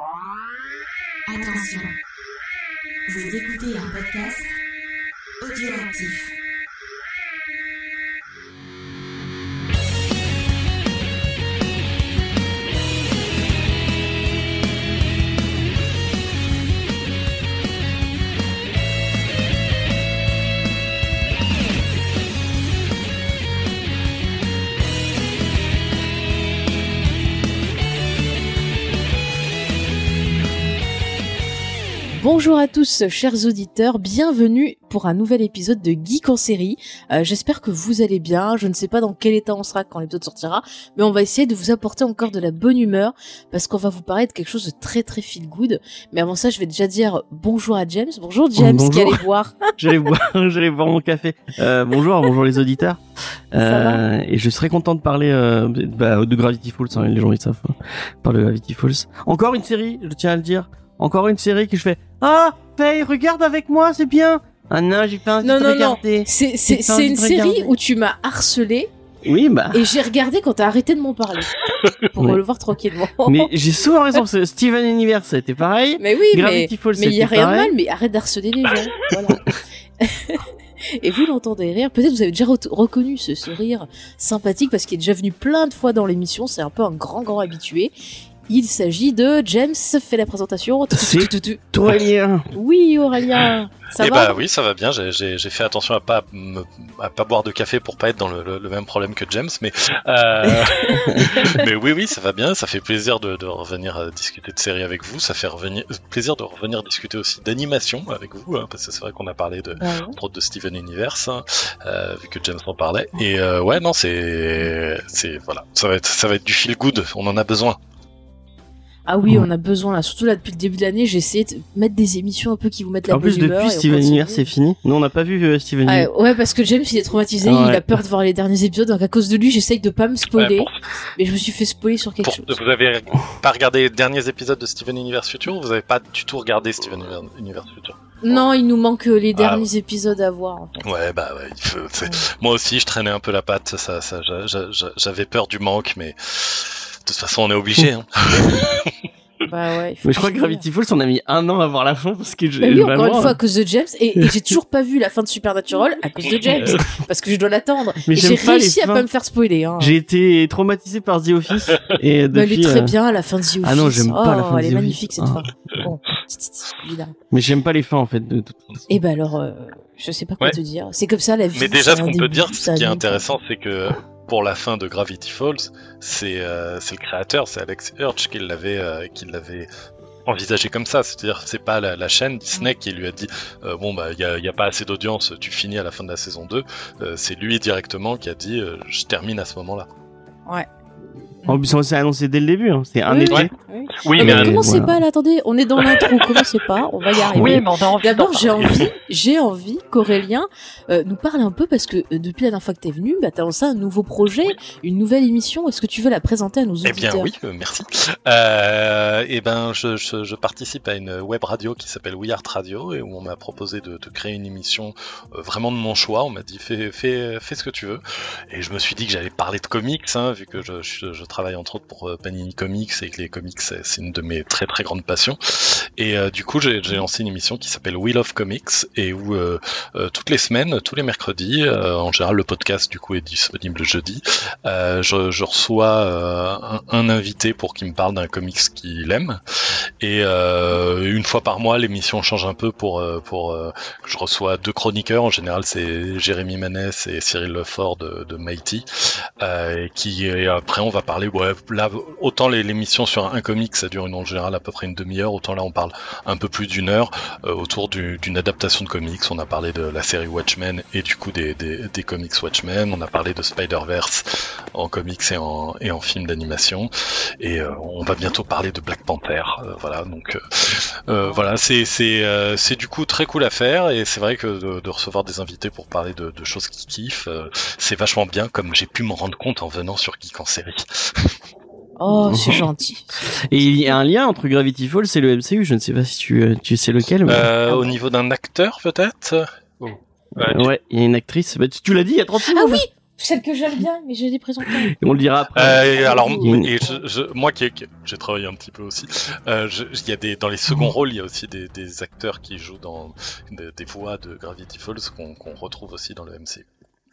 Attention, vous écoutez un podcast audioactif. Bonjour à tous, chers auditeurs, bienvenue pour un nouvel épisode de Geek en série. J'espère que vous allez bien, je ne sais pas dans quel état on sera quand l'épisode sortira, mais on va essayer de vous apporter encore de la bonne humeur, parce qu'on va vous parler de quelque chose de très très feel good. Mais avant ça, je vais déjà dire bonjour à James. Bonjour James, bonjour. qui allait boire. J'allais boire mon café. Bonjour les auditeurs. Et je serais content de parler de Gravity Falls, hein, les gens ils savent parler de Gravity Falls. Encore une série, je tiens à le dire. Encore une série que je fais. Ah, Faye, regarde avec moi, c'est bien. Ah non, j'ai pas envie de regarder. Non, c'est une série où tu m'as harcelé. Oui, bah. Et j'ai regardé quand t'as arrêté de m'en parler. Pour le voir tranquillement. Mais j'ai souvent raison, parce que Steven Universe, ça a été pareil. Mais oui, Gravity Falls, mais il y a rien de pareil. mal, mais arrête d'harceler les gens. Voilà. Et vous l'entendez rire, peut-être vous avez déjà reconnu ce rire sympathique parce qu'il est déjà venu plein de fois dans l'émission, c'est un peu un grand habitué. Il s'agit de James, fait la présentation. C'est Aurélien. Oui, Aurélien. Ça va? Bah oui, ça va bien. J'ai fait attention à pas boire de café pour pas être dans le même problème que James, mais mais oui, ça va bien. Ça fait plaisir de revenir discuter de séries avec vous. Ça fait plaisir de revenir discuter aussi d'animation avec vous, hein, parce que c'est vrai qu'on a parlé entre autres de Steven Universe, hein, vu que James en parlait. Et ouais, non, c'est voilà, ça va être du feel good. On en a besoin. Ah oui, on a besoin là, surtout là depuis le début de l'année, j'ai essayé de mettre des émissions un peu qui vous mettent la bonne humeur. En plus, depuis Steven Universe, c'est fini. Nous, on n'a pas vu Steven Universe. Ouais, parce que James, il est traumatisé, il a peur de voir les derniers épisodes, donc à cause de lui, j'essaye de pas me spoiler, mais je me suis fait spoiler sur quelque chose. Vous avez pas regardé les derniers épisodes de Steven Universe Future, ou vous avez pas du tout regardé Steven Universe Future? Non, il nous manque les derniers épisodes à voir. En fait. Ouais, bah ouais. Moi aussi, je traînais un peu la patte. J'avais peur du manque, mais de toute façon, on est obligé. Hein. Bah ouais. Mais je crois que Gravity Falls, on a mis 1 an à voir la fin parce que oui, encore une fois à cause de James, et j'ai toujours pas vu la fin de Supernatural à cause de James, parce que je dois l'attendre. Mais j'ai réussi à pas me faire spoiler. Hein. J'ai été traumatisé par The Office et depuis. Elle est très bien la fin de The Office. Ah non, j'aime pas la fin de The Office. Elle est magnifique cette fin. Bon, évidemment. Mais j'aime pas les fins en fait de toute façon. Et ben alors, je sais pas quoi te dire. C'est comme ça la vie. Mais déjà, ce qu'on peut dire, ce qui est intéressant, c'est que pour la fin de Gravity Falls, c'est le créateur, c'est Alex Hirsch qui l'avait envisagé comme ça, c'est-à-dire c'est pas la chaîne Disney qui lui a dit bon bah y a pas assez d'audience, tu finis à la fin de la saison 2, c'est lui directement qui a dit je termine à ce moment-là. Ouais. En plus, on s'est annoncé dès le début, hein. C'est un été. Ouais. Oui, mais commencez pas là, attendez, on est dans l'intro, commencez pas, on va y arriver. Oui, mais on a envie. D'abord, j'ai envie qu'Aurélien nous parle un peu parce que depuis la dernière fois que t'es venu, t'as lancé un nouveau projet, une nouvelle émission. Est-ce que tu veux la présenter à nos auditeurs? Eh bien oui, merci. Je participe à une web radio qui s'appelle We Art Radio et où on m'a proposé de créer une émission vraiment de mon choix. On m'a dit fais ce que tu veux. Et je me suis dit que j'allais parler de comics, hein, vu que je travaille entre autres pour Panini Comics et que les comics c'est une de mes très très grandes passions. Et du coup j'ai lancé une émission qui s'appelle Wheel of Comics et où toutes les semaines, tous les mercredis, en général le podcast du coup est disponible jeudi, je reçois un invité pour qu'il me parle d'un comics qu'il aime et une fois par mois l'émission change un peu pour que je reçois 2 chroniqueurs. En général c'est Jérémy Manès et Cyril Lefort de Mighty et après on va parler là autant l'émission sur un comic ça dure en général à peu près une demi-heure, autant là on parle un peu plus d'1 heure autour d'une adaptation de comics. On a parlé de la série Watchmen et du coup des comics Watchmen, on a parlé de Spider-Verse en comics et en film d'animation et on va bientôt parler de Black Panther, voilà donc voilà c'est du coup très cool à faire et c'est vrai que de recevoir des invités pour parler de choses qu'ils kiffent, c'est vachement bien comme j'ai pu m'en rendre compte en venant sur Geek en série. Oh, c'est gentil. Et il y a un lien entre Gravity Falls et le MCU, je ne sais pas si tu sais lequel. Mais... Au niveau d'un acteur, peut-être. Ouais, il y a une actrice. Bah, tu l'as dit il y a 30 secondes. Ah oui, Celle que j'aime bien, mais je l'ai présentée. On le dira après. Alors, Oui. et moi j'ai travaillé un petit peu aussi, il y a dans les seconds rôles, il y a aussi des acteurs qui jouent dans des voix de Gravity Falls qu'on retrouve aussi dans le MCU.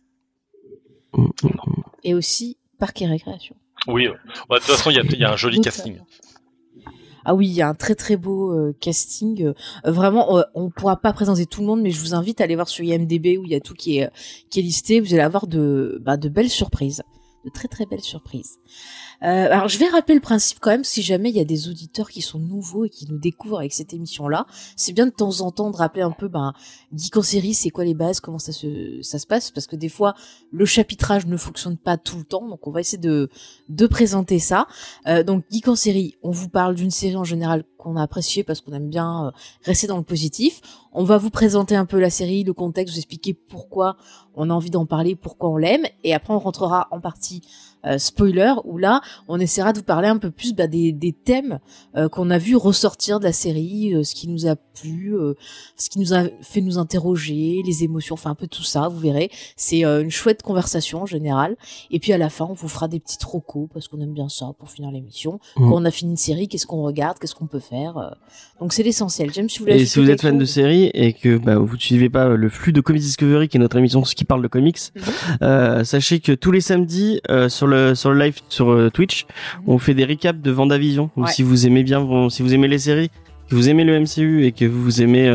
Et aussi Parc et Récréation. Oui, de toute façon, il y a un joli casting. Ah oui, il y a un très très beau casting. Vraiment, on pourra pas présenter tout le monde, mais je vous invite à aller voir sur IMDb où il y a tout qui est listé. Vous allez avoir de belles surprises, de très très belles surprises. Alors je vais rappeler le principe quand même, si jamais il y a des auditeurs qui sont nouveaux et qui nous découvrent avec cette émission-là, c'est bien de temps en temps de rappeler un peu, Geek en série, c'est quoi les bases, comment ça se passe, parce que des fois le chapitrage ne fonctionne pas tout le temps, donc on va essayer de présenter ça. Donc Geek en série, on vous parle d'une série en général qu'on a appréciée parce qu'on aime bien rester dans le positif. On va vous présenter un peu la série, le contexte, vous expliquer pourquoi on a envie d'en parler, pourquoi on l'aime, et après on rentrera en partie spoiler, où là on essaiera de vous parler un peu plus des thèmes qu'on a vu ressortir de la série, ce qui nous a plu, ce qui nous a fait nous interroger, les émotions, enfin un peu tout ça, vous verrez. C'est une chouette conversation en général. Et puis à la fin, on vous fera des petites recos parce qu'on aime bien ça pour finir l'émission. Quand on a fini une série, qu'est-ce qu'on regarde, qu'est-ce qu'on peut faire. Donc c'est l'essentiel. J'aime si vous Et si vous êtes fan de série et que vous ne suivez pas le flux de Comics Discovery, qui est notre émission qui parle de comics, sachez que tous les samedis sur le live sur Twitch, on fait des recaps de Vendavision. Donc si vous aimez bien, si vous aimez les séries, que vous aimez le MCU et que vous aimez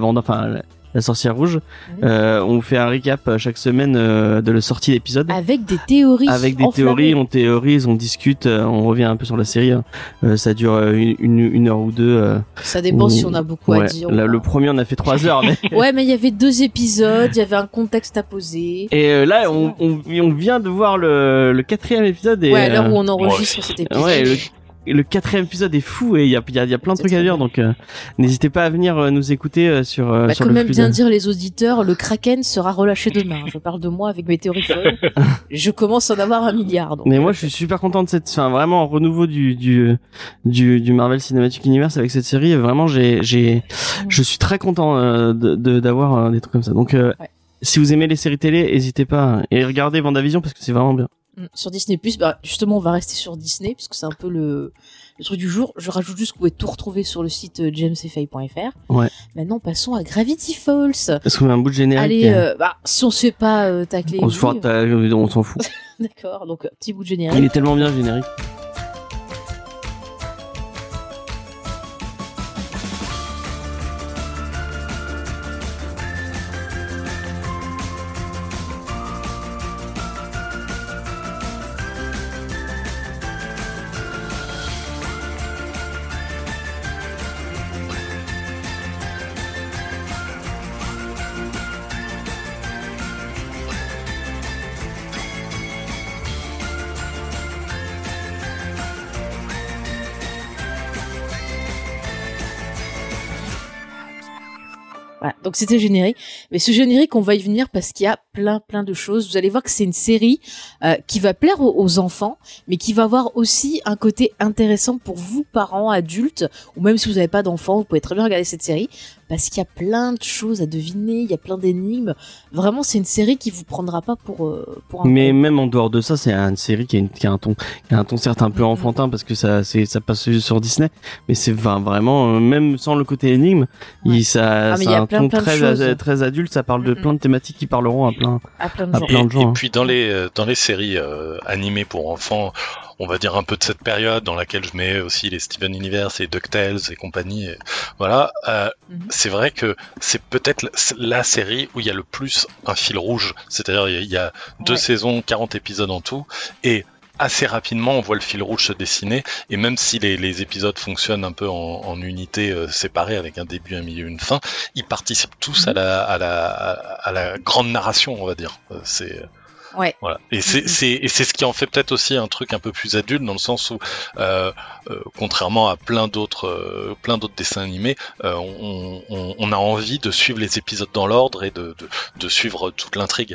la sorcière rouge, on vous fait un recap chaque semaine de la sortie d'épisode. Avec des théories. Avec des théories, on théorise, on discute, on revient un peu sur la série. Ça dure une heure ou deux. Ça dépend si on a beaucoup à dire. Là, le premier, on a fait 3 heures. Mais... ouais, mais il y avait 2 épisodes, il y avait un contexte à poser. Et là, on vient de voir le 4e épisode. Et, à l'heure où on enregistre cet épisode. Ouais, le 4e épisode est fou et il y a plein de trucs à dire, donc n'hésitez pas à venir nous écouter sur quand le même flux bien dire les auditeurs, le Kraken sera relâché demain. Je parle de moi avec mes théories folles. Je commence à en avoir 1 milliard. Donc. Mais moi je suis super content de vraiment renouveau du Marvel Cinematic Universe avec cette série. Vraiment je suis très content d'avoir des trucs comme ça. Donc si vous aimez les séries télé, n'hésitez pas et regardez Vendavision parce que c'est vraiment bien. Sur Disney+, justement on va rester sur Disney puisque c'est un peu le truc du jour. Je rajoute juste que vous pouvez tout retrouver sur le site jamesfay.fr. Ouais. Maintenant passons à Gravity Falls. Est-ce qu'on met un bout de générique? Allez, si on se fait pas tacler, on s'en fout. D'accord, donc petit bout de générique. Il est tellement bien le générique. Voilà, donc c'était le générique. Mais ce générique, on va y venir parce qu'il y a plein de choses. Vous allez voir que c'est une série qui va plaire aux enfants, mais qui va avoir aussi un côté intéressant pour vous, parents, adultes, ou même si vous n'avez pas d'enfants, vous pouvez très bien regarder cette série, parce qu'il y a plein de choses à deviner, il y a plein d'énigmes. Vraiment, c'est une série qui vous prendra pas pour un... Mais même en dehors de ça, c'est une série qui a un ton certes un peu enfantin parce que ça passe sur Disney, mais c'est vraiment, même sans le côté énigme, ça a un ton très adulte, ça parle de plein de thématiques qui parleront à plein de gens. Et puis dans les séries animées pour enfants, on va dire un peu de cette période dans laquelle je mets aussi les Steven Universe et DuckTales et compagnie. Et voilà, c'est vrai que c'est peut-être la série où il y a le plus un fil rouge. C'est-à-dire il y a 2 saisons, 40 épisodes en tout, et assez rapidement, on voit le fil rouge se dessiner, et même si les épisodes fonctionnent un peu en unités séparées avec un début, un milieu, une fin, ils participent tous à la grande narration, on va dire. Voilà. Et c'est ce qui en fait peut-être aussi un truc un peu plus adulte, dans le sens où contrairement à plein d'autres dessins animés, on a envie de suivre les épisodes dans l'ordre et de suivre toute l'intrigue.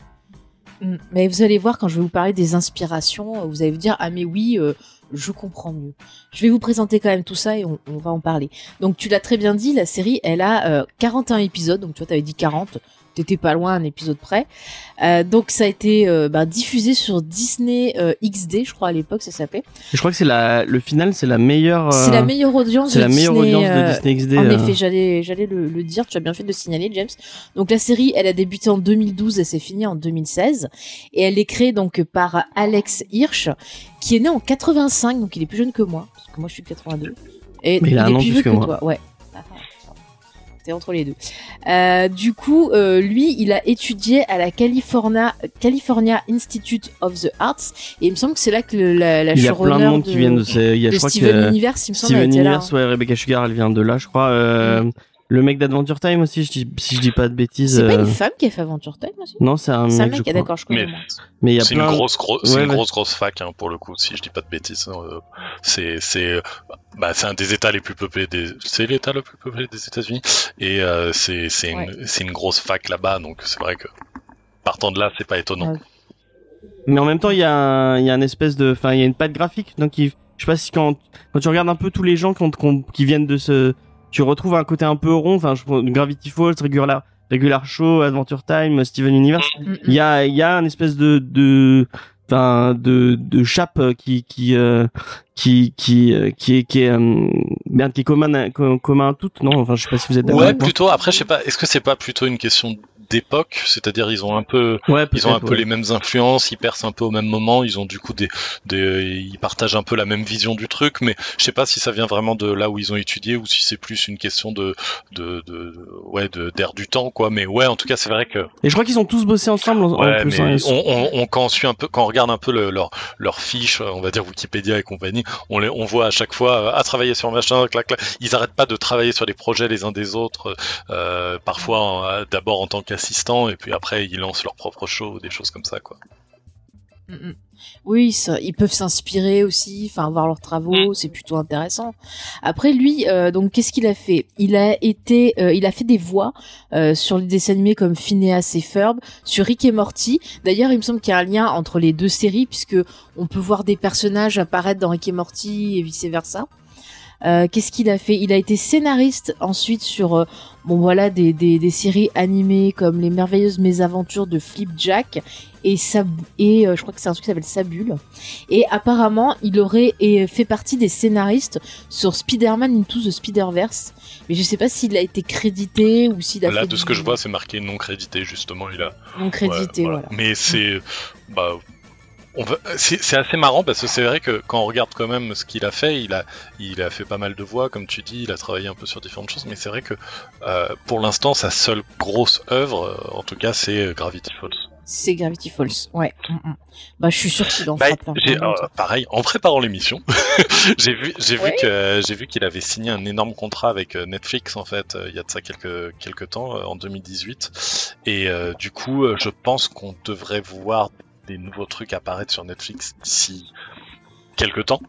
Mais vous allez voir, quand je vais vous parler des inspirations, vous allez vous dire, ah mais oui, je comprends mieux. Je vais vous présenter quand même tout ça et on va en parler. Donc tu l'as très bien dit, la série, elle a 41 épisodes, donc tu vois, t'avais dit 40, t'étais pas loin, un épisode près. Donc ça a été diffusé sur Disney XD, je crois à l'époque ça s'appelait. Je crois que c'est le final, c'est la meilleure. C'est la meilleure audience. C'est de la meilleure Disney, audience de Disney XD. En effet, j'allais le dire. Tu as bien fait de le signaler, James. Donc la série, elle a débuté en 2012 et s'est finie en 2016. Et elle est créée donc par Alex Hirsch, qui est né en 85, donc il est plus jeune que moi, parce que moi je suis de 82. Et mais il a un est an plus plus vieux que moi. toi, ouais. T'es entre les deux. Du coup, lui, il a étudié à la California Institute of the Arts, et il me semble que c'est là que la il y a plein de monde qui viennent de je crois Steven Universe, il me semble. Steven Universe, là, ouais, Rebecca Sugar, elle vient de là, je crois. Le mec d'Adventure Time aussi, si je dis pas de bêtises. C'est pas une femme qui a fait Adventure Time aussi? Non, c'est un mec, je crois. D'accord, je connais. Mais il y a c'est plein... une grosse fac, hein, pour le coup, si je dis pas de bêtises. C'est un des États les plus peuplés c'est l'État le plus peuplé des États-Unis, et c'est une grosse fac là-bas, donc c'est vrai que partant de là, c'est pas étonnant. Ouais. Mais en même temps, il y a un espèce de, enfin, il y a une patte graphique, donc je sais pas si quand tu regardes un peu tous les gens qui viennent de tu retrouves un côté un peu rond, enfin, Gravity Falls, Regular Show, Adventure Time, Steven Universe. Il y a un espèce de chape qui est commun à toutes, non? Enfin, je sais pas si vous êtes d'accord. Ouais, plutôt. Après, je sais pas. Est-ce que c'est pas plutôt une question d'époque, c'est-à-dire ils ont un peu les mêmes influences, ils percent un peu au même moment, ils ont du coup ils partagent un peu la même vision du truc, mais je sais pas si ça vient vraiment de là où ils ont étudié ou si c'est plus une question d'air du temps, quoi. Mais ouais, en tout cas, c'est vrai que. Et je crois qu'ils ont tous bossé ensemble. Ouais, mais quand on regarde un peu leur fiche, on va dire Wikipédia et compagnie, on voit à chaque fois à travailler sur machin, clac. Ils arrêtent pas de travailler sur les projets les uns des autres, parfois d'abord en tant qu'assistant, et puis après ils lancent leur propre show, des choses comme ça, quoi. Oui, ils peuvent s'inspirer aussi, enfin voir leurs travaux, c'est plutôt intéressant. Après lui, donc qu'est-ce qu'il a fait? Il a fait des voix sur les dessins animés comme Phineas et Ferb, sur Rick et Morty. D'ailleurs, il me semble qu'il y a un lien entre les deux séries, puisque on peut voir des personnages apparaître dans Rick et Morty et vice versa. Qu'est-ce qu'il a fait? Il a été scénariste ensuite sur des séries animées comme Les Merveilleuses Mésaventures de Flipjack et je crois que c'est un truc qui s'appelle Sabule. Et apparemment, il aurait fait partie des scénaristes sur Spider-Man Into the Spider-Verse. Mais je sais pas s'il a été crédité ou s'il a là, fait de ce que je vois, c'est marqué non crédité, justement. Il a non crédité, voilà. Mais c'est c'est assez marrant parce que c'est vrai que quand on regarde quand même ce qu'il a fait, il a fait pas mal de voix, comme tu dis, il a travaillé un peu sur différentes choses, mais c'est vrai que pour l'instant sa seule grosse œuvre, en tout cas, c'est Gravity Falls. C'est Gravity Falls, ouais. Je suis sûr qu'il en fera plein. Pareil, en préparant l'émission, j'ai vu qu'il avait signé un énorme contrat avec Netflix, en fait, il y a de ça quelques temps, en 2018, et du coup, je pense qu'on devrait voir des nouveaux trucs apparaître sur Netflix d'ici quelques temps.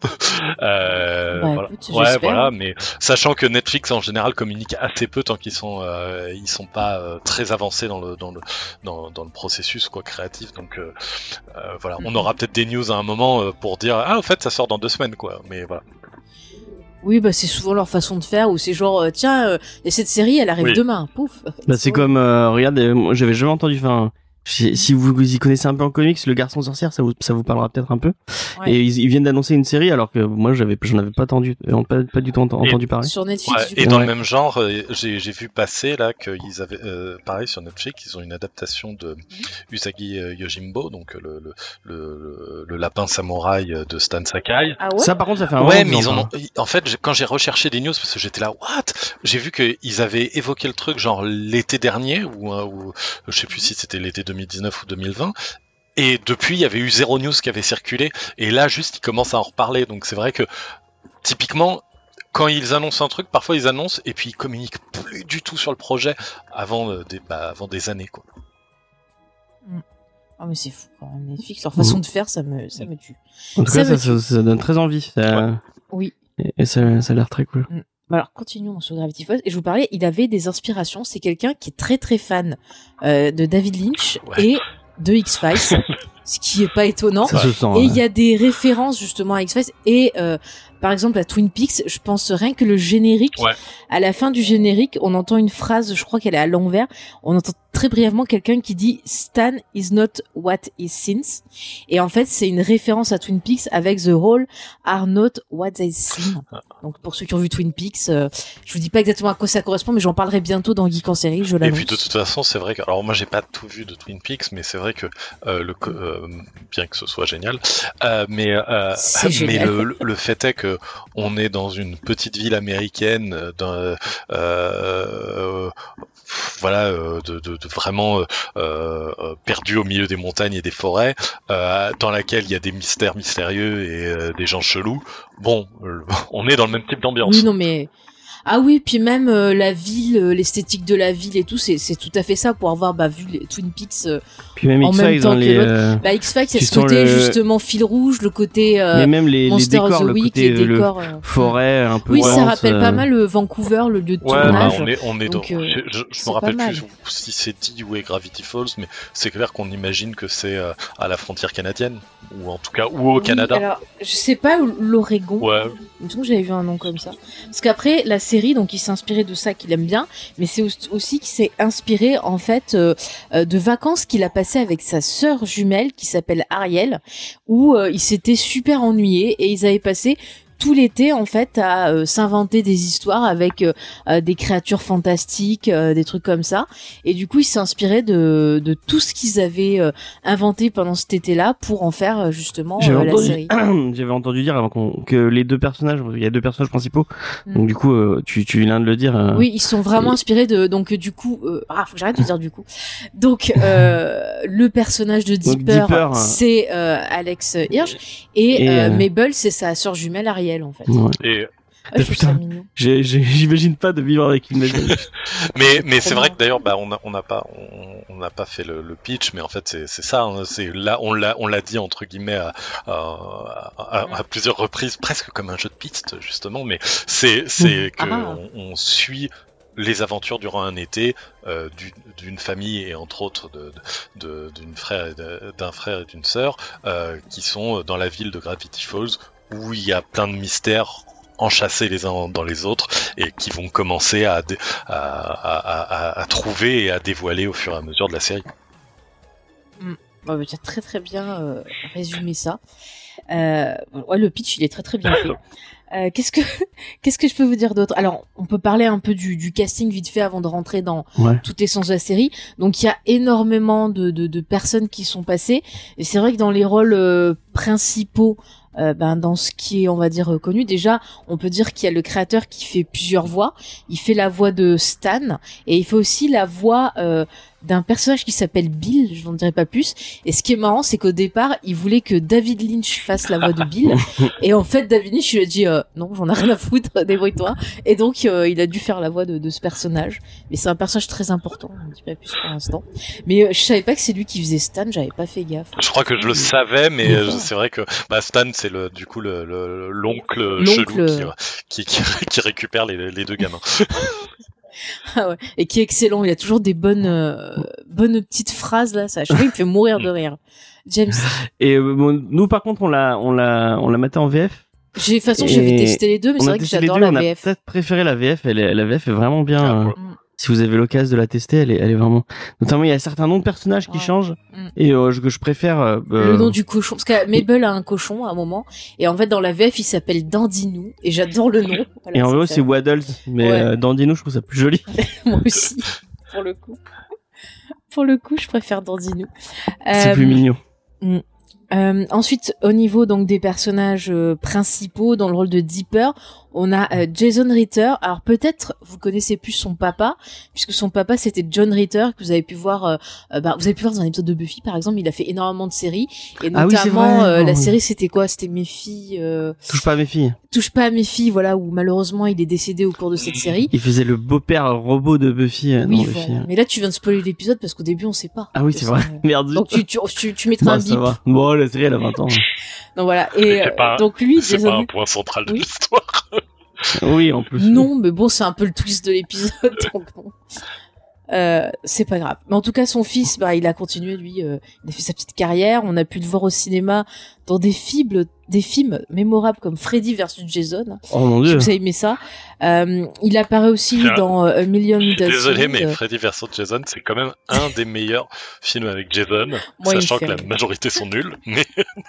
Voilà, mais sachant que Netflix en général communique assez peu tant qu'ils sont pas très avancés dans le processus, quoi, créatif. Donc voilà, on aura peut-être des news à un moment pour dire au fait ça sort dans 2 semaines, quoi. Mais voilà. Oui, c'est souvent leur façon de faire, où c'est genre, tiens, et cette série, elle arrive demain, pouf. C'est comme, regarde, moi, j'avais jamais entendu, si vous y connaissez un peu en comics, Le Garçon Sorcière, ça vous parlera peut-être un peu. Ouais. Et ils viennent d'annoncer une série, alors que moi j'en avais pas du tout entendu parler. Sur Netflix. Et dans le même genre, j'ai vu passer là qu'ils avaient pareil sur Netflix, ils ont une adaptation de Usagi Yojimbo, donc le lapin samouraï de Stan Sakai. Ah ouais. Ça par contre ça fait un mais en fait quand j'ai recherché des news, parce que j'étais là, j'ai vu qu'ils avaient évoqué le truc genre l'été dernier ou je sais plus si c'était l'été 2019 ou 2020, et depuis il y avait eu 0 news qui avait circulé, et là juste ils commencent à en reparler. Donc c'est vrai que typiquement quand ils annoncent un truc, parfois ils annoncent et puis ils communiquent plus du tout sur le projet avant des années, quoi. Oh mais c'est fou quand même, Netflix, leur façon de faire, ça me tue. En tout cas ça donne très envie. Oui. Et ça a l'air très cool. Alors, continuons sur Gravity Falls. Et je vous parlais, il avait des inspirations. C'est quelqu'un qui est très très fan de David Lynch et de X-Files, ce qui est pas étonnant. Ça se sent, et il y a des références justement à X-Files et par exemple à Twin Peaks. Je pense rien que le générique. À la fin du générique, on entend une phrase. Je crois qu'elle est à l'envers. On entend très brièvement quelqu'un qui dit Stan is not what he seems, et en fait c'est une référence à Twin Peaks avec the whole are not what they seem. Donc pour ceux qui ont vu Twin Peaks, je vous dis pas exactement à quoi ça correspond, mais j'en parlerai bientôt dans Geek en série, je l'annonce. Et puis de toute façon, c'est vrai que, alors moi j'ai pas tout vu de Twin Peaks, mais c'est vrai que bien que ce soit génial, mais le fait est que on est dans une petite ville américaine, de vraiment perdu au milieu des montagnes et des forêts, dans laquelle il y a des mystères mystérieux et des gens chelous. Bon, on est dans le même type d'ambiance. Oui, non mais ah oui, puis même la ville, l'esthétique de la ville et tout, c'est tout à fait ça pour avoir vu les Twin Peaks puis même en même temps que l'autre. X-Files, c'est ce côté justement fil rouge, le côté mais même les décors, le côté les décors, forêt un peu. Oui, ça rappelle pas mal Vancouver, le lieu de tournage. On est donc, dans. Je me rappelle plus si c'est dit où est Gravity Falls, mais c'est clair qu'on imagine que c'est à la frontière canadienne, ou en tout cas ou au Canada. Alors, je sais pas, l'Oregon. Ouais. Il me semble que j'avais vu un nom comme ça. Parce qu'après, la série, donc, il s'est inspiré de ça qu'il aime bien, mais c'est aussi qu'il s'est inspiré, en fait, de vacances qu'il a passées avec sa sœur jumelle, qui s'appelle Ariel, où ils s'étaient super ennuyés, et ils avaient passé tout l'été en fait à s'inventer des histoires avec des créatures fantastiques, des trucs comme ça, et du coup il s'est inspiré de tout ce qu'ils avaient inventé pendant cet été-là pour en faire justement la série. J'avais entendu dire avant que les deux personnages, il y a deux personnages principaux, donc du coup tu viens de le dire. Oui, ils sont vraiment inspirés de, donc du coup faut que j'arrête de dire du coup. Donc le personnage de Dipper, c'est Alex Hirsch, et Mabel c'est sa sœur jumelle Ariel. En fait. Ouais. Et putain, j'imagine pas de vivre avec une Mabel. mais c'est vrai que d'ailleurs on n'a pas fait le pitch, mais en fait c'est ça, hein, c'est là on l'a dit entre guillemets à plusieurs reprises, presque comme un jeu de piste justement, mais c'est que on suit les aventures durant un été d'une famille, et entre autres d'un frère et d'une sœur qui sont dans la ville de Gravity Falls, où il y a plein de mystères enchâssés les uns dans les autres, et qui vont commencer à trouver et à dévoiler au fur et à mesure de la série. Tu as très très bien résumé ça. Le pitch il est très très bien fait. Qu'est-ce que je peux vous dire d'autre? Alors, on peut parler un peu du casting vite fait avant de rentrer dans toute l'essence de la série. Donc, il y a énormément de personnes qui sont passées. Et c'est vrai que dans les rôles principaux, dans ce qui est, on va dire, connu, déjà, on peut dire qu'il y a le créateur qui fait plusieurs voix. Il fait la voix de Stan, et il fait aussi la voix d'un personnage qui s'appelle Bill, je n'en dirai pas plus. Et ce qui est marrant, c'est qu'au départ, il voulait que David Lynch fasse la voix de Bill. Et en fait, David Lynch lui a dit non, j'en ai rien à foutre, débrouille-toi. Et donc, il a dû faire la voix de ce personnage. Mais c'est un personnage très important, je ne dis pas plus pour l'instant. Mais je savais pas que c'est lui qui faisait Stan, j'avais pas fait gaffe. Je crois que je le savais, mais c'est vrai que Stan, c'est l'oncle chelou qui récupère les deux gamins. Ah ouais, et qui est excellent, il a toujours des bonnes petites phrases là, ça, je sais, il me fait mourir de rire. James. Et nous par contre on l'a maté en VF. De toute façon, j'avais testé les deux, mais c'est vrai que j'adore la VF. On a peut-être préféré la VF, la VF est vraiment bien. Si vous avez l'occasion de la tester, elle est vraiment. Notamment, il y a certains noms de personnages qui changent, et que je préfère. Le nom du cochon, parce que Mabel a un cochon à un moment, et en fait dans la VF il s'appelle Dandinou, et j'adore le nom. Voilà, et en vrai c'est Waddles, mais Dandinou je trouve ça plus joli. Moi aussi, pour le coup. Pour le coup, je préfère Dandinou. C'est plus mignon. Ensuite, au niveau donc des personnages principaux dans le rôle de Dipper, on a Jason Ritter. Alors peut-être vous connaissez plus son papa, puisque son papa c'était John Ritter, que vous avez pu voir dans un épisode de Buffy par exemple. Il a fait énormément de séries, et notamment la série c'était quoi? C'était Mes filles. Touche pas à mes filles. Touche pas à mes filles, voilà, où malheureusement il est décédé au cours de cette série. Il faisait le beau-père robot de Buffy. Oui, mais là tu viens de spoiler l'épisode parce qu'au début on sait pas. Ah oui, c'est vrai. Merde. Donc tu mettras un bip. Bon, la série elle a 20 ans. Donc voilà, et donc lui, c'est pas un point central de l'histoire. Oui, en plus. Non, mais bon, c'est un peu le twist de l'épisode. Donc bon. C'est pas grave. Mais en tout cas, son fils, il a continué, lui, il a fait sa petite carrière. On a pu le voir au cinéma dans des films mémorables comme Freddy versus Jason. Oh mon dieu. Vous avez aimé ça. Il apparaît aussi dans A Million Little Things. Désolé, mais Freddy vs Jason, c'est quand même un des meilleurs films avec Jason, sachant que la majorité sont nuls. Mais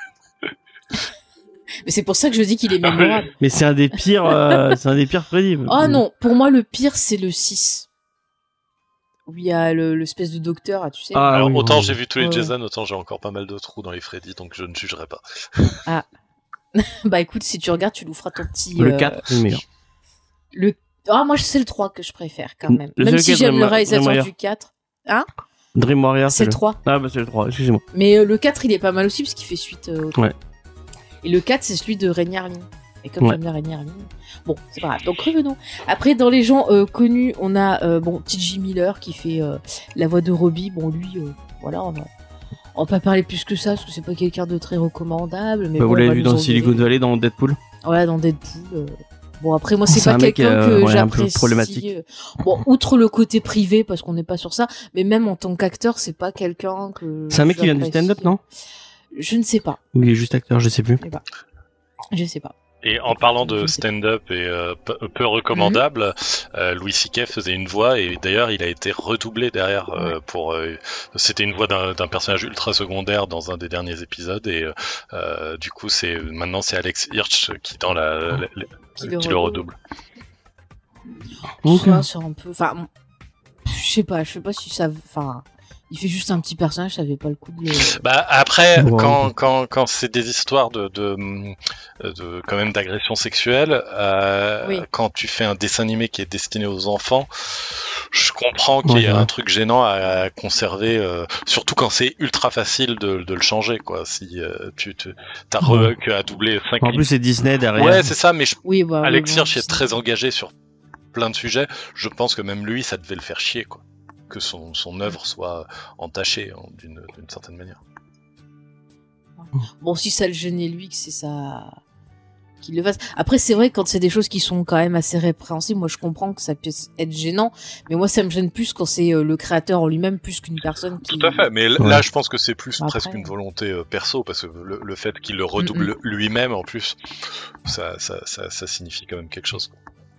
c'est pour ça que je dis qu'il est mémorable. Mais c'est un des pires, Freddy. Oh non, pour moi, le pire, c'est le 6. Où il y a l'espèce de docteur, tu sais. Alors, autant j'ai vu tous les Jason, autant j'ai encore pas mal de trous dans les Freddy, donc je ne jugerai pas. Ah. Écoute, si tu regardes, tu nous feras ton petit... Le 4, c'est le meilleur. Moi, c'est le 3 que je préfère, quand même. Même si j'aime le réalisateur du 4. Hein Dream Warrior, c'est le 3. Ah, c'est le 3, excusez-moi. Mais le 4, il est pas mal aussi, parce qu'il fait suite au 3. Ouais. Et le 4, c'est celui de Rainy Harlin. Et comme j'aime bien Rainy Harlin, bon, c'est pas grave. Donc revenons. Après, dans les gens connus, on a T.J. Miller qui fait la voix de Robbie. Bon, lui, voilà, on va pas parler plus que ça parce que c'est pas quelqu'un de très recommandable. Mais vous l'avez vu dans Silicon Valley, dans Deadpool. Voilà, dans Deadpool. Bon, après, moi, c'est pas quelqu'un que j'apprécie. Un peu problématique. Bon, outre le côté privé, parce qu'on n'est pas sur ça, mais même en tant qu'acteur, c'est pas quelqu'un que. C'est un mec qui vient du stand-up, non? Je ne sais pas. Ou il est juste acteur, je sais plus. Je sais pas. Et en parlant de stand-up et peu recommandable, Louis C.K. faisait une voix et d'ailleurs il a été redoublé derrière pour. C'était une voix d'un personnage ultra secondaire dans un des derniers épisodes et du coup maintenant c'est Alex Hirsch qui dans qui le redouble. Ça, c'est un peu. Enfin, je sais pas si ça. Enfin. Il fait juste un petit personnage, ça avait pas le coup de. Après, quand c'est des histoires de quand même d'agression sexuelle, quand tu fais un dessin animé qui est destiné aux enfants, je comprends qu'il y a un truc gênant à conserver, surtout quand c'est ultra facile de le changer, quoi. Si tu t'as à doubler 5 En plus, c'est Disney derrière. Ouais, c'est ça, mais Alex Hirsch est Disney. très engagé sur plein de sujets. Je pense que même lui, ça devait le faire chier, quoi. Que son œuvre soit entachée d'une certaine manière. Bon, si ça le gênait lui, que c'est ça qu'il le fasse. Après, c'est vrai, quand c'est des choses qui sont quand même assez répréhensibles, moi je comprends que ça puisse être gênant, mais moi ça me gêne plus quand c'est le créateur en lui-même plus qu'une personne qui... Tout à fait, mais là je pense que c'est plus presque une volonté perso, parce que le fait qu'il le redouble lui-même en plus, ça signifie quand même quelque chose.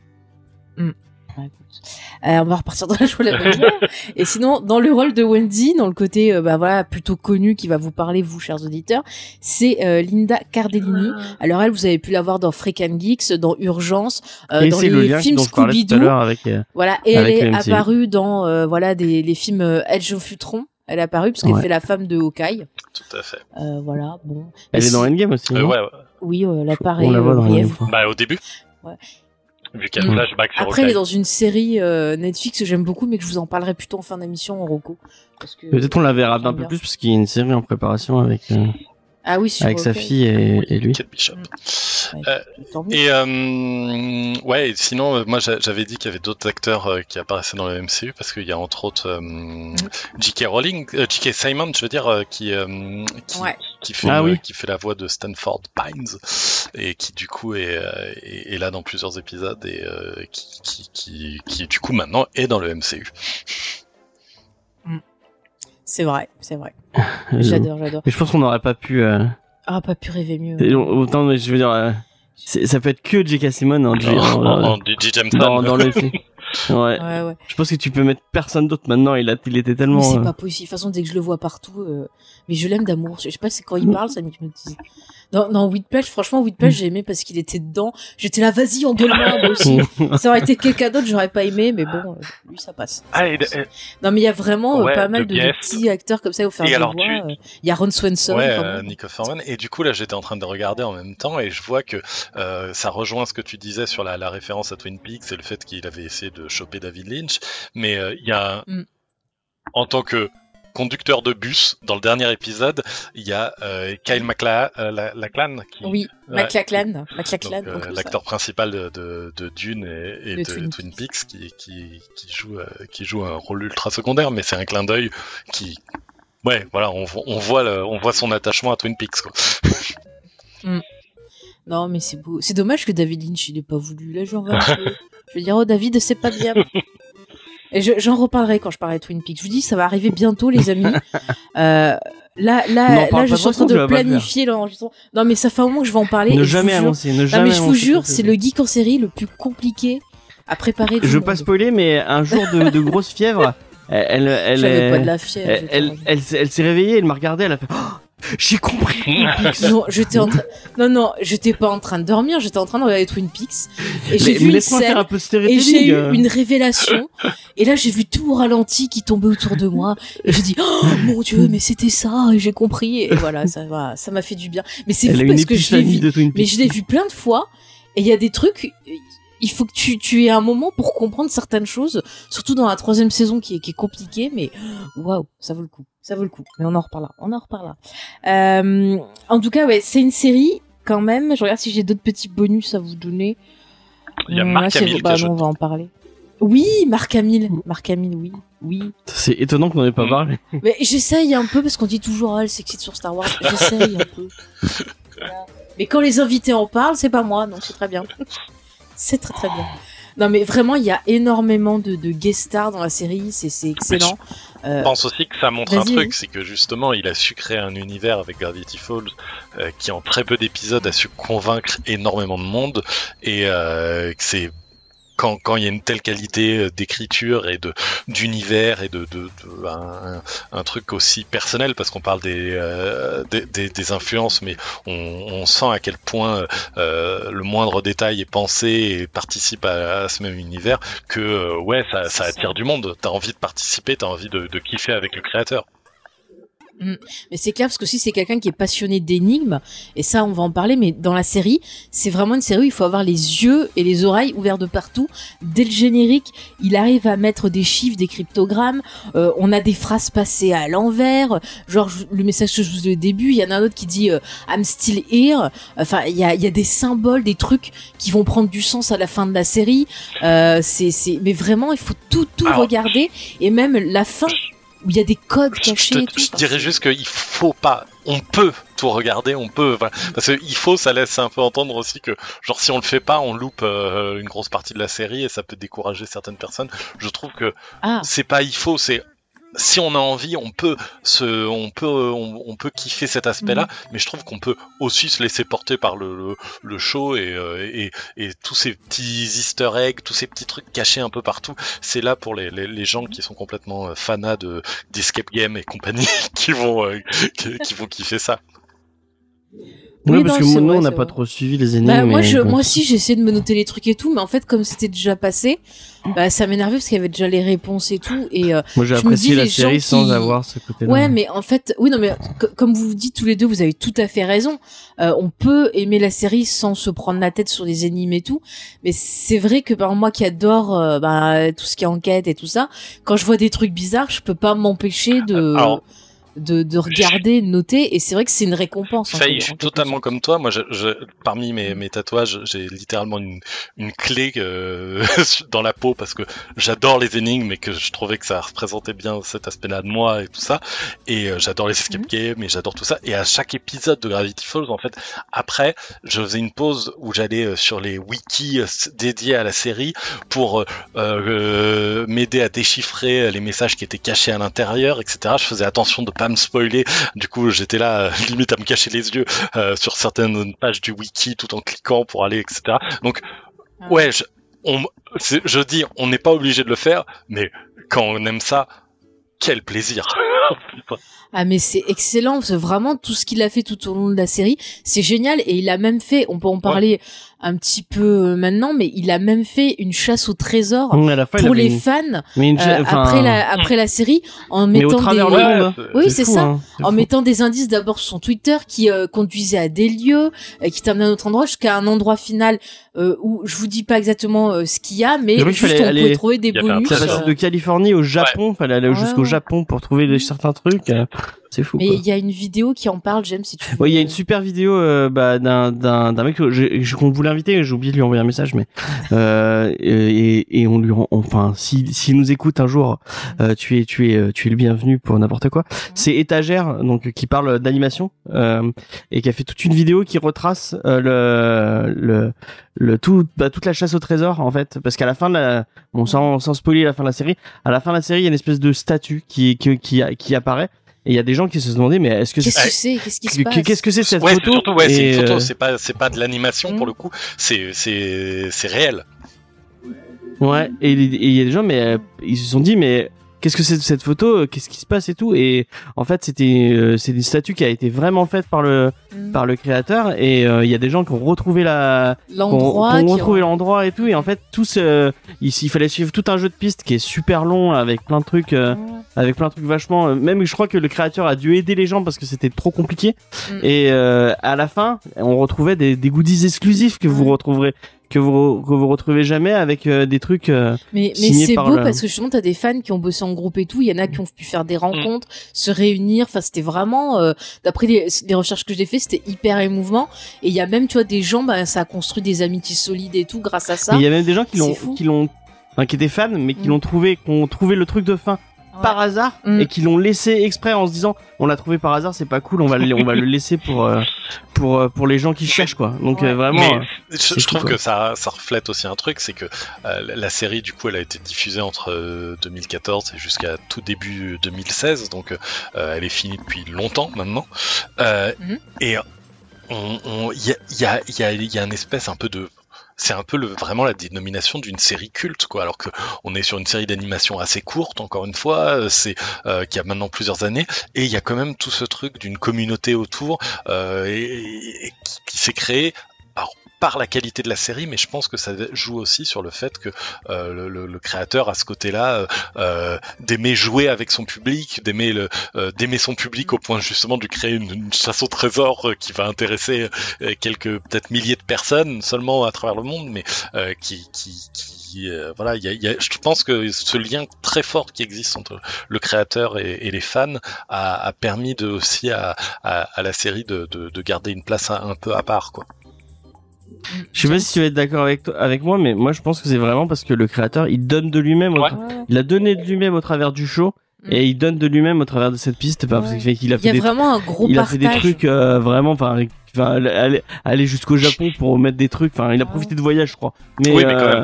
On va repartir dans la joie de la bonne humeur. Et sinon, dans le rôle de Wendy, dans le côté plutôt connu qui va vous parler, vous chers auditeurs, c'est Linda Cardellini. Alors elle, vous avez pu la voir dans Freak and Geeks, dans Urgence, dans les films Scooby-Doo. Voilà, et elle est apparue dans les films Edge of Ultron. Elle est apparue parce qu'elle fait la femme de Hawkeye. Tout à fait. Voilà, bon. Elle est dans Endgame aussi. Oui, elle apparaît. On la voit dans au début. Ouais. Vu qu'il y a un flashback sur Après, elle est dans une série Netflix que j'aime beaucoup, mais que je vous en parlerai plutôt en fin d'émission en Rocco. Peut-être on la verra un peu plus, parce qu'il y a une série en préparation avec sa fille et lui. Kate Bishop. Et sinon, moi j'avais dit qu'il y avait d'autres acteurs qui apparaissaient dans le MCU, parce qu'il y a entre autres J.K. Simon, je veux dire, qui fait la voix de Stanford Pines et qui du coup est là dans plusieurs épisodes et qui du coup maintenant est dans le MCU. C'est vrai. J'adore. Mais je pense qu'on n'aurait pas pu. Pas pu rêver mieux. Autant, mais je veux dire, ça peut être que J.K. Simmons en DJ Jameson dans le film. Ouais. Je pense que tu peux mettre personne d'autre maintenant. Il était tellement. Mais c'est pas possible. De toute façon, dès que je le vois partout, mais je l'aime d'amour. Je sais pas, c'est quand il parle, ça me dit. Dans Whiplash, franchement, Whiplash, j'ai aimé parce qu'il était dedans. J'étais là, vas-y, engueule-moi, moi aussi. Ça aurait été quelqu'un d'autre, j'aurais pas aimé, mais bon, lui, ça passe. Non, mais il y a vraiment pas mal de petits acteurs comme ça au faire des voix. Il y a Ron Swanson. Nick Offerman. Et du coup, là, j'étais en train de regarder en même temps et je vois que ça rejoint ce que tu disais sur la référence à Twin Peaks et le fait qu'il avait essayé de choper David Lynch. Mais il y a en tant que conducteur de bus, dans le dernier épisode, il y a Kyle MacLachlan MacLachlan, l'acteur principal de Dune et de Twin Peaks qui joue un rôle ultra secondaire, mais c'est un clin d'œil qui, on voit son attachement à Twin Peaks, quoi. Non, mais c'est beau. C'est dommage que David Lynch il ait pas voulu. Là, j'en veux un peu. Je veux dire, David, c'est pas bien. Et j'en reparlerai quand je parlerai de Twin Peaks. Je vous dis, ça va arriver bientôt, les amis. Là, je suis en train de planifier l'enregistrement. Non, mais ça fait un moment que je vais en parler. Ne jamais annoncer, ne jamais annoncer. Je vous jure, c'est le geek en série le plus compliqué à préparer. Je veux pas spoiler, mais un jour de grosse fièvre, j'avais pas de la fièvre. Elle s'est réveillée, elle m'a regardé, elle a fait j'ai compris. Non, j'étais pas en train de dormir, j'étais en train de regarder Twin Peaks et j'ai vu une scène un peu et j'ai eu une révélation et là j'ai vu tout au ralenti qui tombait autour de moi et j'ai dit oh mon Dieu, mais c'était ça et j'ai compris et voilà, ça m'a fait du bien. Mais c'est fou parce que je l'ai vu plein de fois et il y a des trucs, il faut que tu aies un moment pour comprendre certaines choses, surtout dans la 3e saison qui est compliquée, mais waouh, ça vaut le coup. Mais on en reparlera. En tout cas, ouais, c'est une série quand même. Je regarde si j'ai d'autres petits bonus à vous donner. Il y a Marc Hamill. On va en parler. Oui, Marc Hamill, oui. C'est étonnant qu'on n'en ait pas parlé. Mais j'essaye un peu parce qu'on dit toujours elle s'excite sur Star Wars. J'essaye un peu. Voilà. Mais quand les invités en parlent, c'est pas moi, donc c'est très bien. C'est très très bien. Non mais vraiment, il y a énormément de guest stars dans la série, c'est excellent. Je pense aussi que ça montre un truc, c'est que justement, il a su créer un univers avec Gravity Falls qui en très peu d'épisodes a su convaincre énormément de monde et que c'est quand il y a une telle qualité d'écriture et d'univers et un truc aussi personnel, parce qu'on parle des influences, mais on sent à quel point le moindre détail est pensé et participe à ce même univers que ça attire du monde. T'as envie de participer, t'as envie de kiffer avec le créateur. Mais c'est clair parce que si c'est quelqu'un qui est passionné d'énigmes, et ça on va en parler, mais dans la série c'est vraiment une série où il faut avoir les yeux et les oreilles ouverts de partout. Dès le générique il arrive à mettre des chiffres, des cryptogrammes, on a des phrases passées à l'envers, genre le message que je vous ai au début, il y en a un autre qui dit I'm still here, enfin il y a des symboles, des trucs qui vont prendre du sens à la fin de la série, mais vraiment il faut tout regarder, et même la fin où il y a des codes cachés. Je dirais juste qu'il faut pas, on peut tout regarder, voilà. Parce que il faut, ça laisse un peu entendre aussi que, genre, si on le fait pas, on loupe une grosse partie de la série et ça peut décourager certaines personnes. Je trouve que c'est pas il faut, c'est si on a envie, on peut kiffer cet aspect-là, mais je trouve qu'on peut aussi se laisser porter par le show et tous ces petits Easter eggs, tous ces petits trucs cachés un peu partout. C'est là pour les gens qui sont complètement fanas d'escape game et compagnie qui vont kiffer ça. Oui, parce que nous, on n'a pas trop suivi les énigmes. Moi aussi, j'ai essayé de me noter les trucs et tout, mais en fait, comme c'était déjà passé, ça m'énervait parce qu'il y avait déjà les réponses et tout. Et moi, j'ai apprécié la série sans avoir ce côté-là. Ouais, mais en fait, oui, non, mais comme vous dites tous les deux, vous avez tout à fait raison. On peut aimer la série sans se prendre la tête sur les énigmes et tout, mais c'est vrai que par moi qui adore tout ce qui est enquête et tout ça, quand je vois des trucs bizarres, je peux pas m'empêcher de regarder, de noter, et c'est vrai que c'est une récompense. Je suis totalement comme toi. Moi, parmi mes tatouages, j'ai littéralement une clé dans la peau parce que j'adore les énigmes et que je trouvais que ça représentait bien cet aspect-là de moi et tout ça. Et j'adore les escape games et j'adore tout ça. Et à chaque épisode de Gravity Falls, en fait, après, je faisais une pause où j'allais sur les wikis dédiés à la série pour m'aider à déchiffrer les messages qui étaient cachés à l'intérieur, etc. Je faisais attention de pas me spoiler, du coup j'étais là limite à me cacher les yeux sur certaines pages du wiki tout en cliquant pour aller, etc. Donc je dis on n'est pas obligé de le faire, mais quand on aime ça, quel plaisir. Ah mais c'est excellent, c'est vraiment tout ce qu'il a fait tout au long de la série, c'est génial, et il a même fait, on peut en parler un petit peu maintenant, mais il a même fait une chasse au trésor pour les fans après la série, en mettant mettant des indices d'abord sur son Twitter qui conduisait à des lieux, qui t'amenait à un autre endroit jusqu'à un endroit final où je vous dis pas exactement ce qu'il y a, mais juste on pouvait trouver des bonus. Ça passe de Californie au Japon, fallait aller jusqu'au Japon pour trouver certains trucs. c'est fou. Mais quoi. il y a une vidéo qui en parle, James, si tu veux. Ouais, il y a une super vidéo d'un mec qu'on voulait inviter, j'ai oublié de lui envoyer un message, mais et on lui enfin s'il nous écoute un jour, tu es le bienvenu pour n'importe quoi. C'est Étagère, donc qui parle d'animation et qui a fait toute une vidéo qui retrace toute la chasse au trésor en fait, parce qu'à la fin sans spoiler la fin de la série, à la fin de la série il y a une espèce de statue qui apparaît. Et il y a des gens qui se demandaient, mais est-ce que Qu'est-ce que c'est? Qu'est-ce qui se passe? Qu'est-ce que c'est cette Ouais, photo? surtout, ouais, c'est une photo, c'est pas de l'animation pour le coup, c'est réel. Ouais, et il y a des gens, mais ils se sont dit, mais qu'est-ce que c'est cette photo? Qu'est-ce qui se passe et tout? Et en fait, c'est une statue qui a été vraiment faite par le créateur, et il y a des gens qui ont retrouvé l'endroit et tout, et en fait, il fallait suivre tout un jeu de pistes qui est super long avec plein de trucs. Avec plein de trucs vachement même je crois que le créateur a dû aider les gens parce que c'était trop compliqué et à la fin on retrouvait des goodies exclusifs que vous retrouverez que vous retrouvez jamais avec des trucs mais c'est beau parce que justement t'as des fans qui ont bossé en groupe et tout, il y en a qui ont pu faire des rencontres, se réunir, enfin c'était vraiment d'après les recherches que j'ai fait, c'était hyper émouvant, et il y a même tu vois des gens, ça a construit des amitiés solides et tout grâce à ça. Mais il y a même des gens qui étaient fans mais qui ont trouvé le truc de fin par hasard et qui l'ont laissé exprès en se disant on l'a trouvé par hasard, c'est pas cool, on va le laisser pour les gens qui cherchent quoi. Donc vraiment je trouve que ça reflète aussi un truc, c'est que la série du coup elle a été diffusée entre 2014 et jusqu'à tout début 2016, donc elle est finie depuis longtemps maintenant et il y a une espèce un peu de, c'est un peu vraiment la dénomination d'une série culte, quoi. Alors que on est sur une série d'animation assez courte, encore une fois, qui a maintenant plusieurs années, et il y a quand même tout ce truc d'une communauté autour et qui s'est créée. Alors, par la qualité de la série, mais je pense que ça joue aussi sur le fait que le créateur a ce côté-là d'aimer jouer avec son public, d'aimer son public au point justement de lui créer une chasse au trésor qui va intéresser quelques peut-être milliers de personnes seulement à travers le monde, mais voilà, je pense que ce lien très fort qui existe entre le créateur et les fans a permis aussi à la série de garder une place un peu à part, quoi. Je sais pas si tu vas être d'accord avec moi, mais moi je pense que c'est vraiment parce que le créateur il donne de lui-même, il a donné de lui-même au travers du show et il donne de lui-même au travers de cette piste, parce qu'il a fait vraiment un gros il a fait des trucs vraiment, aller jusqu'au Japon pour mettre des trucs, enfin il a profité de voyage je crois, mais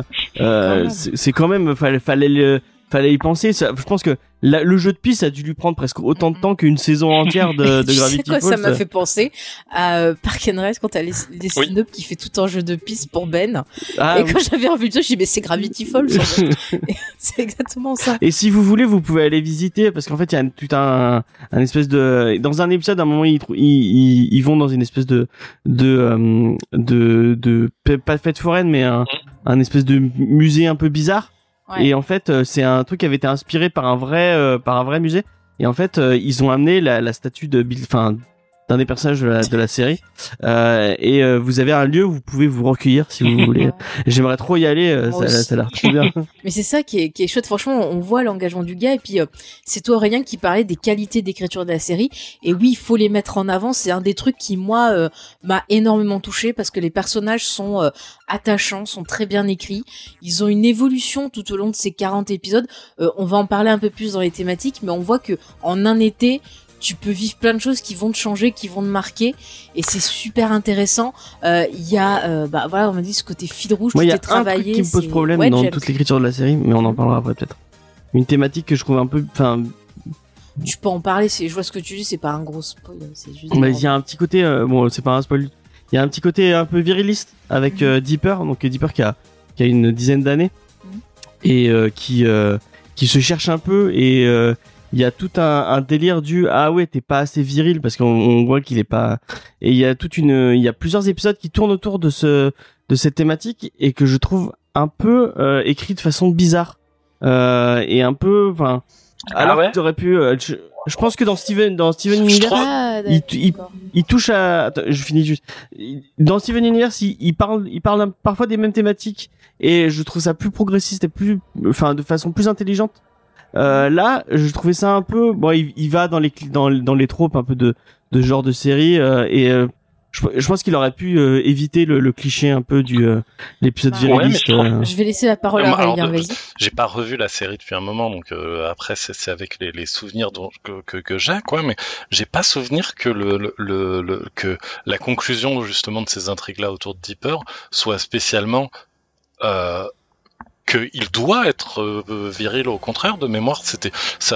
c'est quand même fallait y penser. Je pense que le jeu de piste a dû lui prendre presque autant de temps qu'une saison entière de Gravity Falls. Ça m'a fait penser à Park and Ride quand t'as les Snoop qui fait tout un jeu de piste pour Ben. Quand j'avais revu le jeu, je dis mais c'est Gravity Falls. En fait. C'est exactement ça. Et si vous voulez, vous pouvez aller visiter parce qu'en fait il y a tout un espèce de, dans un épisode à un moment ils vont dans une espèce de pas de fête foraine mais un espèce de musée un peu bizarre. Ouais. Et en fait, c'est un truc qui avait été inspiré par un vrai musée. Et en fait, ils ont amené la statue d'un des personnages de la série. Et vous avez un lieu où vous pouvez vous recueillir si vous voulez. J'aimerais trop y aller. Ça a l'air trop bien. Mais c'est ça qui est chouette. Franchement, on voit l'engagement du gars. Et puis, c'est toi, Aurélien, qui parlait des qualités d'écriture de la série. Et oui, il faut les mettre en avant. C'est un des trucs qui, moi, m'a énormément touché parce que les personnages sont attachants, sont très bien écrits. Ils ont une évolution tout au long de ces 40 épisodes. On va en parler un peu plus dans les thématiques, mais on voit que en un été, tu peux vivre plein de choses qui vont te changer, qui vont te marquer, et c'est super intéressant. Il y a, voilà, on m'a dit ce côté fil rouge, moi, tout est travaillé. Il y a un truc qui me pose problème dans toute l'écriture de la série, mais on en parlera après peut-être. Une thématique que je trouve un peu, tu peux en parler. Je vois ce que tu dis, c'est pas un gros spoil. C'est juste. Mais il y a un petit côté, bon, c'est pas un spoil. Il y a un petit côté un peu viriliste avec Dipper, donc Dipper qui a une dizaine d'années et qui se cherche un peu et il y a tout un délire du t'es pas assez viril parce qu'on voit qu'il est pas, et il y a plusieurs épisodes qui tournent autour de cette thématique et que je trouve un peu écrit de façon bizarre et un peu alors que t'aurais pu je pense que dans Steven Universe il touche à, attends, je finis juste, dans Steven Universe il parle parfois des mêmes thématiques et je trouve ça plus progressiste et plus de façon plus intelligente. Là, je trouvais ça un peu, bon, il va dans les tropes un peu de genre de série, je pense qu'il aurait pu éviter le cliché un peu du l'épisode viriliste. Je vais laisser la parole à Aurélien, vas-y. J'ai pas revu la série depuis un moment, donc après c'est avec les souvenirs que j'ai, quoi. Mais j'ai pas souvenir que que la conclusion justement de ces intrigues-là autour de Dipper soit spécialement qu'il doit être viril. Au contraire, de mémoire, c'était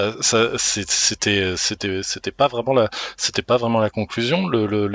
pas vraiment la conclusion.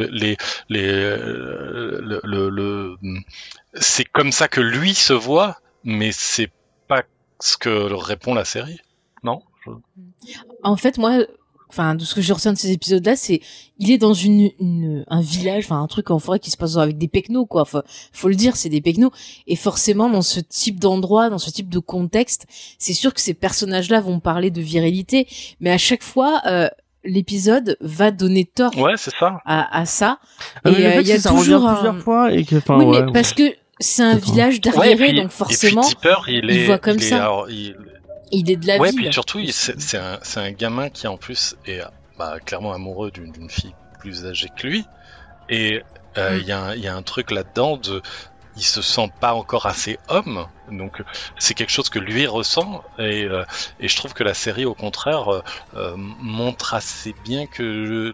C'est comme ça que lui se voit, mais c'est pas ce que répond la série, non? En fait, moi, de ce que je retiens de ces épisodes-là, c'est il est dans un village, un truc en forêt qui se passe avec des pecnos, quoi. Faut le dire, c'est des pecnos. Et forcément, dans ce type d'endroit, dans ce type de contexte, c'est sûr que ces personnages-là vont parler de virilité, mais à chaque fois, l'épisode va donner tort. Ouais, c'est ça. À ça. Et il y a toujours plusieurs fois et que, oui, mais parce que c'est un village d'arriérés, donc forcément, et puis Dipper, il voit comme ça. Il est de la ville. Ouais, puis surtout, c'est un gamin qui en plus est clairement amoureux d'une fille plus âgée que lui. Et il y a un truc là-dedans il se sent pas encore assez homme. Donc c'est quelque chose que lui ressent. Et je trouve que la série, au contraire, montre assez bien que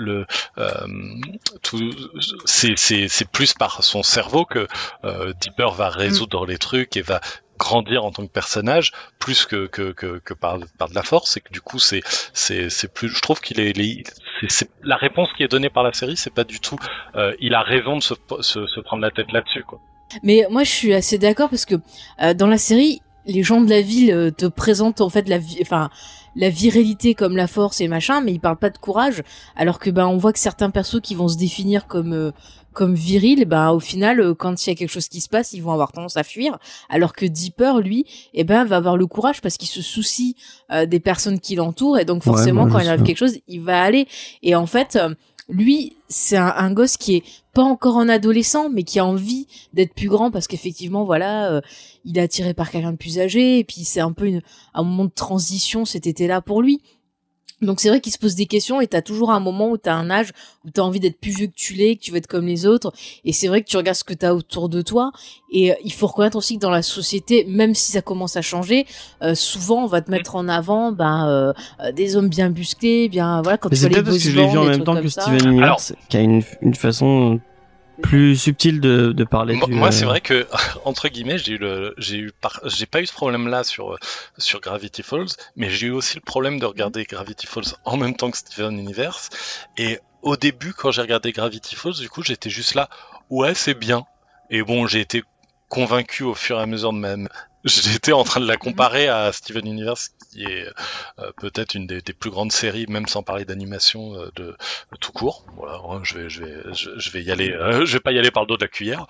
c'est plus par son cerveau que Dipper va résoudre les trucs et va grandir en tant que personnage plus que par de la force, et que du coup c'est plus, je trouve qu'il c'est la réponse qui est donnée par la série, c'est pas du tout il a raison de se prendre la tête là-dessus, quoi. Mais moi je suis assez d'accord parce que dans la série les gens de la ville te présentent en fait la virilité comme la force et machin, mais ils parlent pas de courage, alors que on voit que certains persos qui vont se définir comme viril, au final, quand il y a quelque chose qui se passe, ils vont avoir tendance à fuir, alors que Dipper, lui, va avoir le courage parce qu'il se soucie des personnes qui l'entourent, et donc forcément, quand il arrive quelque chose, il va aller. Et en fait, lui, c'est un gosse qui est pas encore en adolescent, mais qui a envie d'être plus grand, parce qu'effectivement, il est attiré par quelqu'un de plus âgé, et puis c'est un peu un moment de transition cet été-là pour lui. Donc c'est vrai qu'il se pose des questions, et t'as toujours un moment où t'as un âge où t'as envie d'être plus vieux que tu l'es, que tu veux être comme les autres, et c'est vrai que tu regardes ce que t'as autour de toi, et il faut reconnaître aussi que dans la société, même si ça commence à changer, souvent on va te mettre en avant des hommes bien musclés, quand tu vois les boys bands, des trucs comme ça. C'est peut-être parce que je l'ai vu en même temps que Steven Universe, qui a une façon plus subtil de parler. Moi, c'est vrai que entre guillemets, j'ai pas eu ce problème-là sur Gravity Falls, mais j'ai eu aussi le problème de regarder Gravity Falls en même temps que Steven Universe. Et au début, quand j'ai regardé Gravity Falls, du coup, j'étais juste là, ouais, c'est bien. Et bon, j'ai été convaincu au fur et à mesure de j'étais en train de la comparer à Steven Universe, qui est peut-être une des plus grandes séries, même sans parler d'animation, de tout court. Voilà, je vais y aller. Je vais pas y aller par le dos de la cuillère.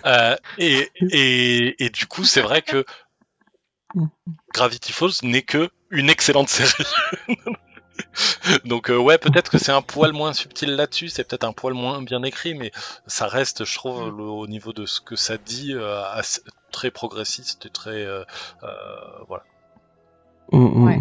Et du coup, c'est vrai que Gravity Falls n'est que une excellente série. Donc ouais, peut-être que c'est un poil moins subtil là-dessus, c'est peut-être un poil moins bien écrit, mais ça reste, je trouve, au niveau de ce que ça dit, très progressiste et très voilà. Ouais.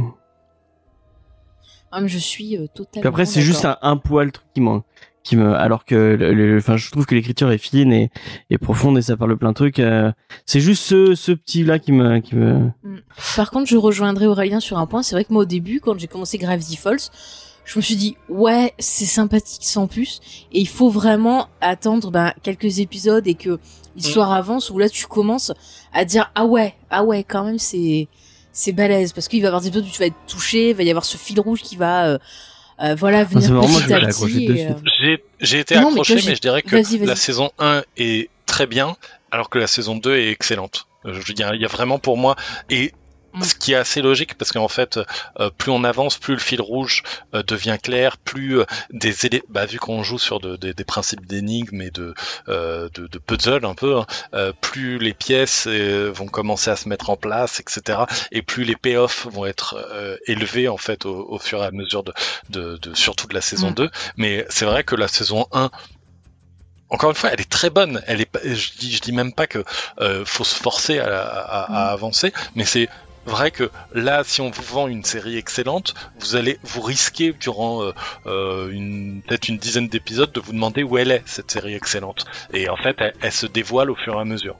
Je suis totalement. Puis après, c'est juste un poil truc qui me alors que je trouve que l'écriture est fine et profonde, et ça parle plein de trucs. C'est juste ce petit là qui me. Par contre, je rejoindrai Aurélien sur un point. C'est vrai que moi, au début, quand j'ai commencé Gravity Falls, je me suis dit ouais, c'est sympathique sans plus, et il faut vraiment attendre quelques épisodes et que l'histoire avance, où là tu commences à dire ah ouais quand même c'est balèze, parce qu'il va y avoir des épisodes où tu vas être touché, il va y avoir ce fil rouge qui va venir petit à petit. J'ai été accroché, mais je dirais que la saison 1 est très bien, alors que la saison 2 est excellente. Je veux dire, il y a vraiment pour moi, et ce qui est assez logique, parce qu'en fait, plus on avance, plus le fil rouge devient clair, plus vu qu'on joue sur des principes d'énigmes et de puzzle un peu, plus les pièces vont commencer à se mettre en place, etc. Et plus les payoffs vont être élevés en fait au fur et à mesure de surtout de la saison 2. Mais c'est vrai que la saison 1, encore une fois, elle est très bonne. Je dis même pas que faut se forcer à avancer, mais c'est vrai que là, si on vous vend une série excellente, vous risquez durant peut-être une dizaine d'épisodes de vous demander où elle est, cette série excellente. Et en fait, elle se dévoile au fur et à mesure.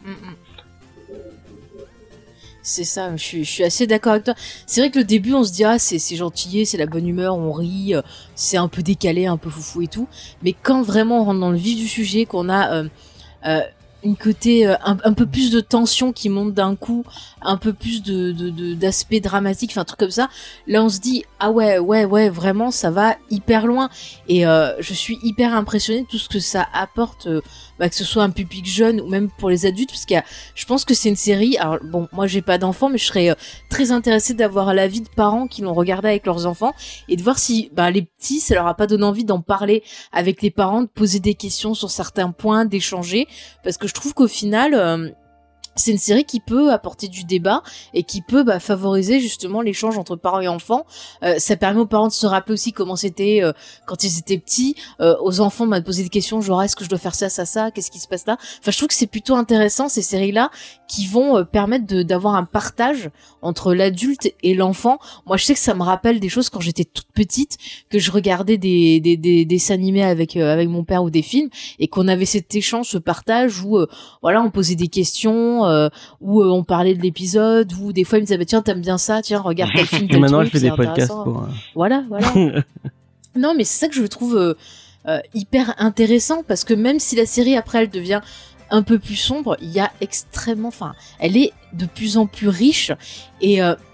C'est ça, je suis assez d'accord avec toi. C'est vrai que le début, on se dit, c'est gentillet, c'est la bonne humeur, on rit, c'est un peu décalé, un peu foufou et tout. Mais quand vraiment on rentre dans le vif du sujet, qu'on a une côté un peu plus de tension qui monte d'un coup, un peu plus d'aspect dramatique, enfin un truc comme ça, là on se dit ouais, vraiment ça va hyper loin. Et je suis hyper impressionnée de tout ce que ça apporte, que ce soit un public jeune ou même pour les adultes, parce je pense que c'est une série, alors bon, moi j'ai pas d'enfants, mais je serais très intéressée d'avoir l'avis de parents qui l'ont regardé avec leurs enfants et de voir si les petits, ça leur a pas donné envie d'en parler avec les parents, de poser des questions sur certains points, d'échanger, parce que je trouve qu'au final c'est une série qui peut apporter du débat et qui peut favoriser justement l'échange entre parents et enfants. Ça permet aux parents de se rappeler aussi comment c'était quand ils étaient petits, aux enfants de poser des questions genre est-ce que je dois faire ça, qu'est-ce qui se passe là. Enfin, je trouve que c'est plutôt intéressant ces séries-là qui vont permettre d'avoir un partage entre l'adulte et l'enfant. Moi, je sais que ça me rappelle des choses quand j'étais toute petite, que je regardais des dessins animés avec mon père ou des films, et qu'on avait cet échange, ce partage où on posait des questions, où on parlait de l'épisode, où des fois il me disait tiens, t'aimes bien ça, tiens, regarde tel film, tel Maintenant, truc, je fais des c'est podcasts intéressant. pour. Voilà. Non, mais c'est ça que je trouve hyper intéressant, parce que même si la série après elle devient un peu plus sombre, il y a elle est de plus en plus riche, et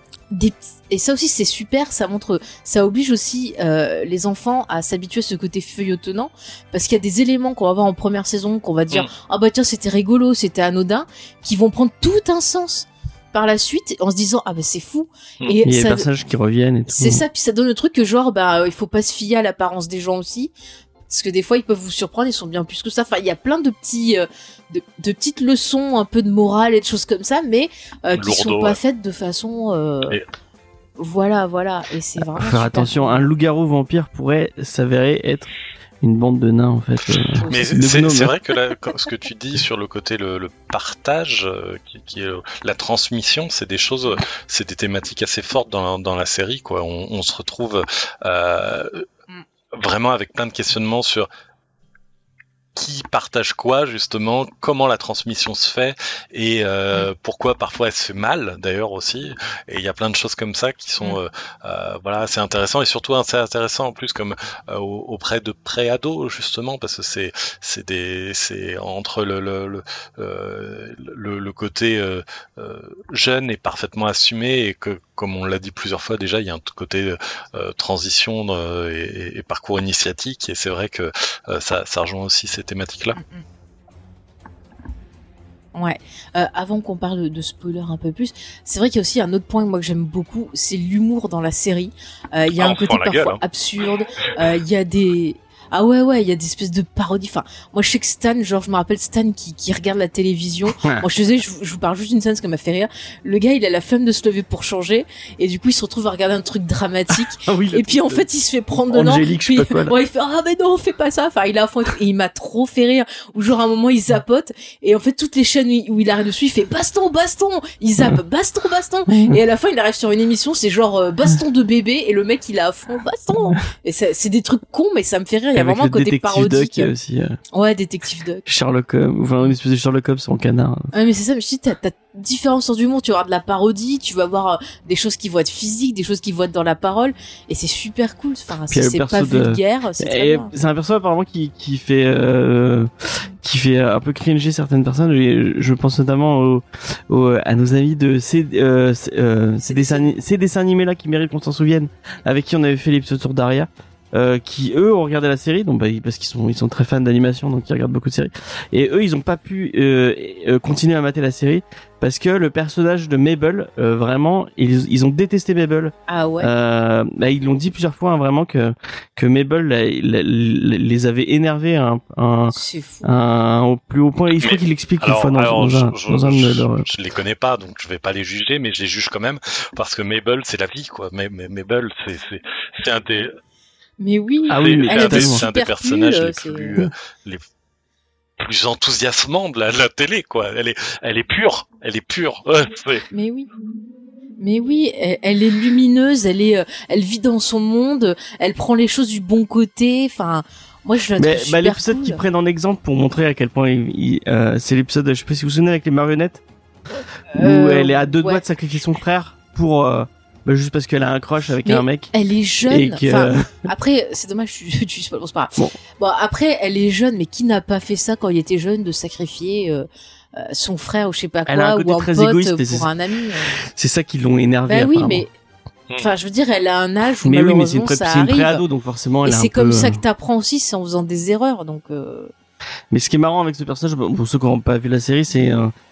ça aussi c'est super, ça oblige aussi les enfants à s'habituer à ce côté feuilletonnant, parce qu'il y a des éléments qu'on va voir en première saison, qu'on va dire tiens, c'était rigolo, c'était anodin, qui vont prendre tout un sens par la suite en se disant c'est fou. Et il y a des personnages qui reviennent et tout. C'est ça, puis ça donne le truc que genre il faut pas se fier à l'apparence des gens aussi, parce que des fois ils peuvent vous surprendre, ils sont bien plus que ça. Enfin, il y a plein de petits de petites leçons un peu de morale et de choses comme ça, mais qui sont pas faites de façon voilà, et c'est vraiment faire super attention, cool. un loup-garou vampire pourrait s'avérer être une bande de nains en fait. Mais c'est vrai que là, ce que tu dis sur le côté le partage, qui est la transmission, c'est des choses, c'est des thématiques assez fortes dans la série, quoi. On se retrouve vraiment avec plein de questionnements sur qui partage quoi, justement, comment la transmission se fait, et pourquoi parfois elle se fait mal d'ailleurs aussi, et il y a plein de choses comme ça qui sont assez intéressants, et surtout assez intéressant en plus comme auprès de pré-ados, justement, parce que c'est entre le côté jeune et parfaitement assumé, et que, comme on l'a dit plusieurs fois déjà, il y a un côté transition et parcours initiatique, et c'est vrai que ça rejoint aussi ces thématiques-là. Ouais. Avant qu'on parle de spoiler un peu plus, c'est vrai qu'il y a aussi un autre point moi que j'aime beaucoup, c'est l'humour dans la série. Il y a un côté parfois absurde. Il y a des il y a des espèces de parodies. Enfin, moi je sais que Stan, genre je me rappelle Stan qui regarde la télévision. Moi je vous parle juste d'une scène, ce qui m'a fait rire. Le gars, il a la flemme de se lever pour changer, et du coup il se retrouve à regarder un truc dramatique. Et puis en fait il se fait prendre dedans. Angélique, je sais pas quoi, il fait mais non, fais pas ça. Enfin, il a à fond, et il m'a trop fait rire. Ou genre à un moment il zapote, et en fait toutes les chaînes où il arrive dessus, il fait baston. Il zappe baston. Et à la fin il arrive sur une émission, c'est genre baston de bébé, et le mec il a à fond baston. Et c'est des trucs cons, mais ça me fait rire. Il y a vraiment un côté parodique. Duck, aussi, ouais, Détective Duck. Sherlock Holmes, une espèce de Sherlock Holmes en canard. Ouais, mais c'est ça, mais je dis, t'as différents sens d'humour. Tu vas avoir de la parodie, tu vas avoir des choses qui vont être physiques, des choses qui vont être dans la parole, et c'est super cool. Enfin, c'est pas vulgaire, c'est très bien. C'est un perso apparemment qui fait un peu cringer certaines personnes. Je pense notamment à nos amis de ces dessins animés là qui méritent qu'on s'en souvienne, avec qui on avait fait l'épisode sur Daria. Qui eux ont regardé la série, donc parce qu'ils sont très fans d'animation, donc ils regardent beaucoup de séries, et eux ils ont pas pu continuer à mater la série parce que le personnage de Mabel, vraiment ils ont détesté Mabel. Ah ouais. Ils l'ont dit plusieurs fois, vraiment que Mabel les avait énervés c'est fou. Au plus haut point. Et je crois qu'il l'explique une fois dans un de leurs. Je les connais pas, donc je vais pas les juger, mais je les juge quand même parce que Mabel c'est la vie, quoi. Mabel c'est un des. Mais oui, c'est un des personnages les plus enthousiasmants de la télé, quoi. Elle est pure. Mais oui. Mais oui, elle est lumineuse, elle vit dans son monde, elle prend les choses du bon côté. Enfin, moi je la trouve super l'épisode cool. qu'ils prennent en exemple pour montrer à quel point c'est l'épisode, je sais pas si vous vous souvenez, avec les marionnettes, où elle est à deux doigts de sacrifier son frère pour juste parce qu'elle a un crush avec un mec. Elle est jeune. Et que... Après, c'est dommage, tu sais pas, bon, c'est pas grave. Bon, après, elle est jeune, mais qui n'a pas fait ça quand il était jeune de sacrifier son frère ou je sais pas quoi, ou un très pote égoïste, pour un ami. C'est ça qui l'ont énervé. Bah oui, mais enfin, je veux dire, elle a un âge où mais malheureusement oui, mais ça c'est une arrive. pré-ado, donc forcément, elle et est c'est un comme peu... ça que t'apprends aussi, c'est en faisant des erreurs, donc. Mais ce qui est marrant avec ce personnage, pour ceux qui n'ont pas vu la série, c'est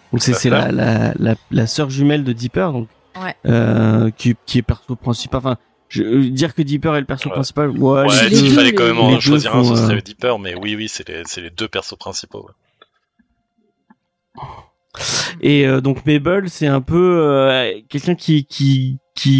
la sœur jumelle de Dipper, donc qui est perso principal. Enfin, dire que Dipper est le perso principal. Ouais, il fallait quand même en choisir un, ce serait Dipper, mais oui, c'est les deux persos principaux. Ouais. Et donc Mabel, c'est un peu quelqu'un qui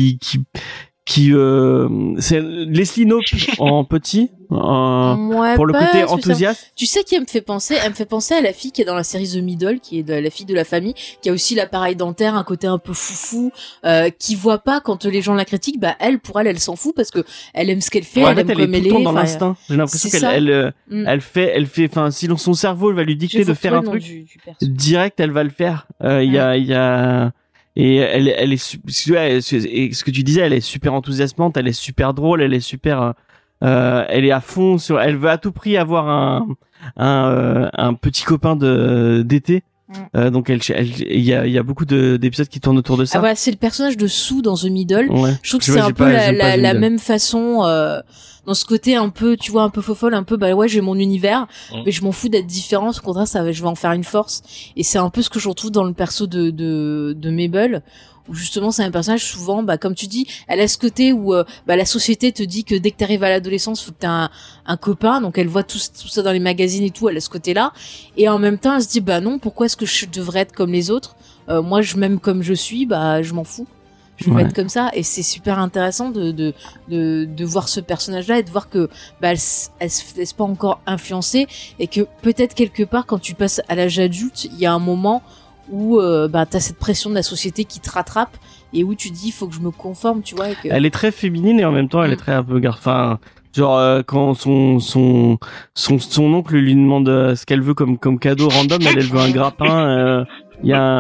c'est Leslie Knope en petit pour le côté enthousiaste. Tu sais qui elle me fait penser à la fille qui est dans la série The Middle, qui est la fille de la famille, qui a aussi l'appareil dentaire, un côté un peu foufou, qui voit pas quand les gens la critiquent. Bah elle, pour elle s'en fout parce que elle aime ce qu'elle fait, elle aime comme elle est. Dans l'instinct. J'ai l'impression elle fait, enfin si son cerveau va lui dicter de faire un truc direct, elle va le faire. Il y a et elle est ce que tu disais, elle est super enthousiasmante, elle est super drôle, elle est super elle est à fond sur, elle veut à tout prix avoir un petit copain d'été. Donc il y a beaucoup d'épisodes qui tournent autour de ça. Ah ouais, c'est le personnage de Sue dans The Middle. Ouais. Je trouve que c'est un peu la même façon dans ce côté un peu, tu vois, un peu faux-folle, un peu bah ouais, j'ai mon univers, mais je m'en fous d'être différent, au contraire je vais en faire une force. Et c'est un peu ce que je retrouve dans le perso de Mabel, où justement c'est un personnage souvent, bah comme tu dis, elle a ce côté où la société te dit que dès que t'arrives à l'adolescence, faut que t'aies un copain, donc elle voit tout ça dans les magazines et tout, elle a ce côté-là, et en même temps elle se dit bah non, pourquoi est-ce que je devrais être comme les autres, moi je m'aime comme je suis, bah je m'en fous. Je vais être comme ça, et c'est super intéressant de voir ce personnage-là et de voir que elle se laisse pas encore influencer, et que peut-être quelque part quand tu passes à l'âge adulte, il y a un moment où t'as cette pression de la société qui te rattrape et où tu dis il faut que je me conforme, tu vois. Et que... Elle est très féminine et en même temps elle est très un peu enfin genre quand son oncle lui demande ce qu'elle veut comme cadeau random, elle veut un grappin. Il y a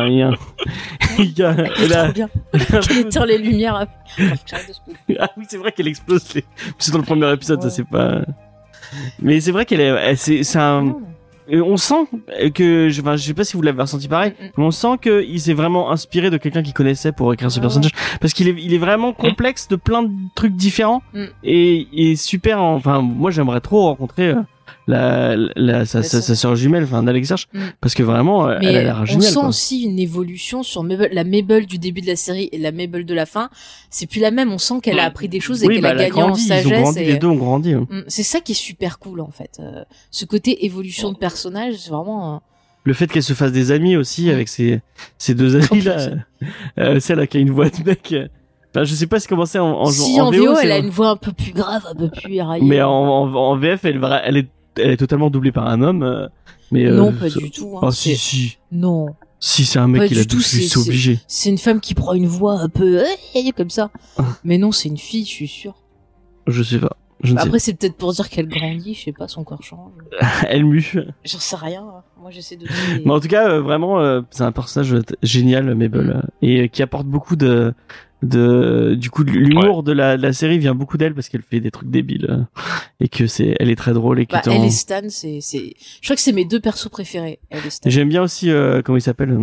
trop bien. Qu'elle éteint les lumières. Ah oui, c'est vrai qu'elle explose. C'est dans le premier épisode, ça c'est pas. Mais c'est vrai c'est un. On sent que, je sais pas si vous l'avez ressenti pareil, mais on sent qu'il s'est vraiment inspiré de quelqu'un qu'il connaissait pour écrire ce personnage, parce qu'il est vraiment complexe de plein de trucs différents et super. Enfin, moi j'aimerais trop rencontrer sa sœur jumelle, enfin Alex Hirsch, parce que vraiment elle a l'air géniale. On sent aussi une évolution sur Mabel, la Mabel du début de la série et la Mabel de la fin. C'est plus la même. On sent qu'elle a appris des choses et qu'elle a gagné en sagesse. Ils ont grandi, les deux ont grandi. C'est ça qui est super cool en fait. Ce côté évolution de personnage, c'est vraiment. Le fait qu'elle se fasse des amis aussi avec ses deux amis là, celle qui a une voix de mec. Enfin, je sais pas comment c'est en VO, elle a une voix un peu plus grave, un peu plus éraillée. Mais en VF, elle est totalement doublée par un homme. Mais non, pas du tout. Ah si. Non. Si c'est un mec qui l'a doublé, c'est obligé. C'est une femme qui prend une voix un peu comme ça. Mais non, c'est une fille, je suis sûr. Je sais pas. Après, c'est peut-être pour dire qu'elle grandit, je sais pas, son corps change. Elle mue. J'en sais rien. Moi, j'essaie de. Mais en tout cas, vraiment, c'est un personnage génial, Mabel, et qui apporte beaucoup du coup l'humour de la série vient beaucoup d'elle parce qu'elle fait des trucs débiles et que elle est très drôle et que elle et Stan, je crois que c'est mes deux persos préférés, elle et Stan. J'aime bien aussi comment il s'appelle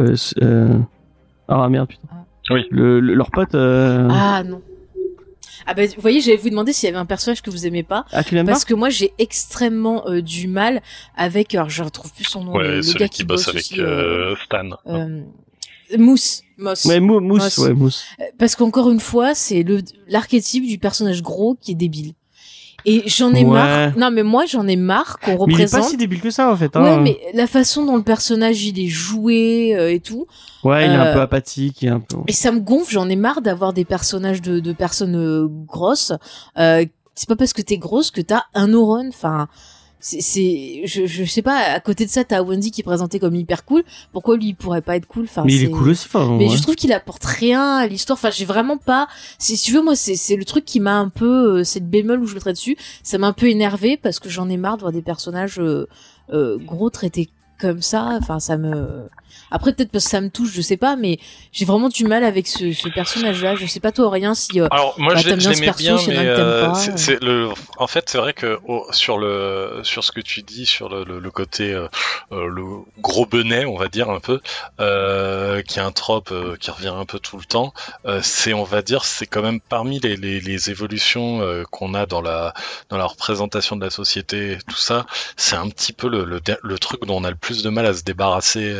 ah merde putain. Oui. Leur pote Ah non. Ah bah vous voyez, j'allais vous demander s'il y avait un personnage que vous aimez pas. Ah tu l'aimes pas? Parce que moi j'ai extrêmement du mal avec, alors je retrouve plus son nom, le gars qui bosse avec aussi, Stan. Moss. Ouais, Mousse. Parce qu'encore une fois, c'est l'archétype du personnage gros qui est débile. Et j'en ai marre. Non, mais moi, j'en ai marre qu'on représente. Mais il est pas si débile que ça, en fait. Ouais, mais la façon dont le personnage, il est joué et tout. Ouais, il est un peu apathique et un peu. Et ça me gonfle. J'en ai marre d'avoir des personnages de personnes grosses. C'est pas parce que t'es grosse que t'as un neurone. Enfin, je sais pas, à côté de ça, t'as Wendy qui est présenté comme hyper cool. Pourquoi lui, il pourrait pas être cool? Enfin, mais il est cool aussi, enfin. Mais ouais. je trouve qu'il apporte rien à l'histoire. Enfin, j'ai vraiment pas, si tu veux, moi, c'est le truc qui m'a un peu, c'est le bémol où je mettrais dessus. Ça m'a un peu énervé parce que j'en ai marre de voir des personnages, gros traités comme ça. Enfin, après, peut-être parce que ça me touche, je sais pas, mais j'ai vraiment du mal avec ce personnage-là. Je sais pas toi, Aurélien, si alors moi t'aimes bien ce j'aimais perso, bien, s'il y en a mais que t'aimes pas. en fait c'est vrai que sur ce que tu dis sur le côté le gros benet, on va dire un peu, qui est un trope qui revient un peu tout le temps. On va dire, c'est quand même parmi les évolutions qu'on a dans la représentation de la société, tout ça. C'est un petit peu le truc dont on a le plus de mal à se débarrasser.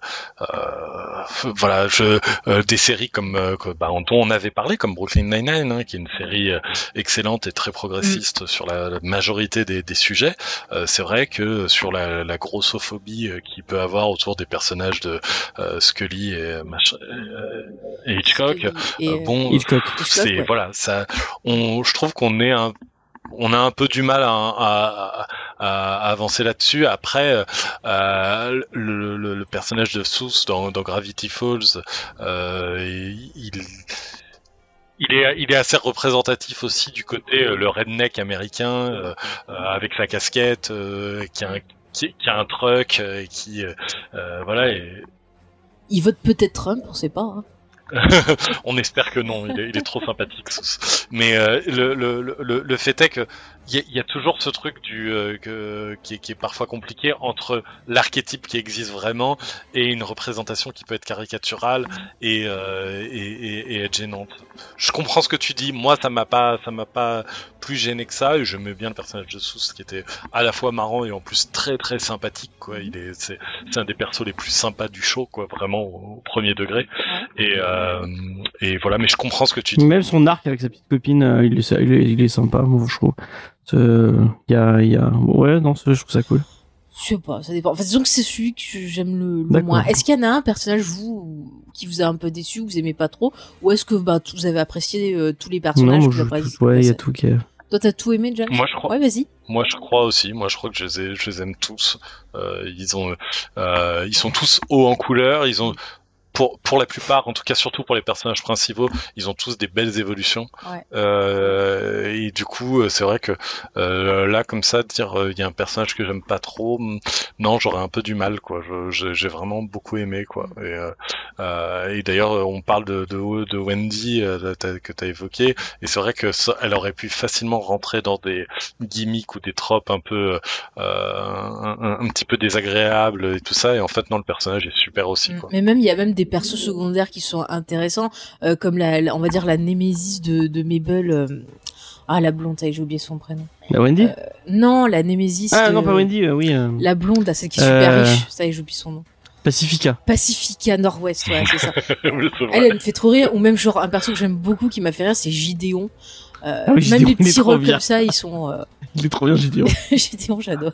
Voilà, des séries comme dont on avait parlé, comme Brooklyn Nine-Nine, hein, qui est une série excellente et très progressiste sur la majorité des sujets. C'est vrai que sur la grossophobie qu'il peut avoir autour des personnages de Scully et Hitchcock, Hitchcock, c'est ouais. voilà, ça, je trouve on a un peu du mal à avancer là-dessus. Après, le personnage de Seuss dans Gravity Falls, il est assez représentatif aussi du côté le redneck américain avec sa casquette, qui a un truck, voilà. Il vote peut-être Trump, on sait pas. Hein. On espère que non, il est trop sympathique. Mais le fait est que il y a toujours ce truc qui est parfois compliqué entre l'archétype qui existe vraiment et une représentation qui peut être caricaturale et être gênante. Je comprends ce que tu dis. Moi, ça m'a pas plus gêné que ça. Et j'aimais bien le personnage de Seuss qui était à la fois marrant et en plus très très sympathique, quoi. C'est un des persos les plus sympas du show, quoi, vraiment au premier degré. Et voilà, mais je comprends ce que tu dis. Même son arc avec sa petite copine, il est sympa, moi, je trouve. Ouais, non, je trouve ça cool. Je sais pas, ça dépend. Enfin, disons que c'est celui que j'aime le moins. Est-ce qu'il y en a un personnage, qui vous a un peu déçu, vous aimez pas trop, ou est-ce que vous avez apprécié tous les personnages? Non, il y a tout qui est... Toi, t'as tout aimé, James? Moi, je crois. Ouais, vas-y. Moi, je crois aussi. Moi, je crois que je les aime tous. Ils sont tous hauts en couleur. Ils ont, pour la plupart, en tout cas surtout pour les personnages principaux, ils ont tous des belles évolutions. Ouais. Et du coup, c'est vrai que là, comme ça, dire il y a un personnage que j'aime pas trop, non, j'aurais un peu du mal, quoi. J'ai vraiment beaucoup aimé, quoi. Et d'ailleurs, on parle de Wendy que t'as évoqué, et c'est vrai que elle aurait pu facilement rentrer dans des gimmicks ou des tropes un peu un petit peu désagréables et tout ça. Et en fait, non, le personnage est super aussi, quoi. Mais même il y a même des persos secondaires qui sont intéressants, comme on va dire la némésis de Mabel. La blonde, j'ai oublié son prénom. La Wendy? Non, la némésis. Non, pas Wendy, oui. La blonde, là, celle qui est super riche. Ça, j'oublie son nom. Pacifica Nord-Ouest, ouais, c'est ça. Elle me fait trop rire. Ou même genre un perso que j'aime beaucoup qui m'a fait rire, c'est Gideon. Même Gideon, les petits rôles comme ça, ils sont. Il est trop bien, Gideon. Gideon, j'adore.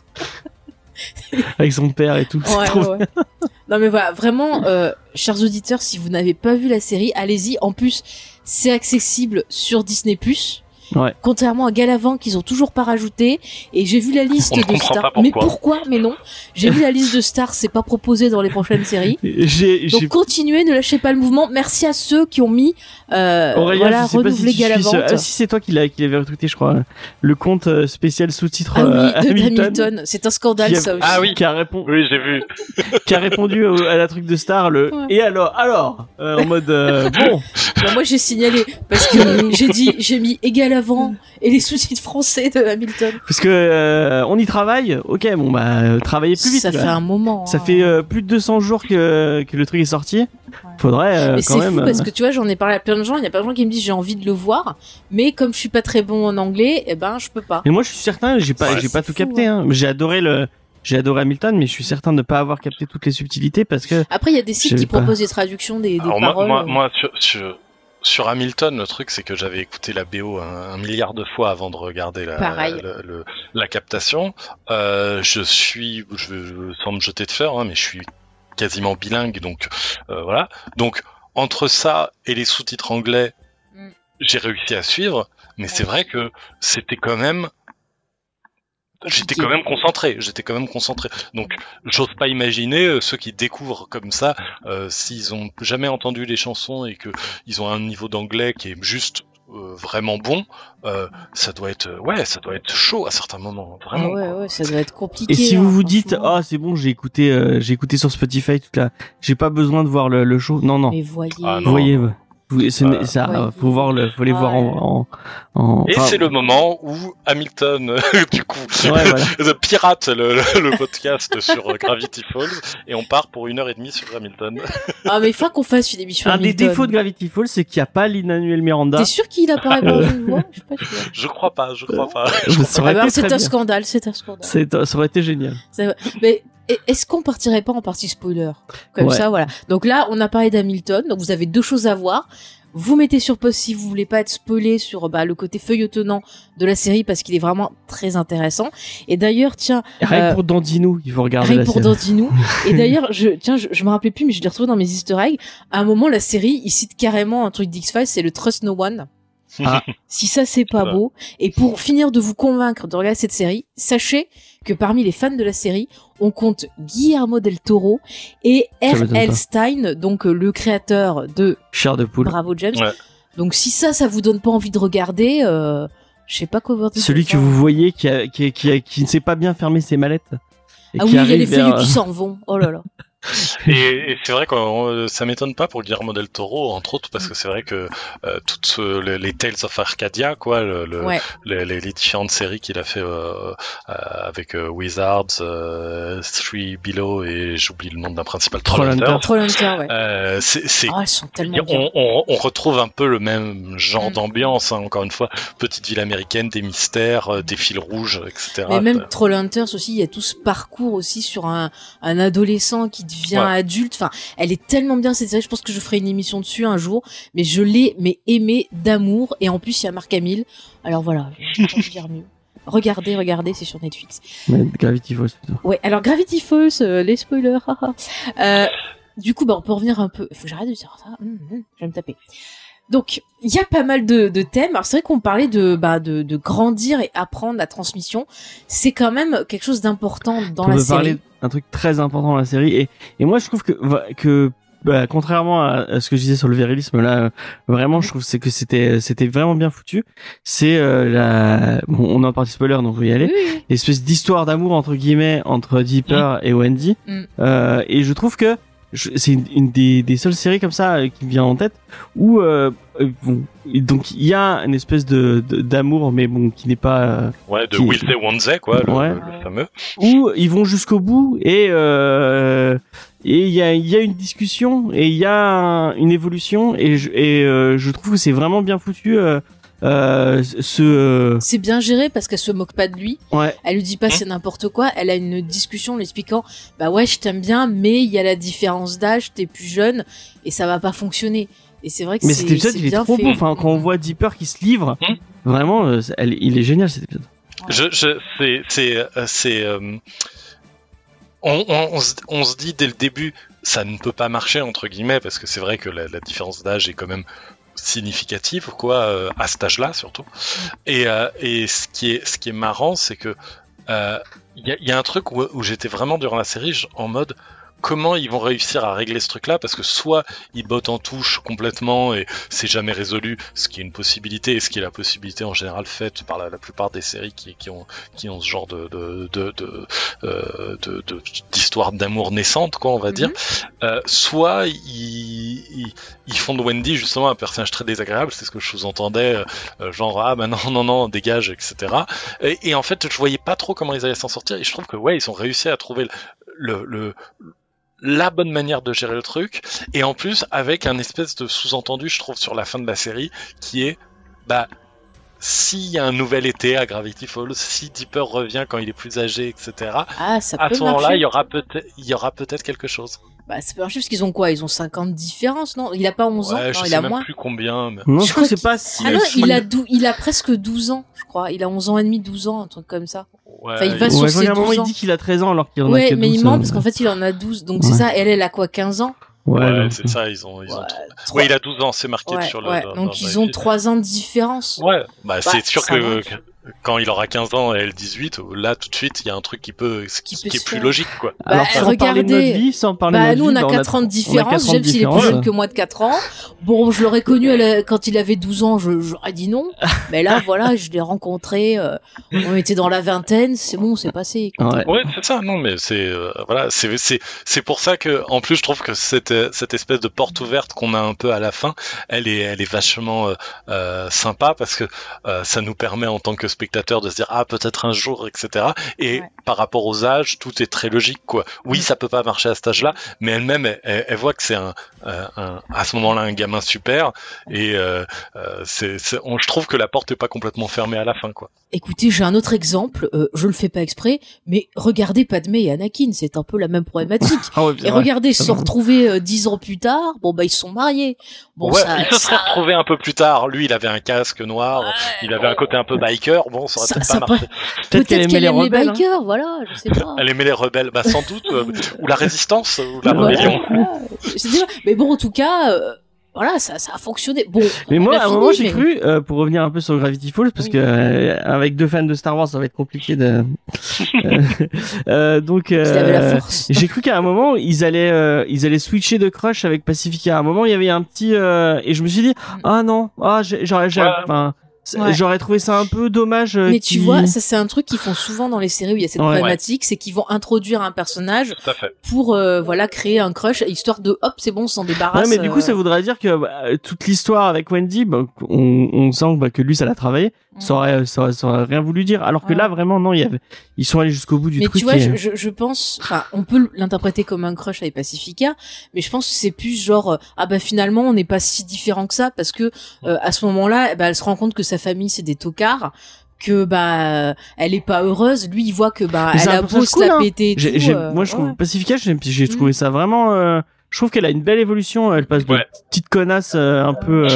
Avec son père et tout. Ouais. Non mais voilà, vraiment, chers auditeurs, si vous n'avez pas vu la série, allez-y. En plus, c'est accessible sur Disney+. Ouais. Contrairement à Galavant qu'ils ont toujours pas rajouté, et j'ai vu la liste de stars. Mais pourquoi? Mais non, j'ai vu la liste de stars, c'est pas proposé dans les prochaines séries. Donc continuez, ne lâchez pas le mouvement. Merci à ceux qui ont mis Aurélien, renouveler Galavant. Si c'est toi qui l'avais recruté, je crois, le compte spécial sous-titre Hamilton. C'est un scandale, ça aussi. Ah oui, oui, j'ai vu. Qui a répondu à la truc de star et alors en mode bon. Bah, moi j'ai signalé parce que j'ai mis égal avant et les sous-titres français de Hamilton. Parce que on y travaille. OK, bon bah travaillez plus vite. Ça fait un moment. Ça fait plus de 200 jours que le truc est sorti. Ouais. Faudrait mais quand même. C'est fou parce que tu vois, j'en ai parlé à plein de gens, il y a plein de gens qui me disent j'ai envie de le voir, mais comme je suis pas très bon en anglais, je peux pas. Et moi je suis certain, j'ai pas tout capté hein. J'ai adoré Hamilton, mais je suis certain de ne pas avoir capté toutes les subtilités parce que. Après, il y a des sites qui proposent des traductions des paroles. Moi, sur Hamilton, le truc, c'est que j'avais écouté la BO un milliard de fois avant de regarder la captation. Sans me jeter de fleurs, hein, mais je suis quasiment bilingue, donc voilà. Donc, entre ça et les sous-titres anglais, j'ai réussi à suivre, mais c'est vrai que c'était quand même j'étais quand même concentré. Donc, j'ose pas imaginer ceux qui découvrent comme ça, s'ils ont jamais entendu les chansons et que ils ont un niveau d'anglais qui est juste vraiment bon, ça doit être chaud à certains moments, vraiment. Ouais, ça doit être compliqué. Et si vous vous dites, franchement. c'est bon, j'ai écouté sur Spotify toute la, j'ai pas besoin de voir le show. Non. Mais voyez. Ah, Vous non. voyez, ça, ouais. faut les voir en. Et c'est le moment où Hamilton, du coup, Ouais, voilà. pirate le podcast sur Gravity Falls et on part pour 1h30 sur Hamilton. Ah, mais il faut qu'on fasse une émission Un des Hamilton. défauts de Gravity Falls, c'est qu'il n'y a pas Lin-Manuel Miranda. T'es sûr qu'il apparaît dans une voix? Je suis pas sûr. Je crois pas. Ça aurait été C'est très un bien. scandale, ça Ça aurait été génial. Mais est-ce qu'on partirait pas en partie spoiler? Comme Ouais. ça, voilà. Donc là, on a parlé d'Hamilton, donc vous avez deux choses à voir. Vous mettez sur pause si vous voulez pas être spoilé sur le côté feuilletonnant de la série parce qu'il est vraiment très intéressant. Et d'ailleurs, tiens, Rien que pour Dandinou, il faut regarder rien la pour série. Dandinou. Et d'ailleurs, je me rappelais plus, mais je l'ai retrouvé dans mes Easter eggs. À un moment, la série, il cite carrément un truc d'X-Files, c'est le Trust No One. Ah. Si ça, c'est pas Voilà. beau. Et pour finir de vous convaincre de regarder cette série, sachez que parmi les fans de la série, on compte Guillermo del Toro et Ça m'étonne R.L. pas. Stein, donc le créateur de Chair de poule. Bravo James. Ouais. Donc si ça vous donne pas envie de regarder, je sais pas quoi vous dire. Celui que vous voyez qui ne sait pas bien fermer ses mallettes. Et Ah qui oui, il y a arrive les feuilles vers- qui s'en vont. Oh là là. Et c'est vrai que ça m'étonne pas pour Guillermo del Toro, entre autres, parce que c'est vrai que toutes les Tales of Arcadia, quoi, Ouais. les différentes séries qu'il a fait avec Wizards, Three Below et j'oublie le nom d'un principal, Trollhunter. Trollhunter, ouais. C'est Oh, elles sont tellement bien. on retrouve un peu le même genre Mm. d'ambiance, hein, encore une fois, petite ville américaine, des mystères, des fils rouges, etc. Mais même Trollhunters aussi, il y a tout ce parcours aussi sur un adolescent qui devient adulte. Enfin, elle est tellement bien cette série. Je pense que je ferai une émission dessus un jour. Mais je l'ai aimé d'amour. Et en plus, il y a Marc Hamill. Alors voilà, je peux pas vous dire mieux. Regardez, c'est sur Netflix. Mais Gravity Falls, plutôt. Ouais, alors Gravity Falls, les spoilers. Du coup, on peut revenir un peu. Il faut que j'arrête de dire ça. Je vais me taper. Donc, il y a pas mal de thèmes. Alors, c'est vrai qu'on parlait de grandir et apprendre la transmission. C'est quand même quelque chose d'important dans On la peut série. parler d'un truc très important dans la série. Et moi, je trouve que contrairement à ce que je disais sur le virilisme, là, vraiment, je trouve que c'était vraiment bien foutu. C'est on est en partie spoiler, donc on va y aller. Oui. L'espèce d'histoire d'amour entre guillemets entre Dipper et Wendy. Et je trouve que c'est une des seules séries comme ça qui me vient en tête où donc il y a une espèce d'amour, mais bon, qui n'est pas de Will They Won't They, quoi, Ouais. le fameux. où ils vont jusqu'au bout et il y a une discussion et il y a une évolution et je trouve que c'est vraiment bien foutu. C'est bien géré parce qu'elle se moque pas de lui. Ouais. Elle lui dit pas c'est n'importe quoi. Elle a une discussion en lui expliquant bah ouais, je t'aime bien, mais il y a la différence d'âge, t'es plus jeune et ça va pas fonctionner. Et c'est vrai que Mais c'est cet épisode il est bien trop fait. beau. Enfin, quand on voit Dipper qui se livre, vraiment, il est génial cet épisode. On se dit dès le début, ça ne peut pas marcher entre guillemets parce que c'est vrai que la différence d'âge est quand même significative, quoi, à cet âge-là surtout. Et ce qui est marrant, c'est que il y a un truc où j'étais vraiment durant la série en mode comment ils vont réussir à régler ce truc-là, parce que soit ils bottent en touche complètement et c'est jamais résolu, ce qui est une possibilité et ce qui est la possibilité en général faite par la plupart des séries qui ont ce genre d'histoire d'amour naissante, quoi, on va dire. Soit ils font de Wendy justement un personnage très désagréable, c'est ce que je sous-entendais, genre non, dégage, etc. Et en fait, je voyais pas trop comment ils allaient s'en sortir, et je trouve que ils ont réussi à trouver la bonne manière de gérer le truc, et en plus avec un espèce de sous-entendu, je trouve, sur la fin de la série, qui est s'il y a un nouvel été à Gravity Falls, si Dipper revient quand il est plus âgé, etc. À ce moment-là, il y aura peut-être quelque chose. Bah, c'est pas marché parce qu'ils ont quoi? Ils ont 50 différences, non? Il a pas 11 ans? Non, je il sais a même moins. plus combien. Mais... Non, Je je crois que crois c'est pas si. Ah non, il a presque 12 ans, je crois. Il a 11 ans et demi, 12 ans, un truc comme ça. Ouais, Enfin, il va sur je vois ses qu'à un moment 12 il ans. dit qu'il a 13 ans alors qu'il en a Ouais, que 12. mais il ment parce qu'en fait il en a 12. Donc c'est Ouais. ça, elle a quoi, 15 ans? Ouais, c'est ça, ils ont... Trois- Ouais, il a 12 ans, c'est marqué Ouais, sur le... ouais. dans Donc la ils ont fiche. 3 ans de différence. Ouais, c'est sûr ça que marche. quand il aura 15 ans et elle 18, là tout de suite il y a un truc qui est plus logique quoi. Alors sans parler de notre vie, sans parler de notre nous vie, on a 4 ans de différence, James il est plus jeune que moi de 4 ans. Bon, je l'aurais connu quand il avait 12 ans, j'aurais dit non. Mais là voilà, je l'ai rencontré, on était dans la vingtaine, c'est bon, c'est passé. Ouais, c'est ça, non mais c'est voilà, c'est pour ça que en plus je trouve que cette espèce de porte ouverte qu'on a un peu à la fin, elle est vachement sympa parce que ça nous permet en tant que spectateur de se dire peut-être un jour, etc. Et par rapport aux âges, tout est très logique quoi. Oui, ça peut pas marcher à cet âge-là, mais elle-même elle voit que c'est à ce moment-là un gamin super et je trouve que la porte est pas complètement fermée à la fin quoi. Écoutez, j'ai un autre exemple, je le fais pas exprès, mais regardez Padmé et Anakin, c'est un peu la même problématique. Et regardez, ils se sont retrouvés 10 ans plus tard, ils se sont mariés. Bon, ils se sont retrouvés un peu plus tard. Lui, il avait un casque noir, il avait un côté un peu biker. Bon, ça aurait peut-être pas marché. Peut-être qu'elle aimait les rebelles. Bikers, voilà, je sais pas. Elle aimait les rebelles, sans doute, ou la résistance, ou la rébellion. Mais bon, en tout cas. Voilà, ça a fonctionné. Bon. Mais moi, à un moment, j'ai cru, pour revenir un peu sur Gravity Falls, parce que avec 2 fans de Star Wars, ça va être compliqué de. Donc, j'ai cru qu'à un moment, ils allaient switcher de crush avec Pacifica. À un moment, il y avait un petit, et je me suis dit, j'aurais trouvé ça un peu dommage. Mais tu vois, ça c'est un truc qu'ils font souvent dans les séries où il y a cette problématique, c'est qu'ils vont introduire un personnage pour créer un crush, histoire de hop, c'est bon, on s'en débarrasse. Ouais, mais du coup, ça voudrait dire que toute l'histoire avec Wendy, on sent que lui, ça l'a travaillé. Ça aurait rien voulu dire. Alors que là, vraiment, non, ils sont allés jusqu'au bout du truc. Mais tu vois, je pense, on peut l'interpréter comme un crush avec Pacifica, mais je pense que c'est plus genre, finalement, on n'est pas si différent que ça, parce que, à ce moment-là, elle se rend compte que sa famille, c'est des tocards, que, elle est pas heureuse. Lui, il voit que, elle a beau se la péter et tout. Moi, je trouve Pacifica, j'ai trouvé ça vraiment, je trouve qu'elle a une belle évolution. Elle passe de petite connasse on peut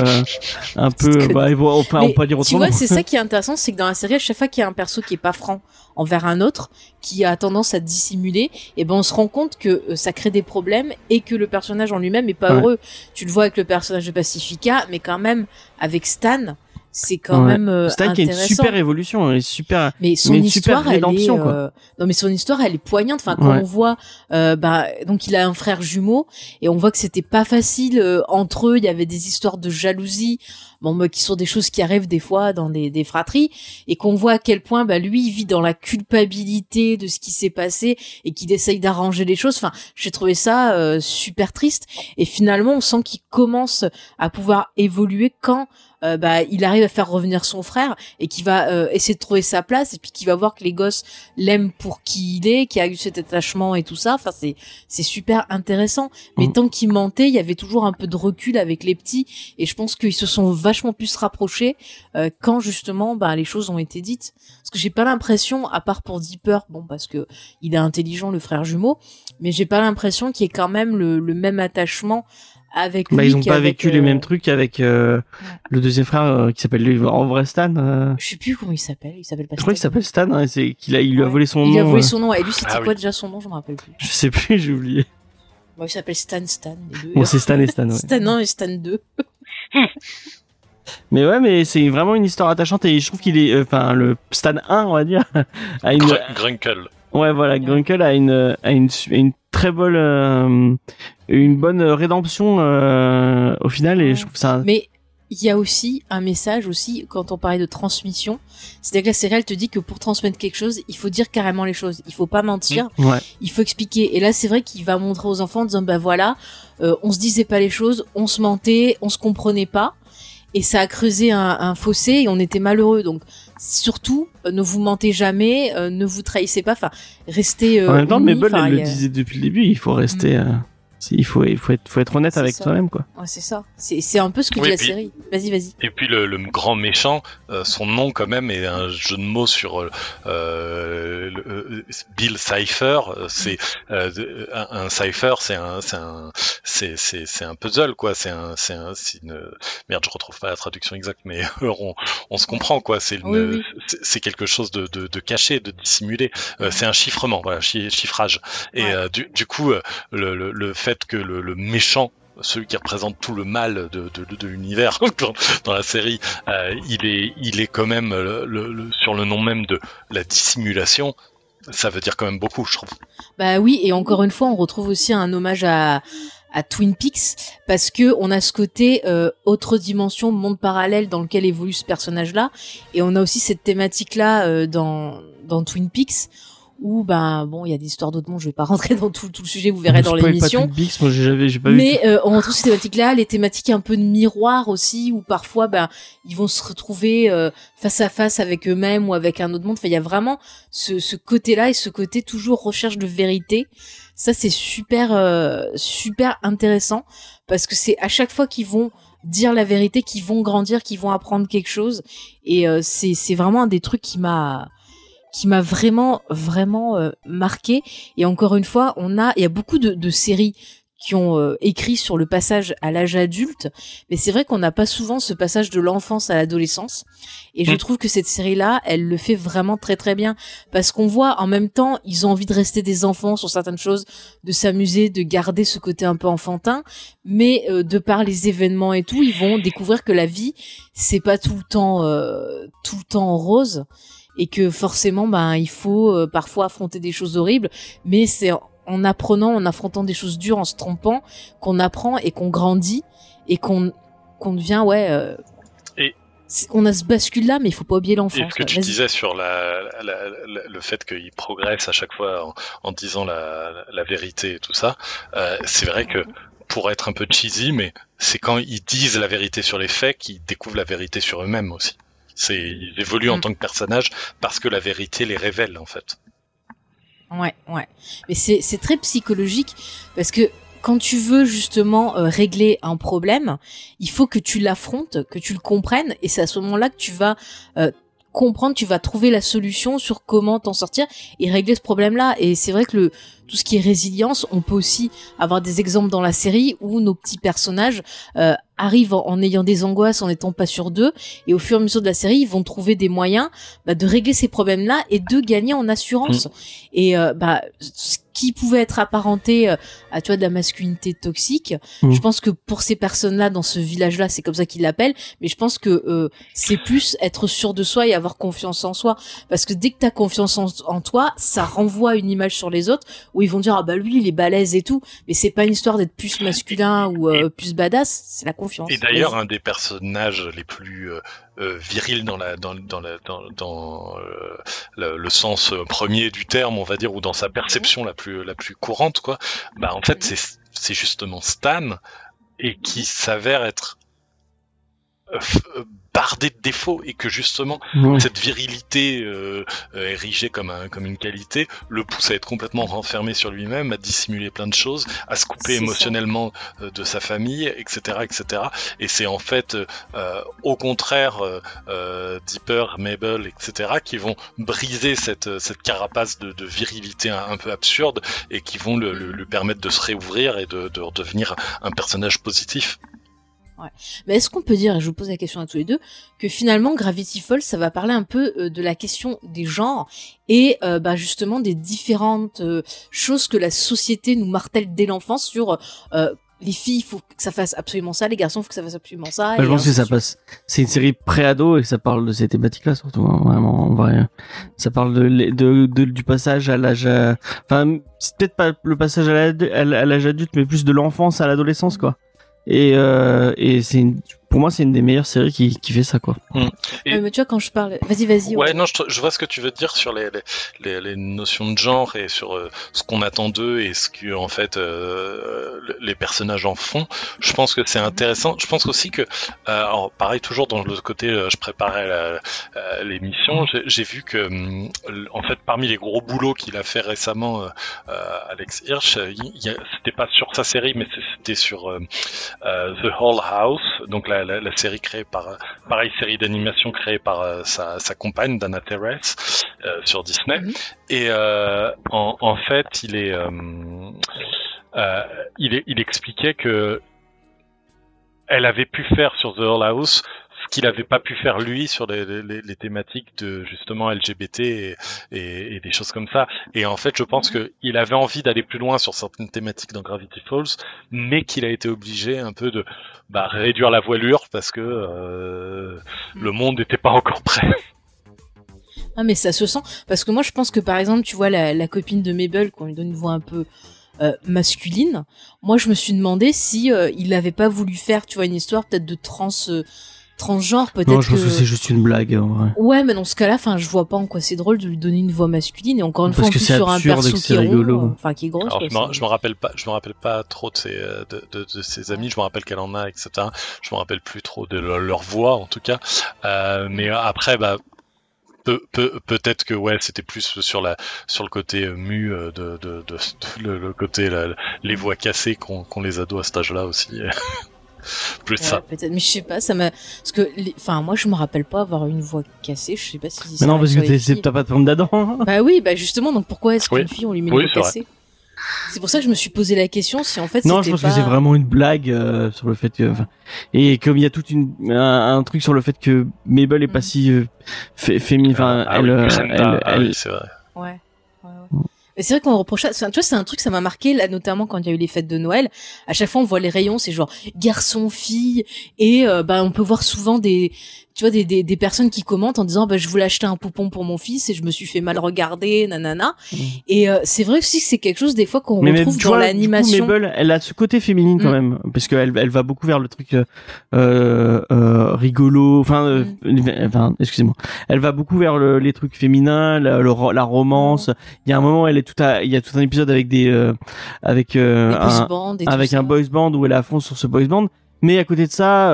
pas dire autrement. Tu vois, c'est ça qui est intéressant, c'est que dans la série, à chaque fois qu'il y a un perso qui est pas franc envers un autre, qui a tendance à dissimuler, et on se rend compte que ça crée des problèmes et que le personnage en lui-même est pas heureux. Tu le vois avec le personnage de Pacifica, mais quand même avec Stan. C'est quand même Stan qui a une super évolution, mais son histoire, super rédemption, quoi. Non, mais son histoire, elle est poignante. Enfin, quand on voit, donc il a un frère jumeau et on voit que c'était pas facile entre eux. Il y avait des histoires de jalousie, qui sont des choses qui arrivent des fois dans des fratries, et qu'on voit à quel point, lui, il vit dans la culpabilité de ce qui s'est passé et qu'il essaye d'arranger les choses. Enfin, j'ai trouvé ça super triste. Et finalement, on sent qu'il commence à pouvoir évoluer quand il arrive à faire revenir son frère et qui va essayer de trouver sa place, et puis qui va voir que les gosses l'aiment pour qui il est, qui a eu cet attachement et tout ça. Enfin, c'est super intéressant. Mais tant qu'il mentait, il y avait toujours un peu de recul avec les petits, et je pense qu'ils se sont vachement plus rapprochés quand justement les choses ont été dites. Parce que j'ai pas l'impression, à part pour Dipper, parce que il est intelligent, le frère jumeau, mais j'ai pas l'impression qu'il y ait quand même le même attachement avec lui. Ils ont pas vécu les mêmes trucs avec le deuxième frère qui s'appelle lui en vrai Stan. Je sais plus comment il s'appelle pas Stan. Je crois qu'il s'appelle Stan, il lui a volé son nom. Il a volé son nom, et lui c'était quoi déjà son nom, je me rappelle plus. Je sais plus, j'ai oublié. Il s'appelle Stan, les deux. Bon, c'est Stan et Stan, ouais. Stan 1 et Stan 2. Mais c'est vraiment une histoire attachante, et je trouve qu'il est, le Stan 1, on va dire, a une... Grunkle. Ouais, voilà, Grunkle a une très bonne, une bonne rédemption, au final, et je trouve ça... Mais il y a aussi un message aussi, quand on parlait de transmission, c'est-à-dire que la série, elle te dit que pour transmettre quelque chose, il faut dire carrément les choses, il faut pas mentir, il faut expliquer. Et là, c'est vrai qu'il va montrer aux enfants en disant, on se disait pas les choses, on se mentait, on se comprenait pas, et ça a creusé un fossé, et on était malheureux. Donc surtout, ne vous mentez jamais, ne vous trahissez pas, restez en même temps, Mabel, elle le disait depuis le début, il faut rester il faut être honnête avec soi-même, quoi. Ouais, c'est ça. C'est un peu ce que dit la série. Vas-y. Et puis le grand méchant, son nom quand même est un jeu de mots sur Bill Cipher. C'est un cipher, c'est un puzzle, quoi. C'est une merde, je retrouve pas la traduction exacte, mais on se comprend, quoi. C'est c'est quelque chose de caché, de dissimulé. C'est un chiffrement, voilà, chiffrage. Et du coup, le fait que le méchant celui qui représente tout le mal de l'univers dans la série, il est quand même sur le nom même de la dissimulation. Ça veut dire quand même beaucoup, je trouve. Bah oui, et encore une fois, on retrouve aussi un hommage à Twin Peaks, parce que on a ce côté autre dimension, monde parallèle dans lequel évolue ce personnage-là, et on a aussi cette thématique-là dans Twin Peaks, où bon, il y a des histoires d'autres mondes, je vais pas rentrer dans tout le sujet, vous verrez dans l'émission. Pas Twin Peaks, moi j'ai pas mais on retrouve ces thématiques-là, les thématiques un peu de miroir aussi, où parfois ils vont se retrouver face à face avec eux-mêmes ou avec un autre monde. Enfin, il y a vraiment ce côté-là et ce côté toujours recherche de vérité. Ça, c'est super intéressant, parce que c'est à chaque fois qu'ils vont dire la vérité, qu'ils vont grandir, qu'ils vont apprendre quelque chose, et c'est vraiment un des trucs qui m'a vraiment marqué. Et encore une fois, il y a beaucoup de séries qui ont écrit sur le passage à l'âge adulte, mais c'est vrai qu'on n'a pas souvent ce passage de l'enfance à l'adolescence, et je trouve que cette série-là, elle le fait vraiment très très bien, parce qu'on voit en même temps, ils ont envie de rester des enfants sur certaines choses, de s'amuser, de garder ce côté un peu enfantin, mais de par les événements et tout, ils vont découvrir que la vie, c'est pas tout le temps rose, et que forcément, il faut parfois affronter des choses horribles, mais c'est en affrontant des choses dures, en se trompant, qu'on apprend et qu'on grandit, et qu'on devient, on a ce bascule-là, mais il faut pas oublier l'enfance. Et ce que tu disais sur le fait qu'il progresse à chaque fois en disant la vérité et tout ça, c'est vrai que, pour être un peu cheesy, mais c'est quand ils disent la vérité sur les faits qu'ils découvrent la vérité sur eux-mêmes aussi. Ils évoluent en tant que personnages parce que la vérité les révèle, en fait. Ouais. Mais c'est très psychologique, parce que quand tu veux justement régler un problème, il faut que tu l'affrontes, que tu le comprennes, et c'est à ce moment-là que tu vas comprendre, tu vas trouver la solution sur comment t'en sortir et régler ce problème-là. Et c'est vrai que tout ce qui est résilience, on peut aussi avoir des exemples dans la série où nos petits personnages arrivent en ayant des angoisses, en n'étant pas sûrs d'eux, et au fur et à mesure de la série, ils vont trouver des moyens de régler ces problèmes-là et de gagner en assurance. Et ce qui pouvait être apparenté à de la masculinité toxique, je pense que pour ces personnes-là, dans ce village-là, c'est comme ça qu'ils l'appellent, mais je pense que c'est plus être sûr de soi et avoir confiance en soi, parce que dès que t'as confiance en toi, ça renvoie une image sur les autres où ils vont dire lui il est balèze et tout, mais c'est pas une histoire d'être plus masculin ou plus badass, c'est la confiance. Et d'ailleurs, un des personnages les plus virils dans le sens premier du terme, on va dire, ou dans sa perception la plus courante, quoi. En fait, c'est justement Stan, et qui s'avère être bardé de défauts, et que justement cette virilité érigée comme une qualité le pousse à être complètement renfermé sur lui-même, à dissimuler plein de choses, à se couper émotionnellement de sa famille, etc. Et c'est en fait au contraire Dipper, Mabel, etc. qui vont briser cette carapace de virilité un peu absurde, et qui vont lui permettre de se réouvrir et de redevenir un personnage positif. Ouais. Mais est-ce qu'on peut dire, et je vous pose la question à tous les deux, que finalement Gravity Falls, ça va parler un peu de la question des genres et justement des différentes choses que la société nous martèle dès l'enfance sur les filles, il faut que ça fasse absolument ça, les garçons, il faut que ça fasse absolument ça. Je pense que ça passe. C'est une série pré-ado et ça parle de ces thématiques-là surtout. Vraiment, en vrai, ça parle du passage à l'âge. Enfin, c'est peut-être pas le passage à l'âge adulte, mais plus de l'enfance à l'adolescence, quoi. Et pour moi, c'est une des meilleures séries qui fait ça, quoi. Mais tu vois, quand je parle, vas-y. Ouais, non, je vois ce que tu veux dire sur les notions de genre et sur ce qu'on attend d'eux et ce que en fait les personnages en font. Je pense que c'est intéressant. Je pense aussi que, alors pareil, toujours dans le côté, je préparais l'émission, j'ai vu que en fait parmi les gros boulots qu'il a fait récemment, Alex Hirsch, c'était pas sur sa série, mais c'était sur The Whole House, donc la série créée série d'animation créée par sa compagne Dana Terrace sur Disney. Et en fait, il expliquait que elle avait pu faire sur The Whole House qu'il avait pas pu faire lui sur les thématiques de justement LGBT et des choses comme ça. Et en fait, je pense que il avait envie d'aller plus loin sur certaines thématiques dans Gravity Falls, mais qu'il a été obligé un peu de réduire la voilure parce que le monde n'était pas encore prêt. Ah mais ça se sent, parce que moi je pense que par exemple tu vois la copine de Mabel, qu'on lui donne une voix un peu masculine, moi je me suis demandé si il avait pas voulu faire, tu vois, une histoire peut-être de transgenre, peut-être. Non, je pense que c'est juste une blague. En vrai. Ouais, mais dans ce cas-là, enfin, je vois pas en quoi c'est drôle de lui donner une voix masculine, et encore une fois, en plus sur un perso qui est rigolo, enfin qui est gros. Alors, je me rappelle pas trop de ses amis. Je me rappelle qu'elle en a, etc. Je me rappelle plus trop de leur voix, en tout cas. Mais après, peut-être que c'était plus sur le côté mu le côté les voix cassées qu'ont les ados à cet âge-là aussi. Plus ça. Peut-être, mais je sais pas, ça m'a, parce que, moi je me rappelle pas avoir une voix cassée, je sais pas si. Mais non, parce que t'as pas de forme d'Adam. Bah oui, justement, donc pourquoi est-ce qu'une fille on lui met une voix cassée? C'est pour ça que je me suis posé la question si en fait non, je pense que c'est vraiment une blague sur le fait que et comme il y a tout un truc sur le fait que Mabel est pas si féminine, elle c'est vrai. Ouais. Mais c'est vrai qu'on reproche ça. Tu vois, c'est un truc, ça m'a marqué, là, notamment quand il y a eu les fêtes de Noël. À chaque fois, on voit les rayons, c'est genre garçon, fille, et on peut voir souvent des personnes qui commentent en disant je voulais acheter un poupon pour mon fils et je me suis fait mal regarder, nanana. Et c'est vrai aussi que c'est quelque chose des fois qu'on retrouve dans l'animation. Du coup, Mabel, elle a ce côté féminine quand même, parce qu'elle va beaucoup vers le truc rigolo. Enfin, excusez-moi. Elle va beaucoup vers les trucs féminins, la romance. Il y a un moment, il y a tout un épisode avec un boys band où elle est à fond sur ce boys band. Mais à côté de ça,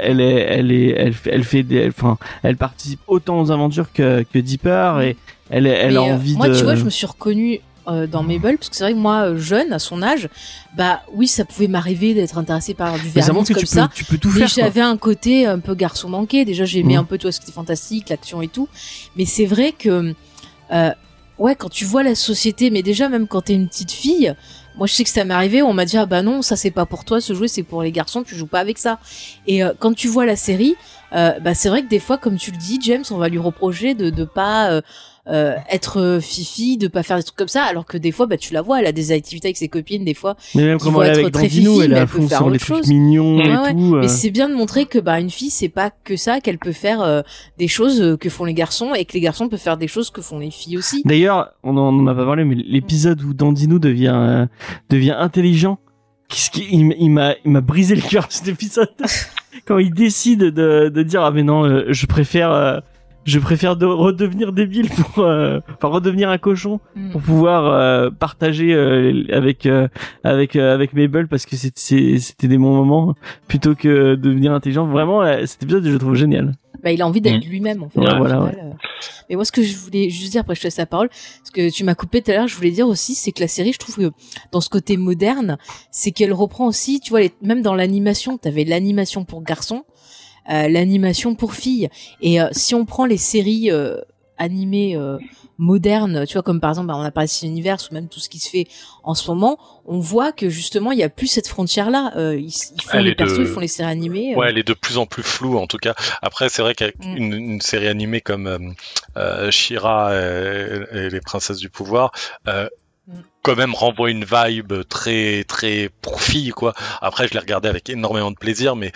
elle participe autant aux aventures que Dipper et elle a envie moi, tu vois, je me suis reconnue dans Mabel, parce que c'est vrai que moi, jeune, à son âge, oui, ça pouvait m'arriver d'être intéressée par du vernis comme ça. Tu peux tout faire. Mais j'avais un côté un peu garçon manqué. Déjà, j'aimais un peu, tu vois, ce qui était fantastique, l'action et tout. Mais c'est vrai que, quand tu vois la société, mais déjà, même quand t'es une petite fille, moi, je sais que ça m'est arrivé, on m'a dit, non, ça c'est pas pour toi, ce jouet c'est pour les garçons, tu joues pas avec ça. Et quand tu vois la série, c'est vrai que des fois, comme tu le dis, James, on va lui reprocher de pas être fifi, de pas faire des trucs comme ça, alors que des fois, tu la vois, elle a des activités avec ses copines, des fois. Mais même comment elle est avec Dandino, elle est à fond sur les trucs mignons et tout. Mais c'est bien de montrer que une fille, c'est pas que ça, qu'elle peut faire des choses que font les garçons et que les garçons peuvent faire des choses que font les filles aussi. D'ailleurs, on en a pas parlé, mais l'épisode où Dandino devient intelligent, il m'a brisé le cœur cet épisode. Quand il décide de dire mais non, je préfère redevenir débile pour redevenir un cochon pour pouvoir partager avec Mabel, parce que c'était des bons moments plutôt que devenir intelligent. Vraiment, cet épisode je le trouve génial. Il a envie d'être lui-même en fait. Ouais. Mais moi, ce que je voulais juste dire, après je te laisse la parole, ce que tu m'as coupé tout à l'heure, je voulais dire aussi, c'est que la série, je trouve que dans ce côté moderne, c'est qu'elle reprend aussi, tu vois, même dans l'animation, t'avais l'animation pour garçons, l'animation pour filles, et si on prend les séries animées modernes, tu vois, comme par exemple on a parlé de Universe ou même tout ce qui se fait en ce moment, on voit que justement il y a plus cette frontière là, ils font les persos, ils font les séries animées. Ouais, elle est de plus en plus floue en tout cas. Après c'est vrai qu'avec une série animée comme She-Ra et les princesses du pouvoir, quand même renvoie une vibe très très pour filles quoi. Après je l'ai regardé avec énormément de plaisir, mais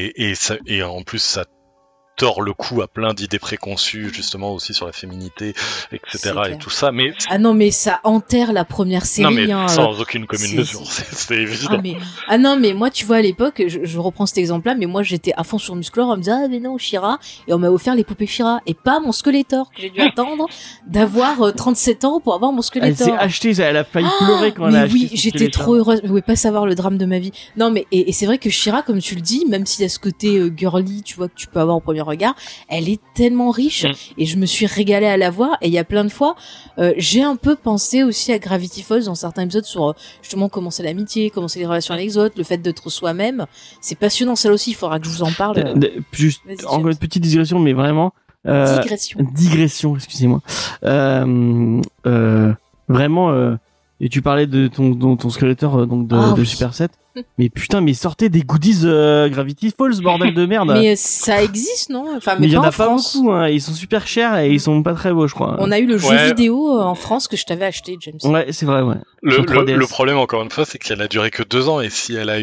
et en plus ça tord le cou à plein d'idées préconçues justement aussi sur la féminité, etc. et tout ça. Mais mais ça enterre la première série. Non mais sans aucune commune mesure, c'est évident. Non mais moi tu vois à l'époque, je reprends cet exemple-là, mais moi j'étais à fond sur Musclor, on me disait mais non She-Ra, et on m'a offert les poupées She-Ra et pas mon Skeletor, que j'ai dû attendre d'avoir 37 ans pour avoir mon Skeletor. Elle s'est achetée, elle a failli pleurer quand elle a acheté. Oui, j'étais trop heureuse. Vous pouvez pas savoir le drame de ma vie. Non mais et c'est vrai que She-Ra, comme tu le dis, même s'il y a ce côté girly, tu vois, que tu peux avoir au premier regard, elle est tellement riche et je me suis régalée à la voir. Et il y a plein de fois, j'ai un peu pensé aussi à Gravity Falls dans certains épisodes sur justement comment c'est l'amitié, comment c'est les relations avec les autres, le fait d'être soi-même. C'est passionnant, ça aussi. Il faudra que je vous en parle. Juste encore une petite digression, mais vraiment. Digression, excusez-moi. Vraiment. et tu parlais de ton scolateur donc de oui. Super 7. Mais putain, mais sortez des goodies Gravity Falls, bordel de merde. Mais ça existe, non? Enfin, mais il y en pas a pas France. beaucoup, hein. Ils sont super chers et ils sont pas très beaux, je crois. On a eu le jeu vidéo en France que je t'avais acheté, James. Ouais, c'est vrai, ouais. Le problème, encore une fois, c'est qu'elle a duré que 2 ans, et si elle a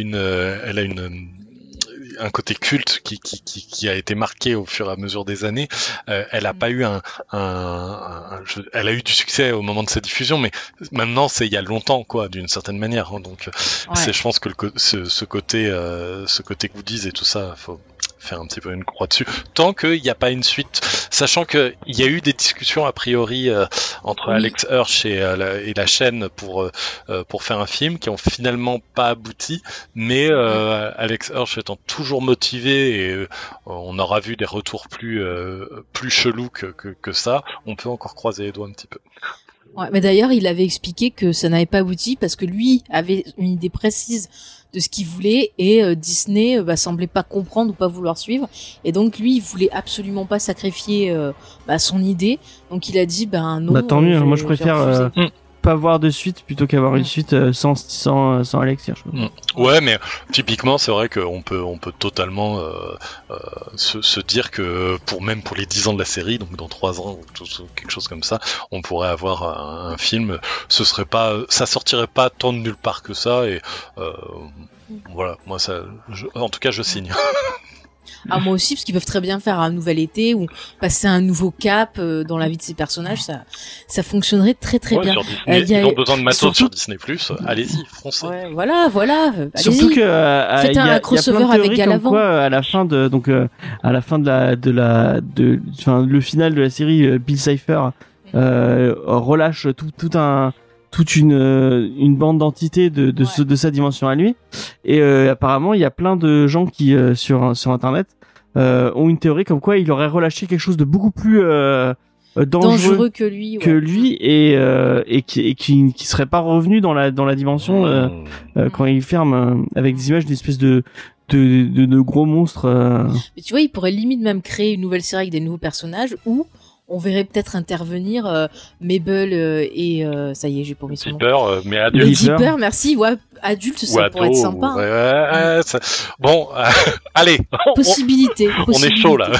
un côté culte qui a été marqué au fur et à mesure des années, elle a pas eu elle a eu du succès au moment de sa diffusion, mais maintenant c'est il y a longtemps, quoi, d'une certaine manière, hein, donc c'est, je pense que ce côté goodies et tout ça, faut faire un petit peu une croix dessus, tant qu'il n'y a pas une suite, sachant qu'il y a eu des discussions a priori entre Alex Hirsch et la chaîne pour faire un film qui ont finalement pas abouti, mais Alex Hirsch étant toujours motivé et on aura vu des retours plus chelous que ça, on peut encore croiser les doigts un petit peu. Ouais, mais d'ailleurs, il avait expliqué que ça n'avait pas abouti parce que lui avait une idée précise de ce qu'il voulait et Disney semblait pas comprendre ou pas vouloir suivre, et donc lui il voulait absolument pas sacrifier son idée, donc il a dit non. Bah tant mieux, moi je préfère pas voir de suite plutôt qu'avoir une suite sans Alex Hirsch. Ouais, mais typiquement c'est vrai qu'on peut totalement se dire que pour les 10 ans de la série, donc dans 3 ans ou quelque chose comme ça, on pourrait avoir un film, ça sortirait pas tant de nulle part que ça, et voilà, moi en tout cas je signe. Ah, moi aussi, parce qu'ils peuvent très bien faire un nouvel été ou passer un nouveau cap dans la vie de ces personnages, ça fonctionnerait très très bien. Sur Disney, ils ont besoin de matos sur Disney+, allez-y, foncez. Ouais, voilà, allez-y. Surtout que faites un crossover avec Galavant. À la fin de le final de la série, Bill Cipher relâche toute une bande d'entités de sa dimension à lui, et apparemment il y a plein de gens qui sur internet ont une théorie comme quoi il aurait relâché quelque chose de beaucoup plus dangereux que lui, et qui serait pas revenu dans la dimension quand il ferme avec des images d'une espèce de gros monstres. Mais tu vois, il pourrait limite même créer une nouvelle série avec des nouveaux personnages où on verrait peut-être intervenir Mabel et ça y est, j'ai paumé son nom. Dipper, mais adulte. Dipper, merci. Ouais, adulte, ça pourrait être sympa. Ouais, bon, allez. Possibilité. On est chaud là.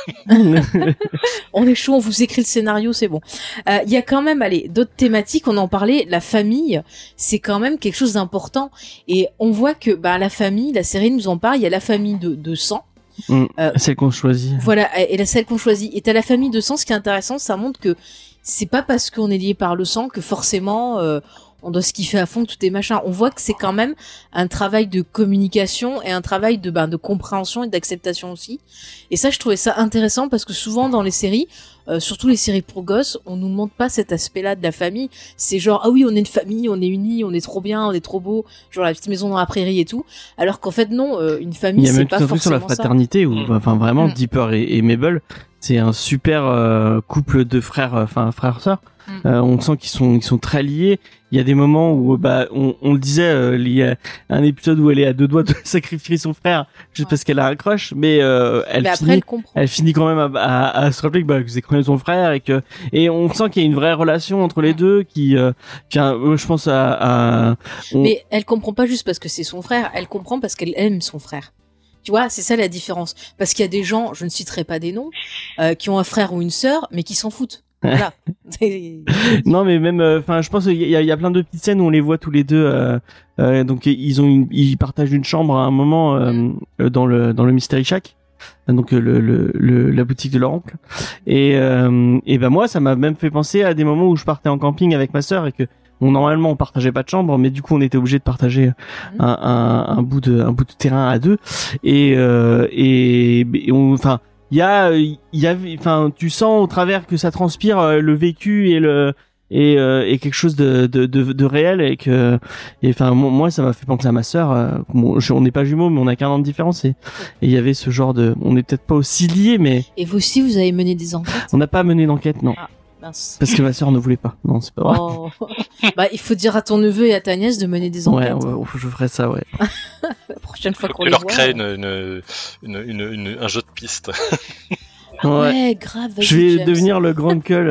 On est chaud, on vous écrit le scénario, c'est bon. Il y a quand même, d'autres thématiques. On en parlait. La famille, c'est quand même quelque chose d'important. Et on voit que la famille, la série nous en parle. Il y a la famille de sang. Celle qu'on choisit. Voilà, et celle qu'on choisit. Et t'as la famille de sang. Ce qui est intéressant, ça montre que c'est pas parce qu'on est lié par le sang que forcément on doit se kiffer à fond, tout est machin. On voit que c'est quand même un travail de communication et un travail de compréhension et d'acceptation aussi. Et ça, je trouvais ça intéressant parce que souvent dans les séries, surtout les séries pour gosses, on nous montre pas cet aspect-là de la famille. C'est genre, ah oui, on est une famille, on est unis, on est trop bien, on est trop beau, genre la petite maison dans la prairie et tout. Alors qu'en fait, non, une famille, c'est pas forcément ça. Il y a même tout un truc sur la fraternité où, enfin, vraiment, Dipper et Mabel, c'est un super couple de frères-sœurs. On sent qu'ils sont très liés. Il y a des moments où on le disait, il y a un épisode où elle est à 2 doigts de sacrifier son frère juste parce qu'elle a un crush, mais elle finit quand même à se rappeler que c'est quand même son frère, et on sent qu'il y a une vraie relation entre les deux qui je pense mais elle comprend pas juste parce que c'est son frère, elle comprend parce qu'elle aime son frère. Tu vois, c'est ça la différence. Parce qu'il y a des gens, je ne citerai pas des noms, qui ont un frère ou une sœur, mais qui s'en foutent. Voilà. Non, mais même, je pense qu'il y a plein de petites scènes où on les voit tous les deux. Donc ils partagent une chambre à un moment dans le Mystery Shack, donc la boutique de leur oncle. Et moi, ça m'a même fait penser à des moments où je partais en camping avec ma sœur et que normalement on partageait pas de chambre, mais du coup on était obligé de partager un bout de terrain à deux. Et tu sens au travers que ça transpire le vécu et quelque chose de réel, et moi ça m'a fait penser à ma sœur. On n'est pas jumeaux, mais on a qu'1 an de différence, et il y avait ce genre on n'est peut-être pas aussi liés, mais. Et vous aussi, vous avez mené des enquêtes? On n'a pas mené d'enquête, non. Ah. Mince. Parce que ma sœur ne voulait pas. Non, c'est pas vrai. Oh. Il faut dire à ton neveu et à ta nièce de mener des enquêtes. Ouais, je ferai ça, ouais. La prochaine fois qu'on les les voit. Tu leur crées un jeu de piste. Ouais, grave. Vas-y, Je vais James. devenir le grand uncle.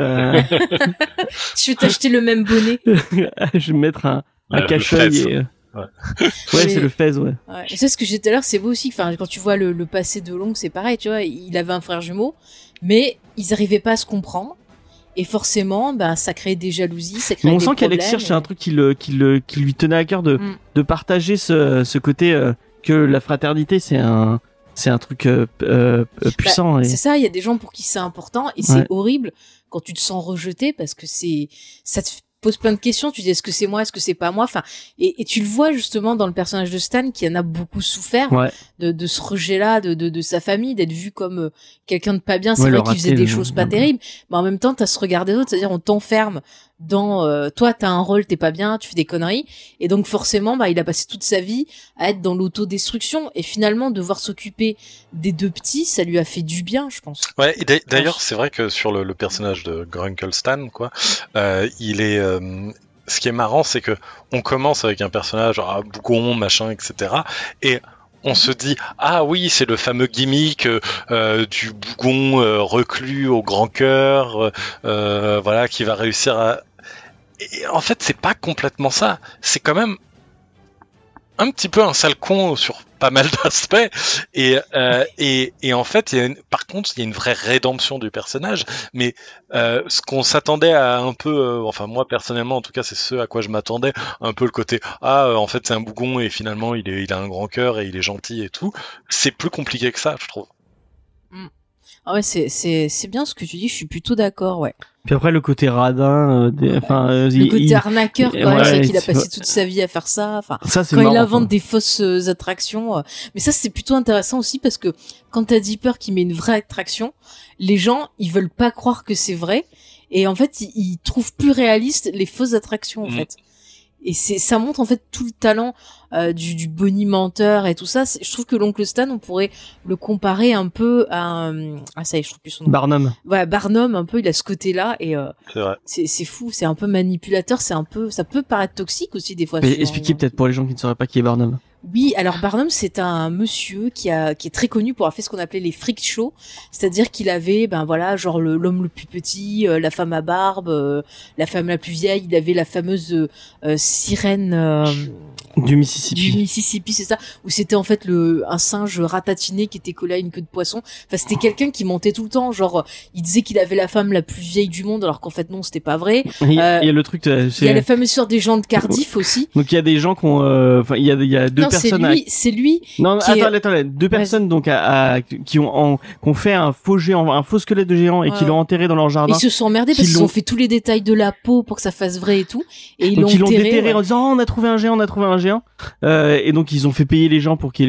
Je vais t'acheter le même bonnet. Je vais mettre un Le cache-œil. fez. Et... Ouais. Ouais, Mais- c'est le fez, ouais. Ouais. Et c'est ce que j'ai dit tout à l'heure, c'est beau aussi. Enfin, quand tu vois le passé de l'oncle, c'est pareil, tu vois. Il avait un frère jumeau, mais ils arrivaient pas à se comprendre. Et forcément, ben, ça crée des jalousies, ça crée Mais on des sent problèmes. qu'Alex Hirsch, c'est un truc qui lui tenait à cœur Mm. de partager ce côté que la fraternité, c'est un truc puissant. Bah, et... c'est ça, il y a des gens pour qui c'est important et Ouais. c'est horrible quand tu te sens rejeté parce que ça te pose plein de questions. Tu dis est-ce que c'est moi, est-ce que c'est pas moi. Enfin, et tu le vois justement dans le personnage de Stan qui en a beaucoup souffert Ouais. de ce rejet-là, de sa famille, d'être vu comme quelqu'un de pas bien. C'est Ouais, vrai le qu'il faisait raté, des le- choses pas terribles, mais en même temps t'as ce regard des autres, c'est-à-dire on t'enferme dans toi t'as un rôle, t'es pas bien, tu fais des conneries, et donc forcément bah il a passé toute sa vie à être dans l'autodestruction et finalement devoir s'occuper des deux petits, ça lui a fait du bien, je pense. Ouais, et d'ailleurs, c'est vrai que sur le personnage de Grunkle Stan, quoi, il est. Ce qui est marrant, c'est que on commence avec un personnage, genre bougon, machin, etc. Et on se dit ah oui, c'est le fameux gimmick du bougon reclus au grand cœur, voilà, qui va réussir à. Et en fait, c'est pas complètement ça. C'est quand même un petit peu un sale con sur pas mal d'aspects et en fait par contre il y a une vraie rédemption du personnage, mais ce qu'on s'attendait à un peu enfin moi personnellement en tout cas c'est ce à quoi je m'attendais, un peu le côté en fait c'est un bougon et finalement il a un grand cœur et il est gentil et tout, c'est plus compliqué que ça je trouve. Ah ouais, c'est bien ce que tu dis, je suis plutôt d'accord, ouais. Puis après le côté radin, Le côté arnaqueur, quand même, ouais, c'est vrai qu'il a c'est- passé toute sa vie à faire ça. Enfin, ça c'est quand marrant, il invente quoi. des fausses attractions. Mais ça, c'est plutôt intéressant aussi parce que quand t'as Dipper qui met une vraie attraction, les gens, ils veulent pas croire que c'est vrai. Et en fait, ils trouvent plus réalistes les fausses attractions, en fait. Et ça montre en fait tout le talent du bonimenteur et tout ça. Je trouve que l'oncle Stan, on pourrait le comparer un peu à ça y est, je trouve plus son nom. Barnum. Ouais, Barnum un peu, il a ce côté-là et C'est vrai. c'est fou, c'est un peu manipulateur, ça peut paraître toxique aussi des fois. Mais sur- expliquez peut-être pour les gens qui ne sauraient pas qui est Barnum. Oui, alors Barnum, c'est un monsieur qui est très connu pour avoir fait ce qu'on appelait les freak shows, c'est-à-dire qu'il avait, ben voilà, genre l'homme le plus petit, la femme à barbe, la femme la plus vieille, il avait la fameuse sirène Du Mississippi. du Mississippi, c'est ça, où c'était en fait un singe ratatiné qui était collé à une queue de poisson. Enfin, c'était quelqu'un qui montait tout le temps, genre il disait qu'il avait la femme la plus vieille du monde, alors qu'en fait non, c'était pas vrai. Il y a le truc, Il y a la fameuse sœur des gens de Cardiff aussi. donc il y a des gens qui ont, enfin il y a deux Non, personnes. c'est lui. Non, qui est- attends, deux personnes donc qui ont fait un faux géant, un faux squelette de géant et qui Ouais. l'ont enterré dans leur jardin. Ils se sont emmerdés parce Qui qu'ils l'ont- ont fait tous les détails de la peau pour que ça fasse vrai et tout. Et ils Donc ils l'ont déterré ouais. en disant oh, on a trouvé un géant, on a trouvé un géant. Et donc ils ont fait payer les gens pour que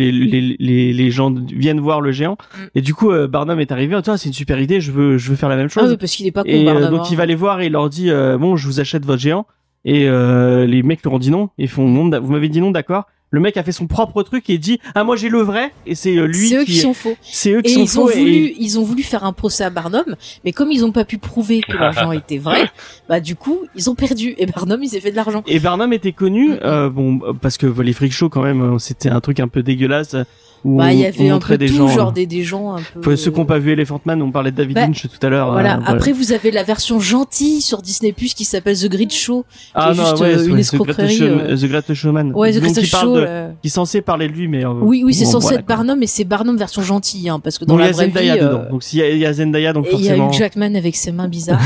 les gens viennent voir le géant. Et du coup Barnum est arrivé en disant ah, c'est une super idée, je veux faire la même chose. Ah oui, parce qu'il est pas con, Et Barnum, donc hein. il va les voir et il leur dit bon je vous achète votre géant. Et les mecs leur ont dit non. Ils font non, vous m'avez dit non, d'accord. Le mec a fait son propre truc et dit ah moi j'ai le vrai et c'est lui C'est eux qui sont faux. c'est eux Et qui sont faux ils ont voulu faire un procès à Barnum, mais comme ils ont pas pu prouver que l'argent était vrai, bah du coup ils ont perdu. Et Barnum il s'est fait de l'argent. et Barnum était connu bon parce que les freak shows quand même c'était un truc un peu dégueulasse où Bah il y on avait un montrait peu des tout, gens genre des gens un peu. Pour ceux qui n'ont pas vu Elephant Man, on parlait de David Bah, Lynch tout à l'heure. Voilà. Après vous avez la version gentille sur Disney+ qui s'appelle The Great Show, qui est juste une escroquerie. The Great Showman. Ouais, The Donc, Great qui parle Show. qui est censé parler de lui, mais Oui, c'est bon, censé voilà, être Barnum, mais c'est Barnum version gentille, hein, parce que dans Donc il y la a vraie Zendaya vie. dedans. Donc s'il y a Zendaya, donc Et il y a forcément. Hugh Jackman avec ses mains bizarres.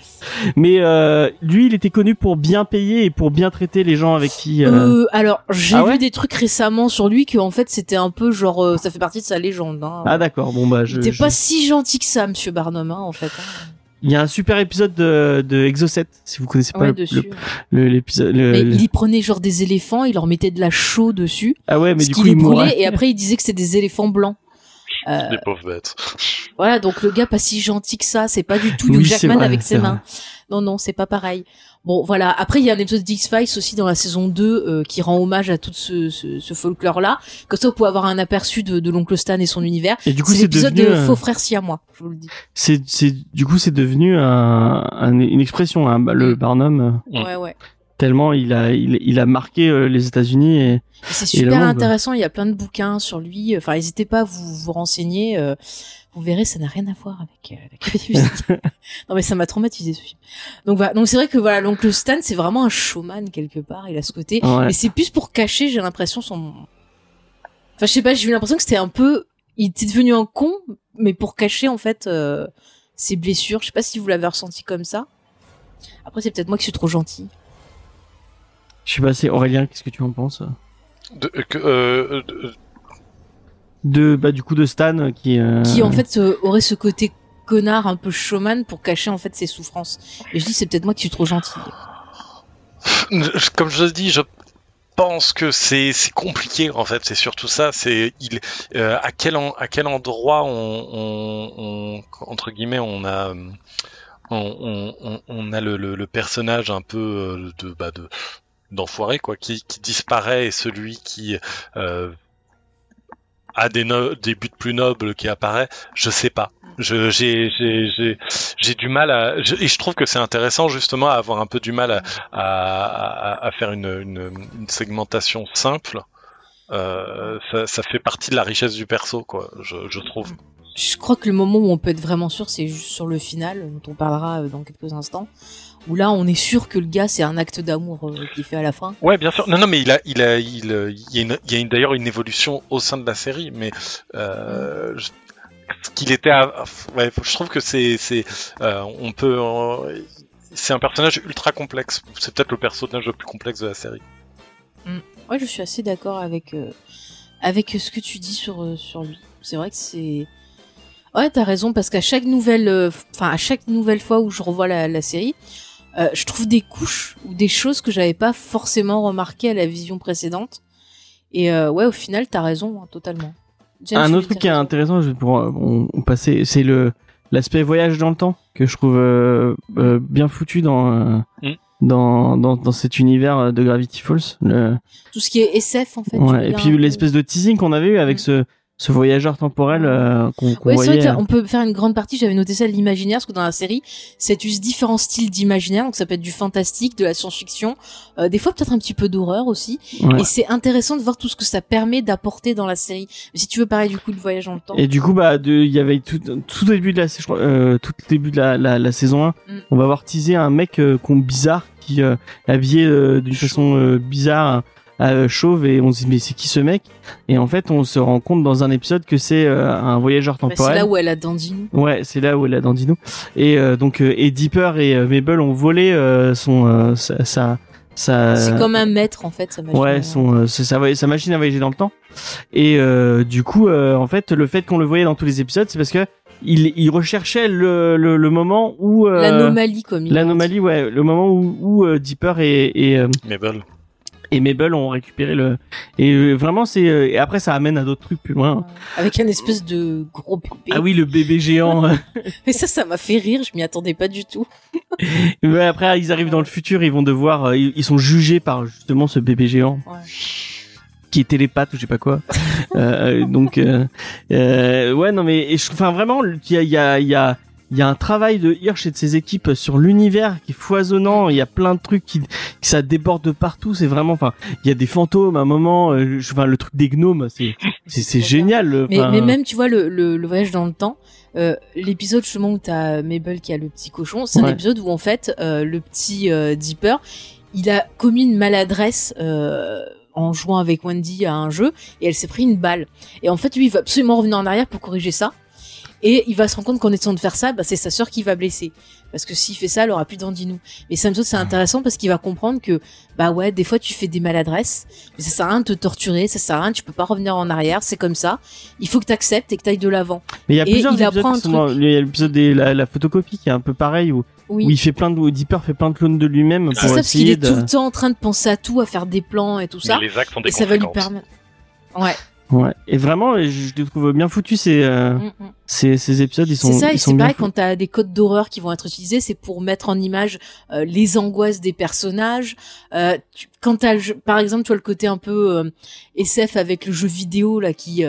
Mais lui, il était connu pour bien payer et pour bien traiter les gens avec qui. Alors, j'ai Ah ouais vu des trucs récemment sur lui que en fait c'était un peu genre ça fait partie de sa légende. Hein. Ah d'accord. Bon bah Il était pas si gentil que ça, Monsieur Barnum, hein, en fait. Hein. Il y a un super épisode de Exocet, si vous connaissez pas Ouais, dessus. l'épisode. Mais il y prenait genre des éléphants, il leur mettait de la chaux dessus, Ah ouais, mais ce du qui coup les il brûlait, mourait. et après il disait que c'était des éléphants blancs. Les pauvres bêtes. Voilà, donc le gars pas si gentil que ça, c'est pas du tout Hugh Oui, c'est Jackman vrai, avec c'est ses vrai. mains. Non, c'est pas pareil. Bon, voilà. Après, il y a un épisode d'X-Files aussi dans la saison 2 qui rend hommage à tout ce folklore-là. Comme ça, vous pouvez avoir un aperçu de l'oncle Stan et son univers. Et du coup, C'est c'est l'épisode devenu. de Faux Frères Siamois, je vous le dis. Du coup, c'est devenu une expression, hein, le Barnum. Mm. Ouais. tellement il a marqué les États-Unis et c'est et le super monde. intéressant. Il y a plein de bouquins sur lui. Enfin, n'hésitez pas à vous renseigner. Vous verrez, ça n'a rien à voir avec la comédie musicale. Non, mais ça m'a traumatisé ce film. Donc voilà. Donc c'est vrai que voilà, l'oncle Stan, c'est vraiment un showman quelque part. Il a ce côté. Ouais. Mais c'est plus pour cacher, j'ai l'impression, son. Enfin, je sais pas. J'ai eu l'impression que c'était un peu. Il était devenu un con, mais pour cacher en fait ses blessures. Je sais pas si vous l'avez ressenti comme ça. Après, c'est peut-être moi qui suis trop gentil. Je sais pas, c'est Aurélien, qu'est-ce que tu en penses du coup de Stan qui En fait aurait ce côté connard un peu showman pour cacher en fait ses souffrances. Et je dis c'est peut-être moi qui suis trop gentil. Comme je le dis, je pense que c'est compliqué en fait. C'est surtout ça. C'est à quel endroit on entre guillemets on a le personnage un peu d'enfoiré quoi qui disparaît et celui qui a des buts plus nobles qui apparaît, je sais pas. J'ai du mal et je trouve que c'est intéressant justement à avoir un peu du mal à faire une segmentation simple. Ça fait partie de la richesse du perso quoi, je trouve. Je crois que le moment où on peut être vraiment sûr, c'est juste sur le final, dont on parlera dans quelques instants, où là on est sûr que le gars c'est un acte d'amour qu'il fait à la fin. Ouais, bien sûr. Non, mais il y a d'ailleurs une évolution au sein de la série, mais qu'il était, ouais, je trouve que c'est un personnage ultra complexe. C'est peut-être le personnage le plus complexe de la série. Ouais, je suis assez d'accord avec ce que tu dis sur lui. C'est vrai que c'est. Ouais, t'as raison parce qu'à chaque nouvelle fois où je revois la série, je trouve des couches ou des choses que j'avais pas forcément remarquées à la vision précédente. Et ouais, au final, t'as raison, hein, totalement. James, un autre truc qui est intéressant, pour on passer, c'est l'aspect voyage dans le temps que je trouve bien foutu dans cet univers de Gravity Falls. Tout ce qui est SF en fait. Ouais, et puis l'espèce de teasing qu'on avait eu avec ce voyageur temporel qu'on voyait. C'est vrai qu'on peut faire une grande partie, j'avais noté ça, de l'imaginaire, parce que dans la série, ça utilise différents styles d'imaginaire, donc ça peut être du fantastique, de la science-fiction, des fois peut-être un petit peu d'horreur aussi, et c'est intéressant de voir tout ce que ça permet d'apporter dans la série. Mais si tu veux parler du coup de voyage dans le temps. Et du coup, il y avait tout début de tout début de la saison 1, on va voir teaser un mec bizarre, qui habillé d'une façon bizarre, chauve, et on se dit mais c'est qui ce mec, et en fait on se rend compte dans un épisode que c'est un voyageur temporel. C'est là où elle a Dandino. Ouais, c'est là où elle a Dandino, et donc et Dipper et Mabel ont volé sa c'est comme un maître en fait, sa machine. Ouais, sa machine à voyager dans le temps. Et du coup en fait le fait qu'on le voyait dans tous les épisodes, c'est parce que il recherchait le moment où l'anomalie, comme il l'anomalie, ouais, le moment où Dipper et Mabel ont récupéré et vraiment c'est et après ça amène à d'autres trucs plus loin, avec un espèce de gros bébé. Ah oui, le bébé géant. Mais ça m'a fait rire, je m'y attendais pas du tout. Mais après ils arrivent dans le futur, ils vont devoir ils sont jugés par justement ce bébé géant. Ouais. Qui est télépathe ou je sais pas quoi. Donc ouais, non mais enfin vraiment il y a un travail de Hirsch et de ses équipes sur l'univers qui est foisonnant. Il y a plein de trucs qui ça déborde de partout. C'est vraiment, enfin, il y a des fantômes à un moment. Le truc des gnomes, c'est génial. Mais même, tu vois, le voyage dans le temps, l'épisode justement où t'as Mabel qui a le petit cochon, c'est un épisode où en fait, le petit Dipper, il a commis une maladresse, en jouant avec Wendy à un jeu, et elle s'est pris une balle. Et en fait, lui, il va absolument revenir en arrière pour corriger ça. Et il va se rendre compte qu'en essayant de faire ça, c'est sa sœur qui va blesser. Parce que s'il fait ça, elle aura plus d'Andino. Mais Sam Saut, c'est intéressant parce qu'il va comprendre que, ouais, des fois tu fais des maladresses, mais ça sert à rien de te torturer, ça sert à rien, tu peux pas revenir en arrière, c'est comme ça. Il faut que t'acceptes et que t'ailles de l'avant. Mais il y a plusieurs épisodes, il y a l'épisode de la photocopie qui est un peu pareil, où il fait où Dipper fait plein de clones de lui-même. C'est ça, parce qu'il est tout le temps en train de penser à tout, à faire des plans et tout ça. Mais les actes ont des et ça va lui permettre. Ouais. Ouais, et vraiment, je les trouve bien foutus ces épisodes, ils sont. C'est ça, et c'est pareil quand t'as des codes d'horreur qui vont être utilisés, c'est pour mettre en image les angoisses des personnages. Quand t'as, par exemple, tu vois le côté un peu SF avec le jeu vidéo là qui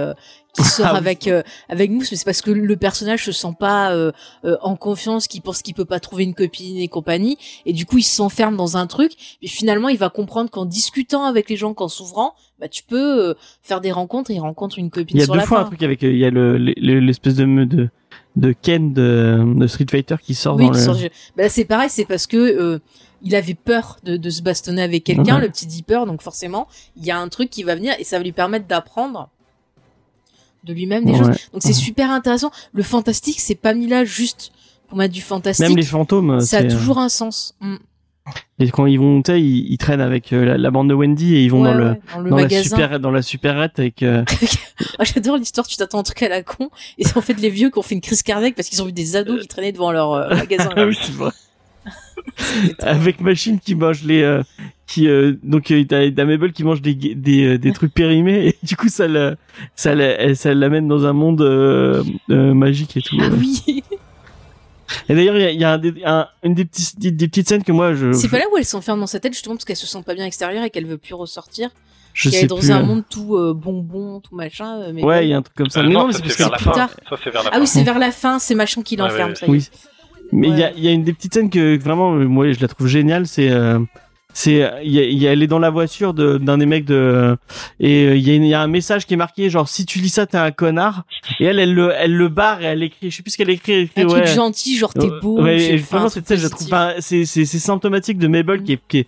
qui sort Ah oui. avec Mousse, mais c'est parce que le personnage se sent pas en confiance, qu'il pense qu'il peut pas trouver une copine et compagnie, et du coup il s'enferme dans un truc. Et finalement, il va comprendre qu'en discutant avec les gens, qu'en s'ouvrant, bah tu peux faire des rencontres. Et il rencontre une copine. Il y a sur deux la fois fin. un truc avec il y a l'espèce de Ken de Street Fighter qui sort Oui, dans qui le sort du jeu. Bah là, c'est pareil, c'est parce que il avait peur de se bastonner avec quelqu'un, Ouais. le petit Dipper, donc forcément, il y a un truc qui va venir et ça va lui permettre d'apprendre de lui-même des Ouais. choses. Donc c'est super intéressant. Le fantastique, c'est pas mis là juste pour mettre du fantastique. même les fantômes. ça a c'est, toujours un sens. et quand ils vont, tu sais, ils traînent avec la bande de Wendy et ils vont Ouais, dans le ouais, dans le dans la magasin. dans la supérette avec Ah, j'adore l'histoire, tu t'attends un truc à la con et c'est en fait les vieux qui ont fait une crise cardiaque parce qu'ils ont vu des ados qui traînaient devant leur magasin. Ah oui, c'est vrai. C'était trop Avec Machine qui mange les donc t'as Mabel qui mange des trucs périmés et du coup ça l'amène dans un monde magique et tout. Ah oui. Et d'ailleurs il y a une des petites scènes que moi je C'est pas là où elle s'enferme dans sa tête justement parce qu'elle se sent pas bien extérieure et qu'elle veut plus ressortir. je Qu'elle sais est dans plus. un monde tout bonbon, tout machin. Mais Ouais, bon. il y a un truc comme ça. Non, mais ça c'est c'est parce vers que la plus fin. tard. Ça c'est vers la Ah fin. oui, c'est vers la fin, c'est Machin qui l'enferme, Ouais, ça y est. oui. Mais il Ouais. y a une des petites scènes que vraiment moi je la trouve géniale, c'est elle est dans la voiture d'un des mecs et il y a un message qui est marqué genre si tu lis ça t'es un connard et elle le barre et elle écrit je sais plus ce qu'elle écrit, elle écrit Un ouais truc gentil, genre t'es beau. ouais, j'ai et fait un vraiment truc cette scène je la trouve positif. c'est symptomatique de Mabel qui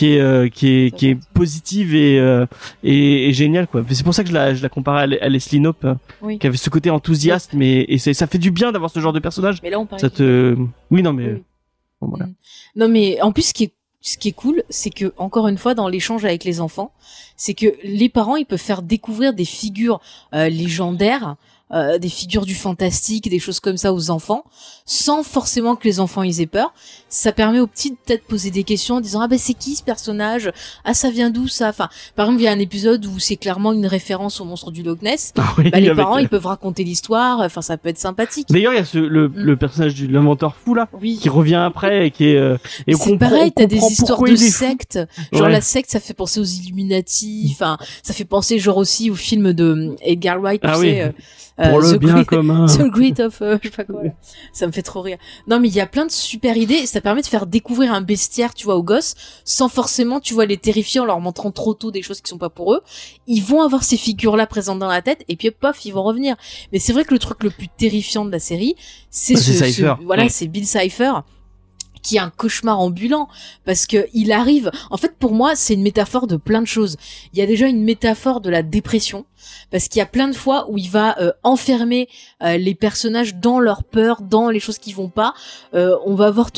est positive et géniale quoi. C'est pour ça que je la compare à Leslie Knope Oui. qui avait ce côté enthousiaste mais ça fait du bien d'avoir ce genre de personnage. Mais là, on parle. Ça te oui non mais Oui. bon, voilà. Non, mais en plus, ce qui est cool, c'est que, encore une fois, dans l'échange avec les enfants, c'est que les parents, ils peuvent faire découvrir des figures légendaires, des figures du fantastique, des choses comme ça aux enfants, sans forcément que les enfants ils aient peur. Ça permet aux petits de peut-être poser des questions en disant ah ben c'est qui ce personnage, ah ça vient d'où ça. Enfin, par exemple, il y a un épisode où c'est clairement une référence au monstre du Loch Ness. Ah oui, Bah, les avec- parents ils peuvent raconter l'histoire. Enfin, ça peut être sympathique. D'ailleurs, il y a le personnage de l'inventeur fou là Oui. qui revient après et qui est et on C'est comprend- pareil, on t'as des comprend histoires pourquoi de il est fou. sectes. Genre Ouais. la secte, ça fait penser aux Illuminati. Enfin, ça fait penser genre aussi au film de Edgar Wright, tu Ah sais, oui. Pour le The bien Great- commun. The Great of, je sais pas quoi. Là. Ça me fait trop rire. Non, mais il y a plein de super idées. Et ça permet de faire découvrir un bestiaire, tu vois, aux gosses, sans forcément, tu vois, les terrifier en leur montrant trop tôt des choses qui sont pas pour eux. Ils vont avoir ces figures-là présentes dans la tête, et puis pof, ils vont revenir. Mais c'est vrai que le truc le plus terrifiant de la série, c'est C'est Cypher. voilà, c'est Bill Cipher, qui est un cauchemar ambulant, parce que il arrive, en fait, pour moi, c'est une métaphore de plein de choses. Il y a déjà une métaphore de la dépression, parce qu'il y a plein de fois où il va enfermer les personnages dans leur peur, dans les choses qui vont pas. On va avoir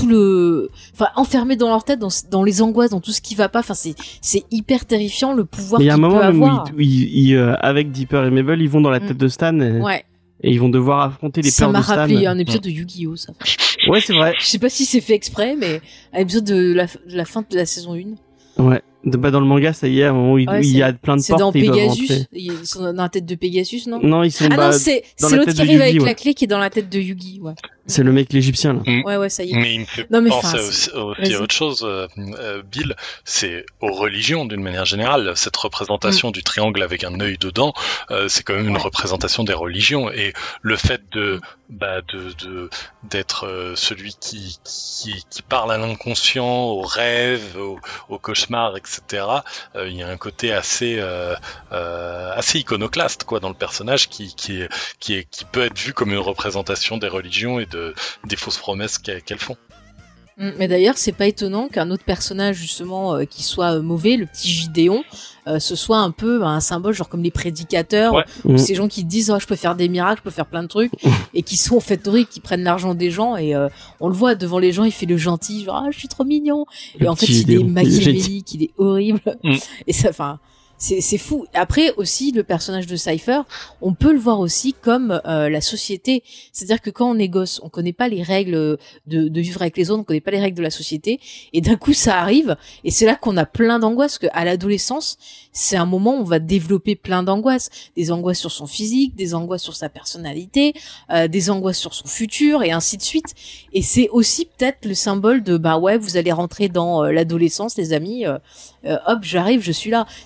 enfermé dans leur tête, dans les angoisses, dans tout ce qui va pas. Enfin, c'est hyper terrifiant le pouvoir Mais il y a un qu'il peut moment même avoir. où avec Dipper et Mabel, ils vont dans la tête de Stan Ouais, et ils vont devoir affronter les ça peurs m'a de Stan. rappelé un épisode de Yu-Gi-Oh! Ça. Ouais, c'est vrai. Je sais pas si c'est fait exprès, mais un épisode de la fin de la saison 1. Ouais. Dans le manga, ça y est, à un moment où Ouais, il y a plein de C'est portes dans et ils doivent Pegasus. rentrer. Ils sont dans la tête de Pegasus, non? Non, ils sont Ah non, c'est dans la l'autre tête qui de arrive avec Yugi, la ouais. clé qui est dans la tête de Yugi, ouais. C'est le mec l'Égyptien là. Ouais, ça y est. Mais il me fait Non, mais penser enfin, aussi vas-y. à autre chose, Bill, c'est aux religions d'une manière générale. Cette représentation du triangle avec un œil dedans, c'est quand même une Ouais. représentation des religions. Et le fait d'être celui qui parle à l'inconscient, aux rêves, aux cauchemars, etc. Il y a un côté assez iconoclaste quoi dans le personnage qui peut être vu comme une représentation des religions et des fausses promesses qu'elles font. Mais d'ailleurs, c'est pas étonnant qu'un autre personnage justement qui soit mauvais, le petit Gideon, ce soit un peu un symbole, genre comme les prédicateurs, Ouais. ou ces gens qui disent oh, je peux faire des miracles, je peux faire plein de trucs, et qui sont en fait horribles, qui prennent l'argent des gens, et on le voit devant les gens, il fait le gentil, genre ah je suis trop mignon, Le et en fait petit il est Gideon, il est machiavélique, il est horrible, Mm. et ça, enfin. C'est fou. Après aussi le personnage de Cypher, on peut le voir aussi comme la société. C'est-à-dire que quand on est gosse, on connaît pas les règles de vivre avec les autres, on connaît pas les règles de la société, et d'un coup ça arrive, et c'est là qu'on a plein d'angoisses. Que à l'adolescence, c'est un moment où on va développer plein d'angoisses, des angoisses sur son physique, des angoisses sur sa personnalité, des angoisses sur son futur, et ainsi de suite. Et c'est aussi peut-être le symbole de bah ouais, vous allez rentrer dans l'adolescence, les amis. Hop, j'arrive, je suis là. C'est un peu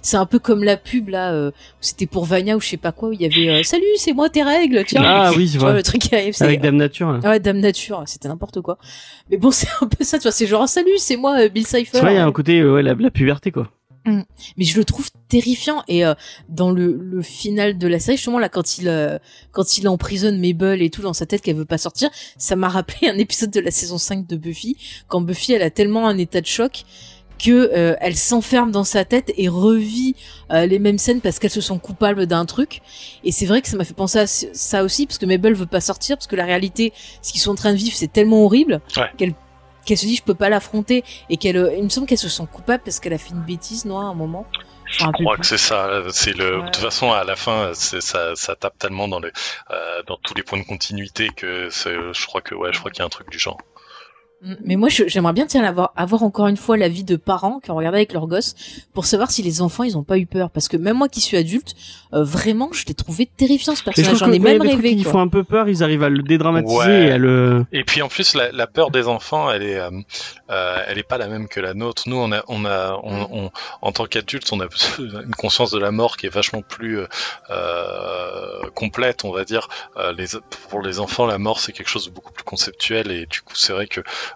comme la pub là, c'était pour Vania ou je sais pas quoi, où il y avait salut, c'est moi tes règles, tiens. Ah oui, tu vois le truc qui arrive, c'est avec Dame Nature. ouais, Dame Nature, c'était n'importe quoi. Mais bon, c'est un peu ça, tu vois, c'est genre salut, c'est moi Bill Cipher. C'est vrai, il y a un côté la puberté quoi. Mais je le trouve terrifiant et dans le final de la série justement là quand il emprisonne Mabel et tout dans sa tête qu'elle veut pas sortir, ça m'a rappelé un épisode de la saison 5 de Buffy quand Buffy elle a tellement un état de choc que elle s'enferme dans sa tête et revit les mêmes scènes parce qu'elle se sent coupable d'un truc. Et c'est vrai que ça m'a fait penser à ça aussi parce que Mabel veut pas sortir parce que la réalité, ce qu'ils sont en train de vivre, c'est tellement horrible qu'elle se dit je peux pas l'affronter et il me semble qu'elle se sent coupable parce qu'elle a fait une bêtise, non, à un moment. Je crois que c'est ça. De toute façon, à la fin, ça tape tellement dans tous les points de continuité que je crois qu'il y a un truc du genre. Mais moi, j'aimerais bien avoir encore une fois l'avis de parents qui ont regardé avec leurs gosses pour savoir si les enfants ils ont pas eu peur, parce que même moi qui suis adulte, vraiment, je l'ai trouvé terrifiant ce personnage. J'en ai même rêvé. Ils font un peu peur, ils arrivent à le dédramatiser et à le. Et puis en plus, la peur des enfants, elle est pas la même que la nôtre. Nous, en tant qu'adultes, on a une conscience de la mort qui est vachement plus complète, on va dire. Pour les enfants, la mort c'est quelque chose de beaucoup plus conceptuel et du coup, c'est vrai que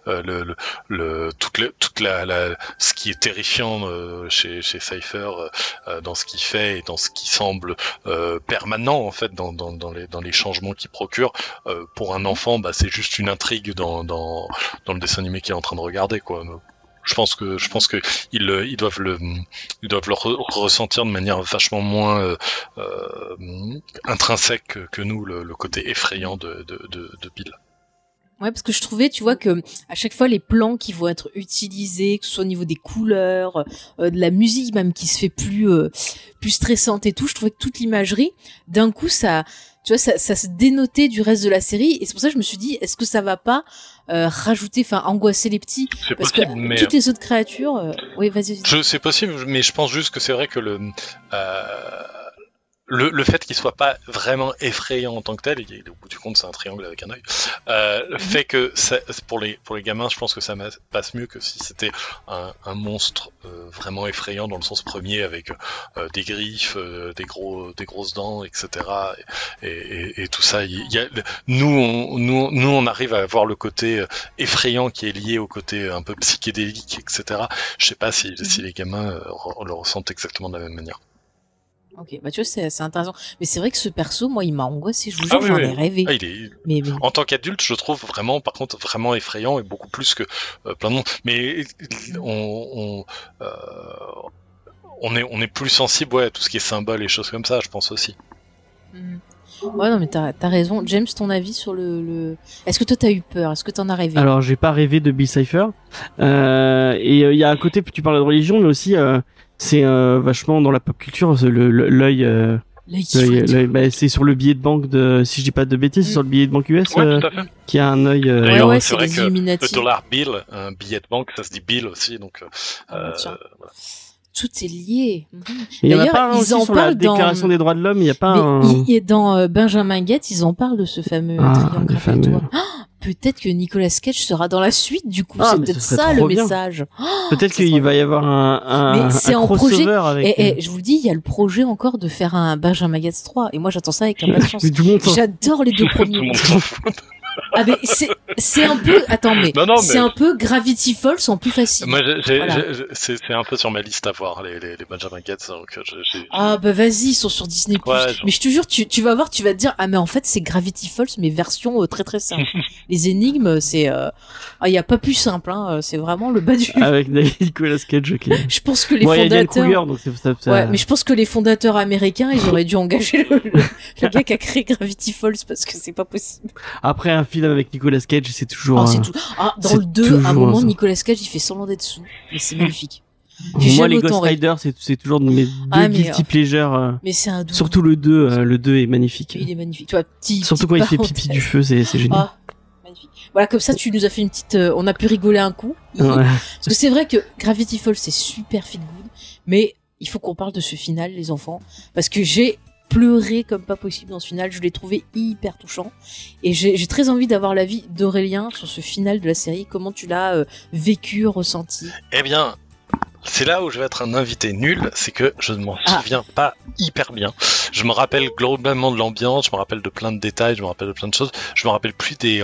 ce qui est terrifiant chez Cypher dans ce qu'il fait et dans ce qui semble permanent en fait dans les changements qu'il procure pour un enfant, c'est juste une intrigue dans le dessin animé qu'il est en train de regarder quoi. Je pense que ils doivent le ressentir de manière vachement moins intrinsèque que nous, le côté effrayant de Bill. Ouais, parce que je trouvais, tu vois, que à chaque fois les plans qui vont être utilisés, que ce soit au niveau des couleurs, de la musique même qui se fait plus stressante et tout, je trouvais que toute l'imagerie, d'un coup, ça se dénotait du reste de la série, et c'est pour ça que je me suis dit, est-ce que ça va pas angoisser les petits, parce possible, que mais toutes les autres créatures, oui, vas-y. C'est possible, mais je pense juste que c'est vrai que le fait qu'il soit pas vraiment effrayant en tant que tel, et au bout du compte c'est un triangle avec un œil, fait que pour les gamins, je pense que ça passe mieux que si c'était un monstre vraiment effrayant dans le sens premier avec des griffes, des grosses dents, etc. Et tout ça. Nous on arrive à voir le côté effrayant qui est lié au côté un peu psychédélique, etc. Je sais pas si les gamins le ressentent exactement de la même manière. Ok, tu vois, c'est intéressant. Mais c'est vrai que ce perso, moi, il m'a angoissé. Je vous jure, j'en ai rêvé. Mais... En tant qu'adulte, je trouve vraiment, par contre, vraiment effrayant et beaucoup plus que plein de monde. Mais on est plus sensible à tout ce qui est symbole et choses comme ça, je pense aussi. Ouais, non, mais t'as raison. James, ton avis sur le... Est-ce que toi t'as eu peur? Est-ce que t'en as rêvé? Alors, j'ai pas rêvé de Bill Cipher. Et il y a un côté, tu parles de religion, mais aussi... c'est vachement dans la pop culture, l'œil c'est sur le billet de banque si je dis pas de bêtises, c'est sur le billet de banque US qui a un œil ouais, c'est vrai que le dollar bill, un billet de banque, ça se dit bill aussi, donc voilà. Tout est lié. Il y en a pas un aussi sur la déclaration des droits de l'homme, il y a pas dans Benjamin Gates, ils en parlent de ce fameux triangle gravitatoire. Peut-être que Nicolas Cage sera dans la suite, du coup. C'est peut-être ça le message. Peut-être qu'il va y avoir un crossover avec... Et je vous le dis, il y a le projet encore de faire un Benjamin Gates 3. Et moi, j'attends ça avec impatience. J'adore les deux premiers. Ah mais c'est un peu c'est un peu Gravity Falls en plus facile. Moi c'est un peu sur ma liste à voir les Benjamin Gates, donc vas-y, ils sont sur Disney+. Mais je te jure, tu vas voir, tu vas te dire mais en fait c'est Gravity Falls mais version très très simple. Les énigmes c'est il y a pas plus simple c'est vraiment le bas du avec Nicolas Cage. Okay. Je pense que les fondateurs donc ouais, mais je pense que les fondateurs américains, ils auraient dû engager le gars qui a créé Gravity Falls parce que c'est pas possible. Après un film avec Nicolas Cage, c'est toujours dans le 2, à un moment Nicolas Cage il fait semblant d'être sous, mais c'est magnifique. Moi les Ghost Rider c'est toujours de mes deux guilty pleasures. Mais c'est un doux. Surtout le 2, le 2 est magnifique. Il est magnifique. Tu vois, surtout quand il fait pipi du feu, c'est génial. Magnifique. Voilà, comme ça tu nous as fait une petite on a pu rigoler un coup. Parce que c'est vrai que Gravity Falls c'est super feel good, mais il faut qu'on parle de ce final les enfants, parce que j'ai pleuré comme pas possible dans ce final, je l'ai trouvé hyper touchant et j'ai très envie d'avoir l'avis d'Aurélien sur ce final de la série. Comment tu l'as vécu, ressenti? Eh bien, c'est là où je vais être un invité nul, c'est que je ne m'en souviens pas hyper bien. Je me rappelle globalement de l'ambiance, je me rappelle de plein de détails, je me rappelle de plein de choses. Je me rappelle plus des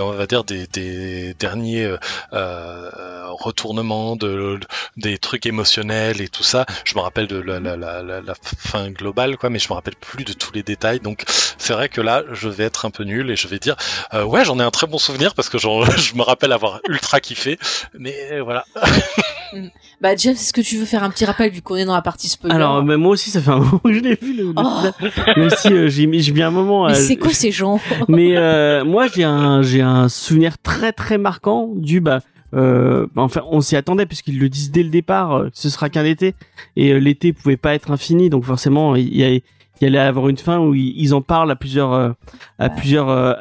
derniers retournements, des trucs émotionnels et tout ça. Je me rappelle de la fin globale, quoi, mais je me rappelle plus de tous les détails. Donc c'est vrai que là, je vais être un peu nul et je vais dire ouais, j'en ai un très bon souvenir parce que je me rappelle avoir ultra kiffé, mais voilà. Bah James, est-ce que tu veux faire un petit rappel vu qu'on est dans la partie spoiler? Alors moi aussi ça fait un moment que je l'ai vu même si j'ai mis un moment. Mais c'est quoi ces gens? Mais moi j'ai un souvenir très très marquant du enfin on s'y attendait puisqu'ils le disent dès le départ, ce sera qu'un été et l'été pouvait pas être infini, donc forcément il allait avoir une fin où ils en parlent à plusieurs. Mais tu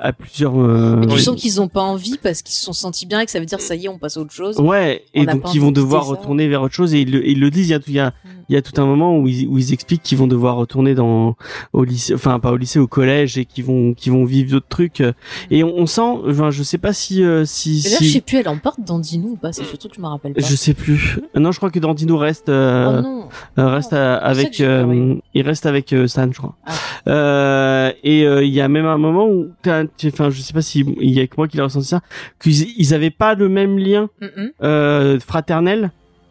sens qu'ils ont pas envie parce qu'ils se sont sentis bien et que ça veut dire ça y est, on passe à autre chose. Ouais, et donc ils vont devoir retourner vers autre chose et ils le disent. Il y a tout un moment où ils expliquent qu'ils vont devoir retourner au lycée, enfin pas au lycée, au collège, et qu'ils vont vivre d'autres trucs. Et on sent, enfin je sais pas si. D'ailleurs, je sais plus, elle emporte Dandino ou pas. C'est surtout que je me rappelle pas. Je sais plus. Non, je crois que Dandino reste. Avec. Il reste avec Stan, je crois. Et il y a même un moment où, enfin, je sais pas si il y a que moi qui l'ai ressenti ça, qu'ils avaient pas le même lien fraternel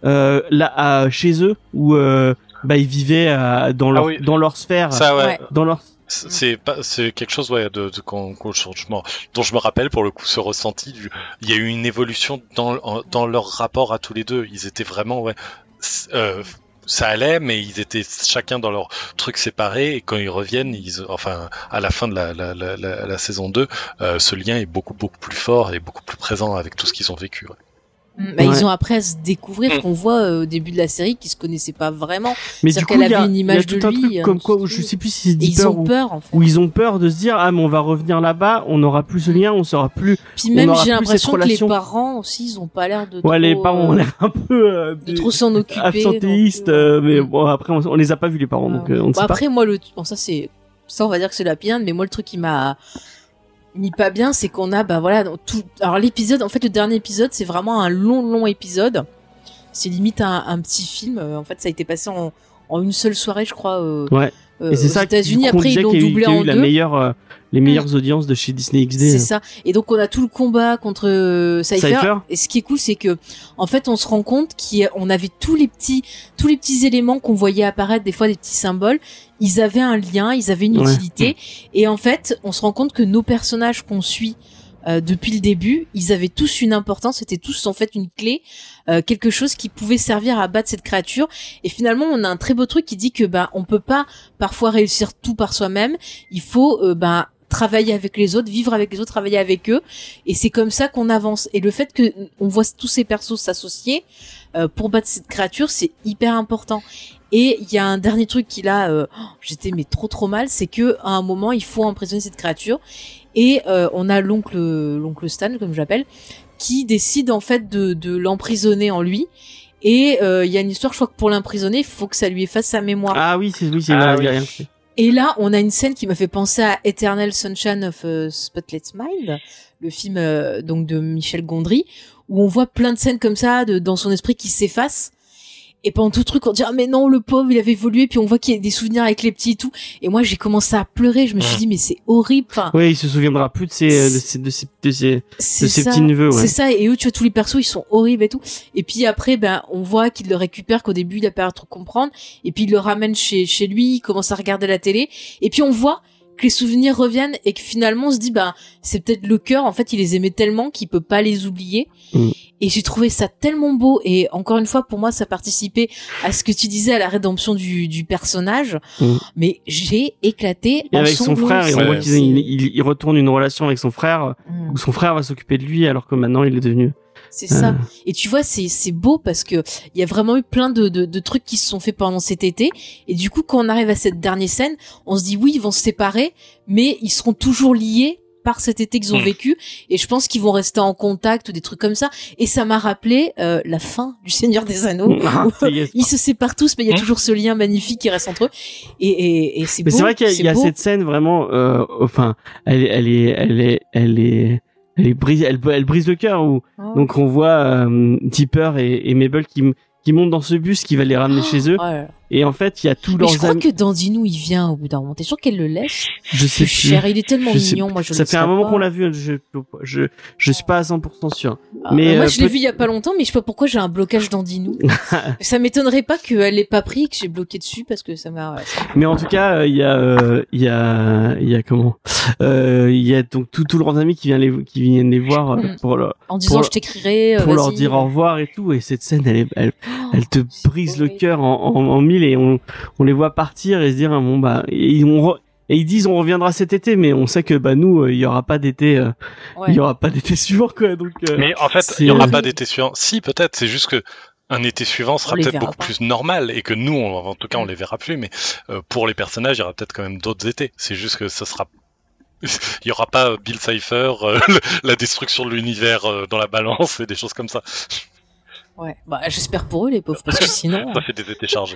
là chez eux où ils vivaient dans leur sphère. Ça, ouais. Dans leur c'est quelque chose dont je me rappelle pour le coup, ce ressenti il y a eu une évolution dans leur rapport à tous les deux. Ils étaient vraiment ça allait, mais ils étaient chacun dans leur truc séparé, et quand ils reviennent, à la fin de la saison 2, ce lien est beaucoup plus fort et beaucoup plus présent avec tout ce qu'ils ont vécu. Ouais. Ils ont appris à se découvrir, qu'on voit au début de la série qu'ils se connaissaient pas vraiment. Mais du coup, qu'elle avait une image de lui. Il y a tout un truc comme quoi, je sais plus si c'est dit peur, en fait. Où ils ont peur de se dire on va revenir là-bas, on n'aura plus ce lien, on saura plus. Puis même j'ai l'impression que les parents aussi, ils ont pas l'air de. Ouais, les parents ont l'air un peu de trop s'en occuper, absentéistes, mais bon après on les a pas vus les parents, donc on ne sait pas. Après moi ça on va dire que c'est la pire, mais moi le truc qui m'a mis pas bien, c'est qu'on a alors l'épisode, en fait le dernier épisode c'est vraiment un long épisode, c'est limite un petit film, en fait ça a été passé en une seule soirée je crois et c'est aux États-Unis. Après ils l'ont doublé en deux, les meilleures audiences de chez Disney XD. C'est ça. Et donc on a tout le combat contre Cypher. Et ce qui est cool, c'est que en fait on se rend compte qu'on avait tous les petits éléments qu'on voyait apparaître, des fois des petits symboles. Ils avaient un lien, ils avaient une utilité. Et en fait, on se rend compte que nos personnages qu'on suit depuis le début, ils avaient tous une importance, c'était tous en fait une clé, quelque chose qui pouvait servir à battre cette créature. Et finalement, on a un très beau truc qui dit que on peut pas parfois réussir tout par soi-même. Il faut travailler avec les autres, vivre avec les autres, travailler avec eux, et c'est comme ça qu'on avance. Et le fait que on voit tous ces persos s'associer pour battre cette créature, c'est hyper important. Et il y a un dernier truc qui là, j'étais trop mal, c'est que à un moment il faut emprisonner cette créature, et on a l'oncle Stan, comme j'appelle, qui décide en fait de l'emprisonner en lui. Et il y a une histoire, je crois que pour l'emprisonner, il faut que ça lui efface sa mémoire. Ah oui, c'est rien fait. Et là, on a une scène qui m'a fait penser à Eternal Sunshine of Spotless Mind, le film donc de Michel Gondry, où on voit plein de scènes comme ça dans son esprit qui s'effacent. Et pendant tout le truc, on dit mais non, le pauvre, il avait évolué, puis on voit qu'il y a des souvenirs avec les petits et tout. Et moi, j'ai commencé à pleurer. Je me suis dit mais c'est horrible. Enfin, oui, il se souviendra plus de ses petits neveux. Ouais. C'est ça. Et eux, tu vois, tous les persos, ils sont horribles et tout. Et puis après, on voit qu'il le récupère, qu'au début, il a pas trop comprendre. Et puis il le ramène chez lui, il commence à regarder la télé. Et puis on voit que les souvenirs reviennent et que finalement on se dit c'est peut-être le cœur, en fait il les aimait tellement qu'il peut pas les oublier. Et j'ai trouvé ça tellement beau, et encore une fois pour moi ça participait à ce que tu disais, à la rédemption du personnage. Mais j'ai éclaté. Et avec son frère, et on voit qu'il retourne une relation avec son frère, où son frère va s'occuper de lui alors que maintenant il est devenu. C'est ça. Et tu vois, c'est beau parce que il y a vraiment eu plein de trucs qui se sont faits pendant cet été. Et du coup, quand on arrive à cette dernière scène, on se dit oui, ils vont se séparer, mais ils seront toujours liés par cet été qu'ils ont vécu. Et je pense qu'ils vont rester en contact ou des trucs comme ça. Et ça m'a rappelé la fin du Seigneur des Anneaux. Ils se séparent tous, mais il y a toujours ce lien magnifique qui reste entre eux. Et c'est beau. Mais c'est vrai qu'il y a cette scène vraiment. Enfin, elle brise le cœur, donc on voit Tipper et Mabel qui montent dans ce bus qui va les ramener chez eux. Ouais. Et en fait, il y a tous Mais je leurs crois amis. que Dandinou, il vient au bout d'un moment. T'es sûr qu'elle le laisse? Je sais Le cher, plus. il est tellement Je sais mignon, moi je le Ça fait un laisserais moment pas. qu'on l'a vu. Je suis pas à 100% sûr. Ah, Mais, moi je l'ai peut- vu il y a pas longtemps, mais je sais pas pourquoi j'ai un blocage d'Andinou. Ça m'étonnerait pas qu'elle l'ait pas pris et que j'ai bloqué dessus parce que ça m'a... Mais en tout cas, il y a comment il y a donc tous leurs amis qui viennent les voir En disant pour- je t'écrirai, pour leur vas-y. dire au revoir et tout. Et cette scène, elle te c'est brise le horrible. cœur en mille et on les voit partir et se dire bon bah et ils disent on reviendra cet été, mais on sait que bah nous il y aura pas d'été, Ouais. il y aura pas d'été suivant quoi. Donc Mais en fait, c'est- il y aura pas d'été suivant. Si, peut-être. C'est juste que un été suivant sera On les peut-être verra beaucoup pas. plus normal et que nous, en tout cas, on les verra plus. Mais pour les personnages, il y aura peut-être quand même d'autres étés. C'est juste que ça sera. Il y aura pas Bill Cipher, la destruction de l'univers dans la balance et des choses comme ça. Ouais. Bah j'espère pour eux les pauvres parce que sinon... Ça fait des étés chargés.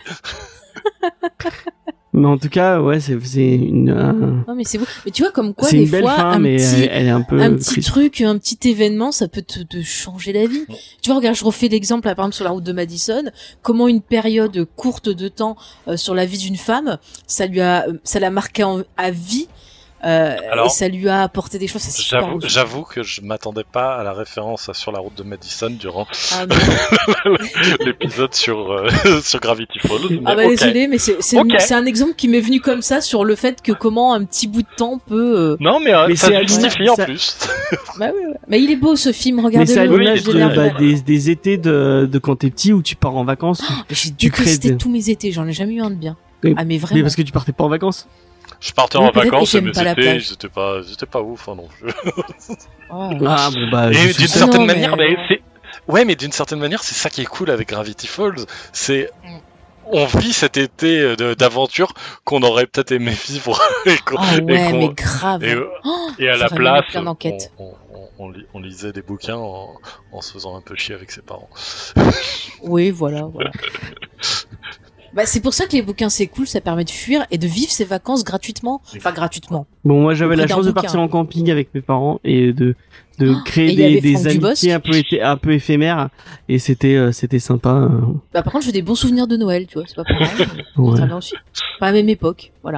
mais en tout cas ouais c'est une Non mais c'est beau. Mais tu vois comme quoi c'est des une belle fois fin, un mais petit... elle est un peu un petit triste. truc, un petit événement, ça peut te changer la vie. Tu vois, regarde, je refais l'exemple, là, par exemple, sur la route de Madison, comment une période courte de temps sur la vie d'une femme, ça l'a marqué à vie, Alors, et ça lui a apporté des choses. C'est super beau. J'avoue que je m'attendais pas à la référence sur la route de Madison durant Ah, non. l'épisode sur sur Gravity Falls. Ah bah mais ok. désolé, mais Ok. c'est un exemple qui m'est venu comme ça sur le fait que comment un petit bout de temps peut... Non, mais, Mais ça c'est à justifie l'image- en ça- plus. Ouais. Mais il est beau ce film, Mais c'est à regardez-le. l'image je l'ai regardé. des étés de quand t'es petit où tu pars en vacances. Mais j'ai tu crées détesté des- tous mes étés, j'en ai jamais eu un de bien. Oui. Ah mais Mais vraiment. parce que tu partais pas en vacances. Je partais Oui, en peut-être, vacances et et j'aime mes pas la étés, plage. ils étaient pas ouf hein, non plus. Ouais. Ah bon bah je Et suis d'une sûr. certaine Non, mais- manière, c'est ouais, mais d'une certaine manière, c'est ça qui est cool avec Gravity Falls, c'est on vit cet été d'aventure qu'on aurait peut-être aimé vivre et qu'on- Ah et ouais, qu'on- mais grave. et, Oh, et à la faudrait mener place, plein d'enquêtes. on lisait des bouquins en se faisant un peu chier avec ses parents. Oui, voilà. Bah, c'est pour ça que les bouquins c'est cool, ça permet de fuir et de vivre ses vacances gratuitement. Enfin gratuitement. Bon moi j'avais Au la prix d'un chance de bouquin. partir en camping avec mes parents et de et créer il y avait des Franck amitiés Dubosc. un peu éphémères et c'était sympa. Bah par contre j'ai des bons souvenirs de Noël, tu vois, c'est pas pareil. mais Ouais. Très bien aussi. Pas à la même époque, voilà.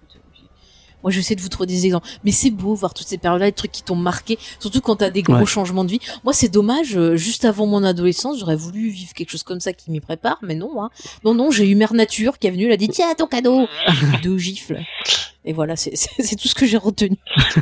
Moi j'essaie de vous trouver des exemples, mais c'est beau voir toutes ces périodes-là, les trucs qui t'ont marqué, surtout quand t'as des gros Ouais. changements de vie. Moi c'est dommage, juste avant mon adolescence, j'aurais voulu vivre quelque chose comme ça qui m'y prépare, mais non, hein. Non, j'ai eu Mère Nature qui est venue, elle a dit tiens ton cadeau, deux gifles. Et voilà, c'est tout ce que j'ai retenu.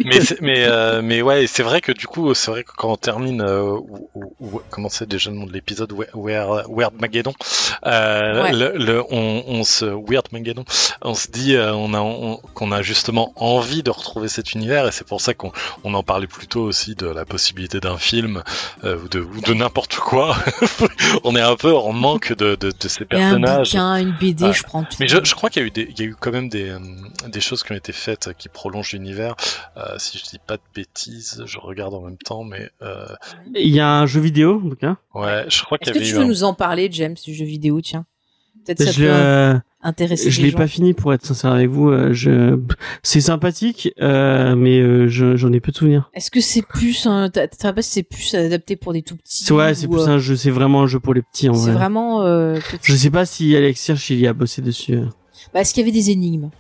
mais ouais, c'est vrai que du coup, c'est vrai que quand on termine, comment c'est déjà le nom de l'épisode, Weird Mageddon, Ouais. on se Weird Mageddon, on se dit, qu'on a justement envie de retrouver cet univers, et c'est pour ça qu'on en parlait plutôt aussi de la possibilité d'un film ou de n'importe quoi. On est un peu en manque de ces Et un personnages. bouquin, une BD, Ouais. je prends tout. Mais je crois qu'il y a eu quand même des choses qui ont été faites qui prolongent l'univers. Si je dis pas de bêtises, je regarde en même temps, mais Il y a un jeu vidéo donc hein. ouais, je crois qu'il Est-ce y que avait tu eu veux un... nous en parler, James, du jeu vidéo, tiens? Peut-être ça Je peut intéresser je les l'ai gens. pas fini pour être sincère avec vous. C'est sympathique, mais j'en ai peu de souvenirs. Est-ce que c'est plus c'est plus adapté pour des tout petits? Ouais, c'est ou, plus un jeu, c'est vraiment un jeu pour les petits en c'est vrai. vraiment petit. Je sais pas si Alex Hirsch il y a bossé dessus. Bah, est-ce qu'il y avait des énigmes?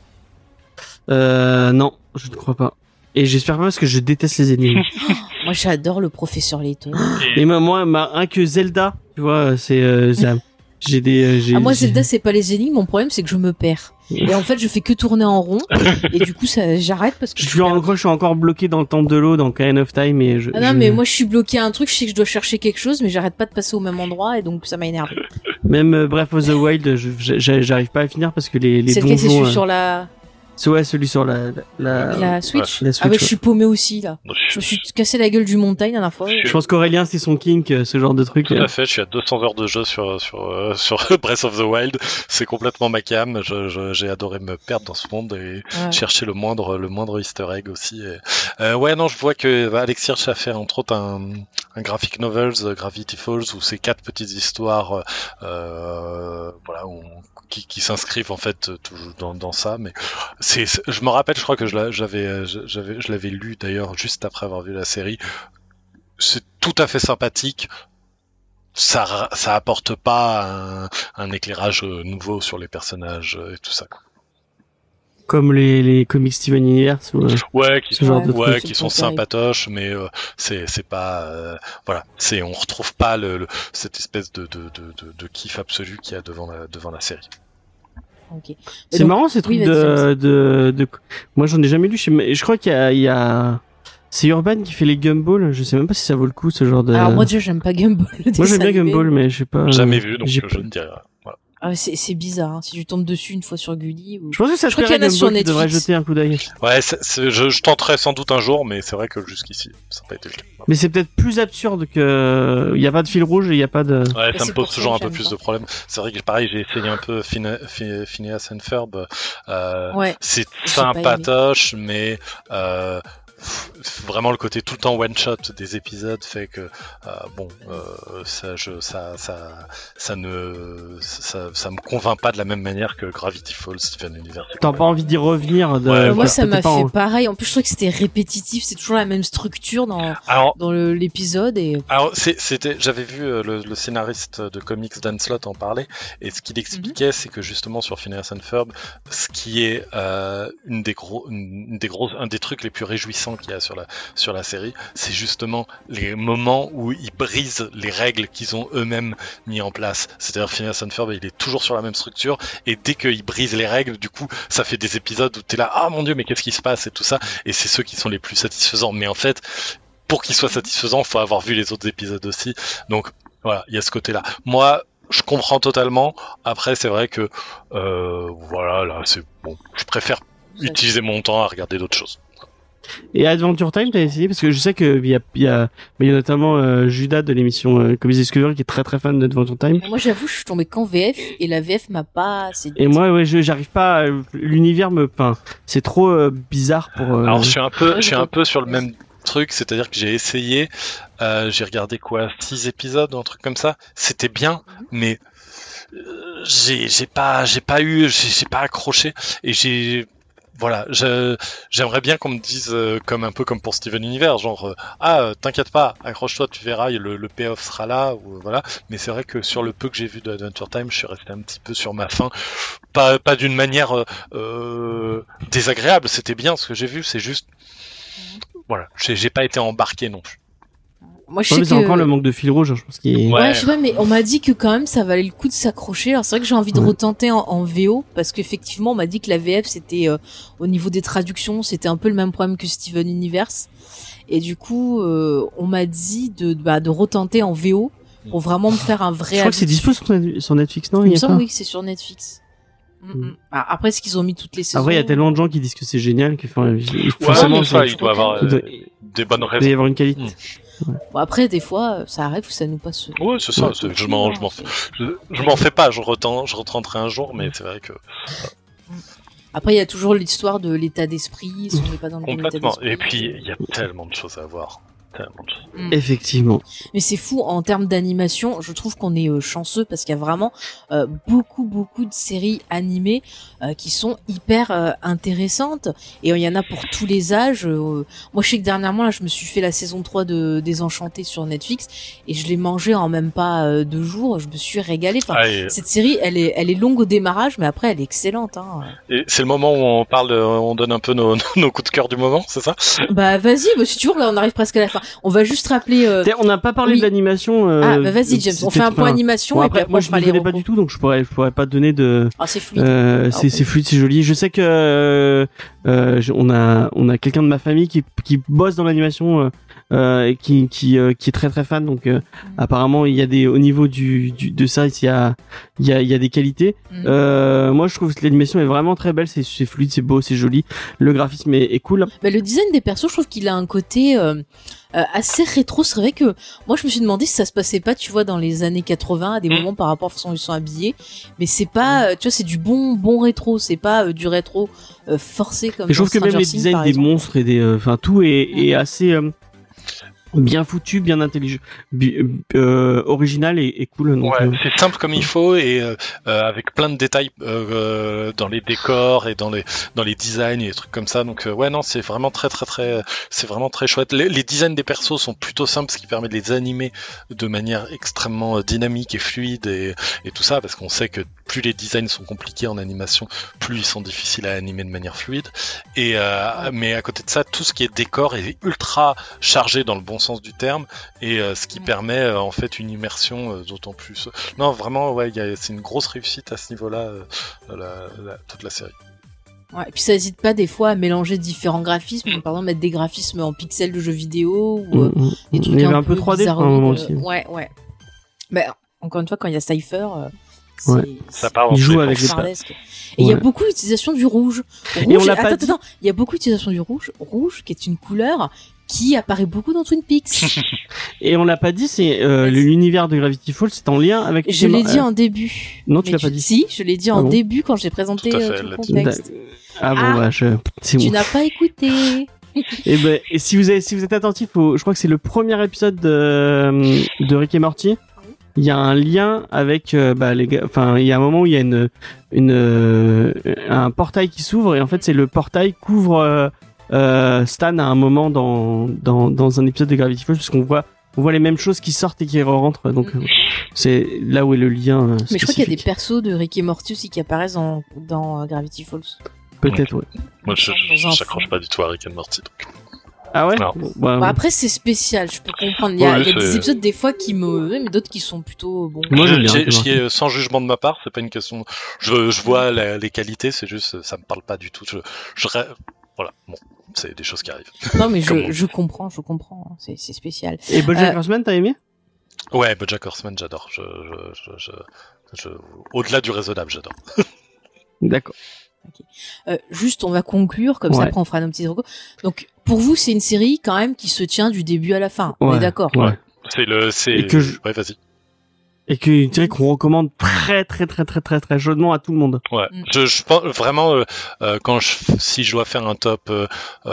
Non, je ne crois pas. Et j'espère pas parce que je déteste les énigmes. Moi, j'adore le professeur Layton. Et moi, un que Zelda, tu vois, c'est ça. J'ai des. Moi, Zelda, c'est pas les énigmes. Mon problème, c'est que je me perds. Et en fait, je fais que tourner en rond. Et du coup, j'arrête parce que Je suis encore bloqué dans le temple de l'eau, dans Ocarina of Time, et Ah non, mais moi, je suis bloqué à un truc. Je sais que je dois chercher quelque chose, mais j'arrête pas de passer au même endroit, et donc ça m'a énervé. Même Breath of the Wild, j'arrive pas à finir parce que les C'est lequel? C'est donjons. celui sur la Ouais, celui sur la Switch. la Ah Switch, ouais, je suis paumé aussi là. Donc, Je me suis cassé la gueule du montagne la dernière fois. Je pense qu'Aurélien, c'est son kink, ce genre de truc. Tout à fait, je suis à 200 heures de jeu sur Breath of the Wild. C'est complètement ma cam. J'ai adoré me perdre dans ce monde et Ouais. chercher le moindre Easter egg aussi. Et, ouais, non, je vois que Alex Hirsch a fait entre autres un graphic novels, Gravity Falls, où c'est 4 petites histoires, voilà, qui s'inscrivent en fait toujours dans ça. Mais je me rappelle, je crois que je l'avais lu d'ailleurs juste après avoir vu la série. C'est tout à fait sympathique. ça apporte pas un éclairage nouveau sur les personnages et tout ça, quoi. Comme les comics Steven Universe ou qui ce genre de trucs. qui sont sympatoches, mais c'est pas voilà, on retrouve pas cette espèce de kiff absolu qu'il y a devant la série. Okay. C'est marrant ces trucs de moi j'en ai jamais lu, je crois qu'il y a c'est Urban qui fait les Gumball, je sais même pas si ça vaut le coup ce genre de. Alors moi déjà j'aime pas Gumball. Moi j'aime bien Gumball, mais je sais pas. Jamais vu, donc je ne dirais rien. Voilà. Ah, c'est bizarre, hein. Si tu tombes dessus une fois sur Gulli ou... Je pense que ça plairait Gumball, tu devrais jeter un coup d'œil. Ouais, je tenterai sans doute un jour, mais c'est vrai que jusqu'ici, ça n'a pas été le cas. Mais c'est peut-être plus absurde que... Il y a pas de fil rouge et il y a pas de... Ouais, ça me pose toujours un peu plus de problèmes. C'est vrai que pareil, j'ai essayé un peu Phineas and Ferb. C'est sympatoche, mais... vraiment le côté tout le temps one shot des épisodes fait que ça me convainc pas de la même manière que Gravity Falls, Steven Universe. T'as pas envie d'y revenir moi ça m'a fait pareil. En plus je trouvais que c'était répétitif, c'est toujours la même structure dans l'épisode et... Alors j'avais vu le scénariste de comics Dan Slott en parler et ce qu'il expliquait c'est que justement sur Phineas and Ferb, ce qui est un des trucs les plus réjouissants qu'il y a sur la série, c'est justement les moments où ils brisent les règles qu'ils ont eux-mêmes mis en place. C'est-à-dire Phineas and Ferb, il est toujours sur la même structure et dès qu'ils brisent les règles, du coup, ça fait des épisodes où t'es là, ah mon dieu, mais qu'est-ce qui se passe et tout ça, et c'est ceux qui sont les plus satisfaisants. Mais en fait, pour qu'ils soient satisfaisants, il faut avoir vu les autres épisodes aussi. Donc voilà, il y a ce côté-là. Moi, je comprends totalement. Après, c'est vrai que voilà, là, c'est bon. Je préfère utiliser mon temps à regarder d'autres choses. Et Adventure Time, t'as essayé? Parce que je sais qu'il y a notamment Judas de l'émission Comics Discovery qui est très très fan d'Adventure Time. Moi j'avoue, je suis tombé qu'en VF et la VF m'a pas séduit. Et moi, ouais, j'arrive pas. L'univers c'est trop bizarre pour. Alors je suis un peu sur le même truc, c'est-à-dire que j'ai essayé, j'ai regardé 6 épisodes ou un truc comme ça. C'était bien, mais j'ai pas accroché et voilà, j'aimerais bien qu'on me dise un peu comme pour Steven Universe, genre t'inquiète pas, accroche-toi, tu verras, le payoff sera là, ou voilà. Mais c'est vrai que sur le peu que j'ai vu de Adventure Time, je suis resté un petit peu sur ma faim, pas d'une manière désagréable. C'était bien ce que j'ai vu, c'est juste voilà, j'ai pas été embarqué non plus. Moi, je sais c'est encore le manque de fil rouge, je pense qu'il est... Ouais, je sais pas, mais on m'a dit que quand même ça valait le coup de s'accrocher. Alors c'est vrai que j'ai envie de retenter en VO, parce qu'effectivement on m'a dit que la VF c'était au niveau des traductions, c'était un peu le même problème que Steven Universe. Et du coup, on m'a dit de retenter en VO pour vraiment me faire un vrai... Je crois que c'est dispo sur Netflix, non? Il me semble oui que c'est sur Netflix. Après, est-ce qu'ils ont mis toutes les saisons? Après, il y a tellement de gens qui disent que c'est génial qu'il faut forcément il doit avoir des bonnes raisons. Il doit y avoir une qualité. Bon, après, des fois, ça arrive ou ça nous passe. Ouais, c'est ça. Je m'en fais pas. Je retenterai un jour, mais c'est vrai que. Après, il y a toujours l'histoire de l'état d'esprit. Si on n'est pas dans le complètement. Et puis, il y a tellement de choses à voir. Effectivement. Mais c'est fou en termes d'animation, je trouve qu'on est chanceux parce qu'il y a vraiment beaucoup de séries animées qui sont hyper intéressantes et il y en a pour tous les âges. Moi je sais que dernièrement là je me suis fait la saison 3 de Désenchanté sur Netflix et je l'ai mangé en même pas 2 jours, je me suis régalé. Enfin, cette série elle est longue au démarrage mais après elle est excellente hein. Et c'est le moment où on donne un peu nos coups de cœur du moment, c'est ça? Bah vas-y, si tu veux là on arrive presque à la fin. On va juste rappeler. On n'a pas parlé de l'animation. Bah vas-y James, on fait un point animation. Bon, et puis après moi je ne connais pas du tout, donc je pourrais pas donner de. Ah c'est fluide. C'est fluide, c'est joli. Je sais que on a quelqu'un de ma famille qui bosse dans l'animation. Et qui est très très fan, donc apparemment il y a au niveau de ça il y a des qualités. Moi je trouve que l'animation est vraiment très belle, c'est fluide, c'est beau, c'est joli, le graphisme est cool. Bah, le design des persos, je trouve qu'il a un côté assez rétro. C'est vrai que moi je me suis demandé si ça se passait pas, tu vois, dans les années 80 à des moments par rapport à la façon dont ils sont habillés, mais c'est pas tu vois, c'est du bon rétro, c'est pas du rétro forcé comme. Et je trouve que même les designs des monstres et des tout est assez bien foutu, bien intelligent, original et cool. Donc, c'est simple comme il faut et avec plein de détails dans les décors et dans les designs et des trucs comme ça. Donc non, c'est vraiment c'est vraiment très chouette. Les designs des persos sont plutôt simples, ce qui permet de les animer de manière extrêmement dynamique et fluide et tout ça, parce qu'on sait que plus les designs sont compliqués en animation, plus ils sont difficiles à animer de manière fluide. Et mais à côté de ça, tout ce qui est décor est ultra chargé dans le bon sens du terme et ce qui permet en fait une immersion d'autant plus. Non, vraiment, c'est une grosse réussite à ce niveau-là, toute la série. Ouais, et puis ça hésite pas des fois à mélanger différents graphismes, par exemple mettre des graphismes en pixels de jeux vidéo ou des trucs il y avait un peu 3D à un moment aussi. Ouais. Mais encore une fois, quand il y a Cypher, ça part. Il joue avec les et il y a beaucoup d'utilisation du rouge. Et on l'a pas dit. Attends, il y a beaucoup d'utilisation du rouge qui est une couleur qui apparaît beaucoup dans Twin Peaks. Et on l'a pas dit, c'est l'univers de Gravity Falls, c'est en lien avec. Je l'ai dit en début. Non, tu l'as pas dit. Si, je l'ai dit en début quand j'ai présenté tout le contexte. Tu n'as pas écouté. Et si vous êtes attentif, je crois que c'est le premier épisode de Rick et Morty. Il y a un lien avec les gars. Enfin, il y a un moment où il y a un portail qui s'ouvre et en fait c'est le portail couvre Stan à un moment dans un épisode de Gravity Falls, parce qu'on voit les mêmes choses qui sortent et qui rentrent. Donc c'est là où est le lien. Mais je crois qu'il y a des persos de Rick et Morty aussi qui apparaissent dans Gravity Falls. Peut-être, ouais. Moi, je n'accroche pas du tout à Rick and Morty. Donc. Ah ouais. Après c'est spécial, je peux comprendre. Il y a des épisodes des fois qui mais d'autres qui sont plutôt bons. Moi j'aime bien. Sans jugement de ma part, c'est pas une question. Je vois les qualités, c'est juste ça me parle pas du tout. Voilà, bon, c'est des choses qui arrivent. Non mais je comprends, c'est spécial. Et BoJack Horseman, t'as aimé? Ouais, BoJack Horseman, j'adore. Au-delà du raisonnable, j'adore. D'accord. Okay. Juste, on va conclure, comme ça après on fera nos petits recos. Donc, pour vous, c'est une série quand même qui se tient du début à la fin. On est d'accord. Ouais. Ouais, vas-y. Et qu'une série qu'on recommande très très très très très très chaudement à tout le monde. Ouais. Je pense vraiment si je dois faire un top, on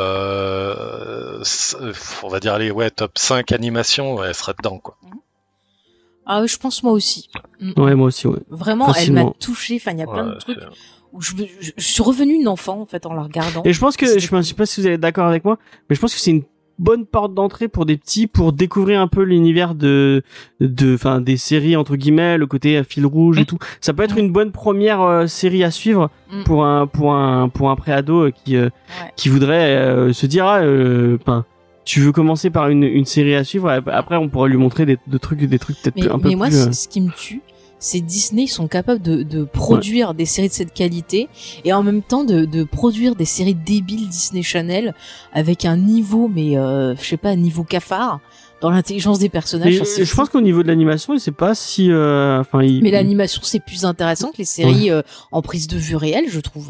va dire top 5 animations, elle serait dedans quoi. Ah oui, je pense moi aussi. Ouais, moi aussi, ouais. Vraiment, facilement. Elle m'a touché. Enfin, il y a plein de trucs où je suis revenue une enfant en fait en la regardant. Et je pense que je sais pas si vous êtes d'accord avec moi, mais je pense que c'est une bonne porte d'entrée pour des petits, pour découvrir un peu l'univers des séries entre guillemets, le côté fil rouge et tout. Ça peut être une bonne première série à suivre pour un préado qui voudrait se dire tu veux commencer par une série à suivre, après on pourrait lui montrer des trucs peut-être un peu plus. Mais moi, ce qui me tue, c'est Disney, ils sont capables de produire des séries de cette qualité et en même temps de produire des séries débiles Disney Channel avec un niveau, je sais pas, niveau cafard dans l'intelligence des personnages. Je pense qu'au niveau de l'animation, c'est pas si. Mais l'animation, c'est plus intéressant que les séries en prise de vue réelle, je trouve.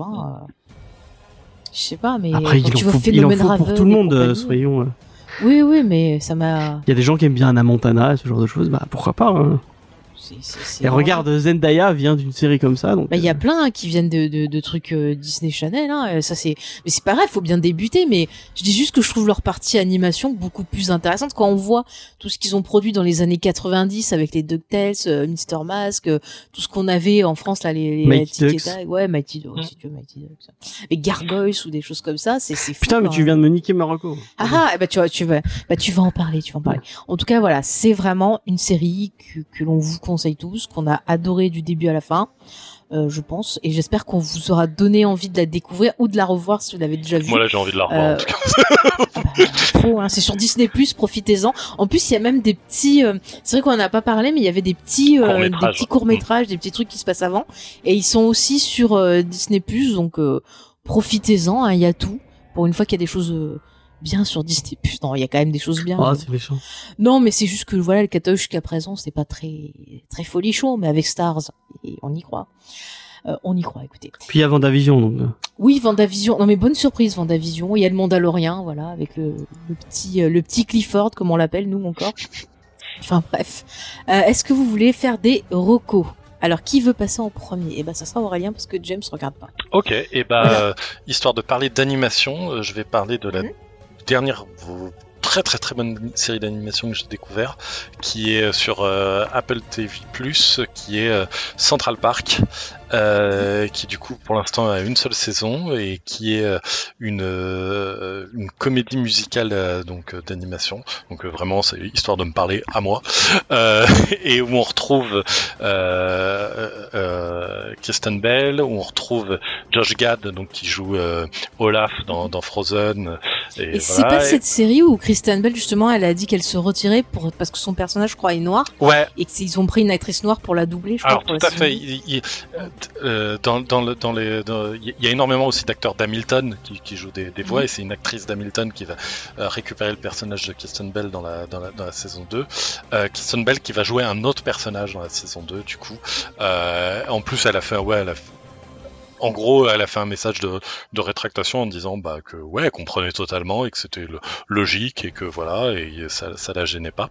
Je sais pas, mais après, il en faut pour tout le monde, soyons. Oui, mais ça m'a. Il y a des gens qui aiment bien Hannah Montana, ce genre de choses. Pourquoi pas. Hein. Et regarde, Zendaya vient d'une série comme ça, donc. Il y a plein qui viennent de trucs Disney Channel, hein. Ça mais c'est pas grave, faut bien débuter. Mais je dis juste que je trouve leur partie animation beaucoup plus intéressante quand on voit tout ce qu'ils ont produit dans les années 90 avec les DuckTales, Mr Mask, tout ce qu'on avait en France là, les Mighty Ducks. Ouais, Mighty Ducks, si tu veux, Mighty Ducks. Les Gargoyles ou des choses comme ça, c'est fou. Putain, mais tu viens de me niquer Marocco. Tu vas en parler. En tout cas, voilà, c'est vraiment une série que l'on vous conseille tous, qu'on a adoré du début à la fin, je pense, et j'espère qu'on vous aura donné envie de la découvrir ou de la revoir si vous l'avez déjà vue. Moi là j'ai envie de la revoir en tout cas. C'est sur Disney+, profitez-en. En plus il y a même des petits, c'est vrai qu'on en a pas parlé, mais il y avait des petits courts-métrages, des petits trucs qui se passent avant, et ils sont aussi sur Disney+, donc profitez-en, il y a tout. Pour une fois qu'il y a des choses bien sur Disney+. Non, il y a quand même des choses bien. Ah, c'est méchant. Non, mais c'est juste que voilà, le catalogue jusqu'à présent, c'est pas très très folichon, mais avec Stars, et on y croit. Écoutez. Puis il y a WandaVision, donc. Oui, WandaVision. Non, mais bonne surprise, WandaVision. Il y a le Mandalorien, voilà, avec le petit Clifford, comme on l'appelle nous encore. Enfin bref. Est-ce que vous voulez faire des recos? Alors, qui veut passer en premier? Ça sera Aurélien parce que James regarde pas. Ok, histoire de parler d'animation, je vais parler de la dernière très très très bonne série d'animation que j'ai découvert, qui est sur Apple TV+, qui est Central Park, qui du coup pour l'instant a une seule saison et qui est une comédie musicale donc d'animation. Donc vraiment c'est histoire de me parler à moi, et où on retrouve Kristen Bell, où on retrouve Josh Gad donc qui joue Olaf dans Frozen. Et voilà. c'est pas cette série où Kristen Bell justement elle a dit qu'elle se retirait parce que son personnage je crois est noir, ouais, et qu'ils ont pris une actrice noire pour la doubler, je crois. alors tout à fait. Il y a énormément aussi d'acteurs d'Hamilton qui jouent des voix, et c'est une actrice d'Hamilton qui va récupérer le personnage de Kristen Bell dans la saison 2. Kristen Bell qui va jouer un autre personnage dans la saison 2 du coup. En plus elle a fait en gros, elle a fait un message de rétractation en disant que elle comprenait totalement et que c'était logique et que voilà, et ça la gênait pas.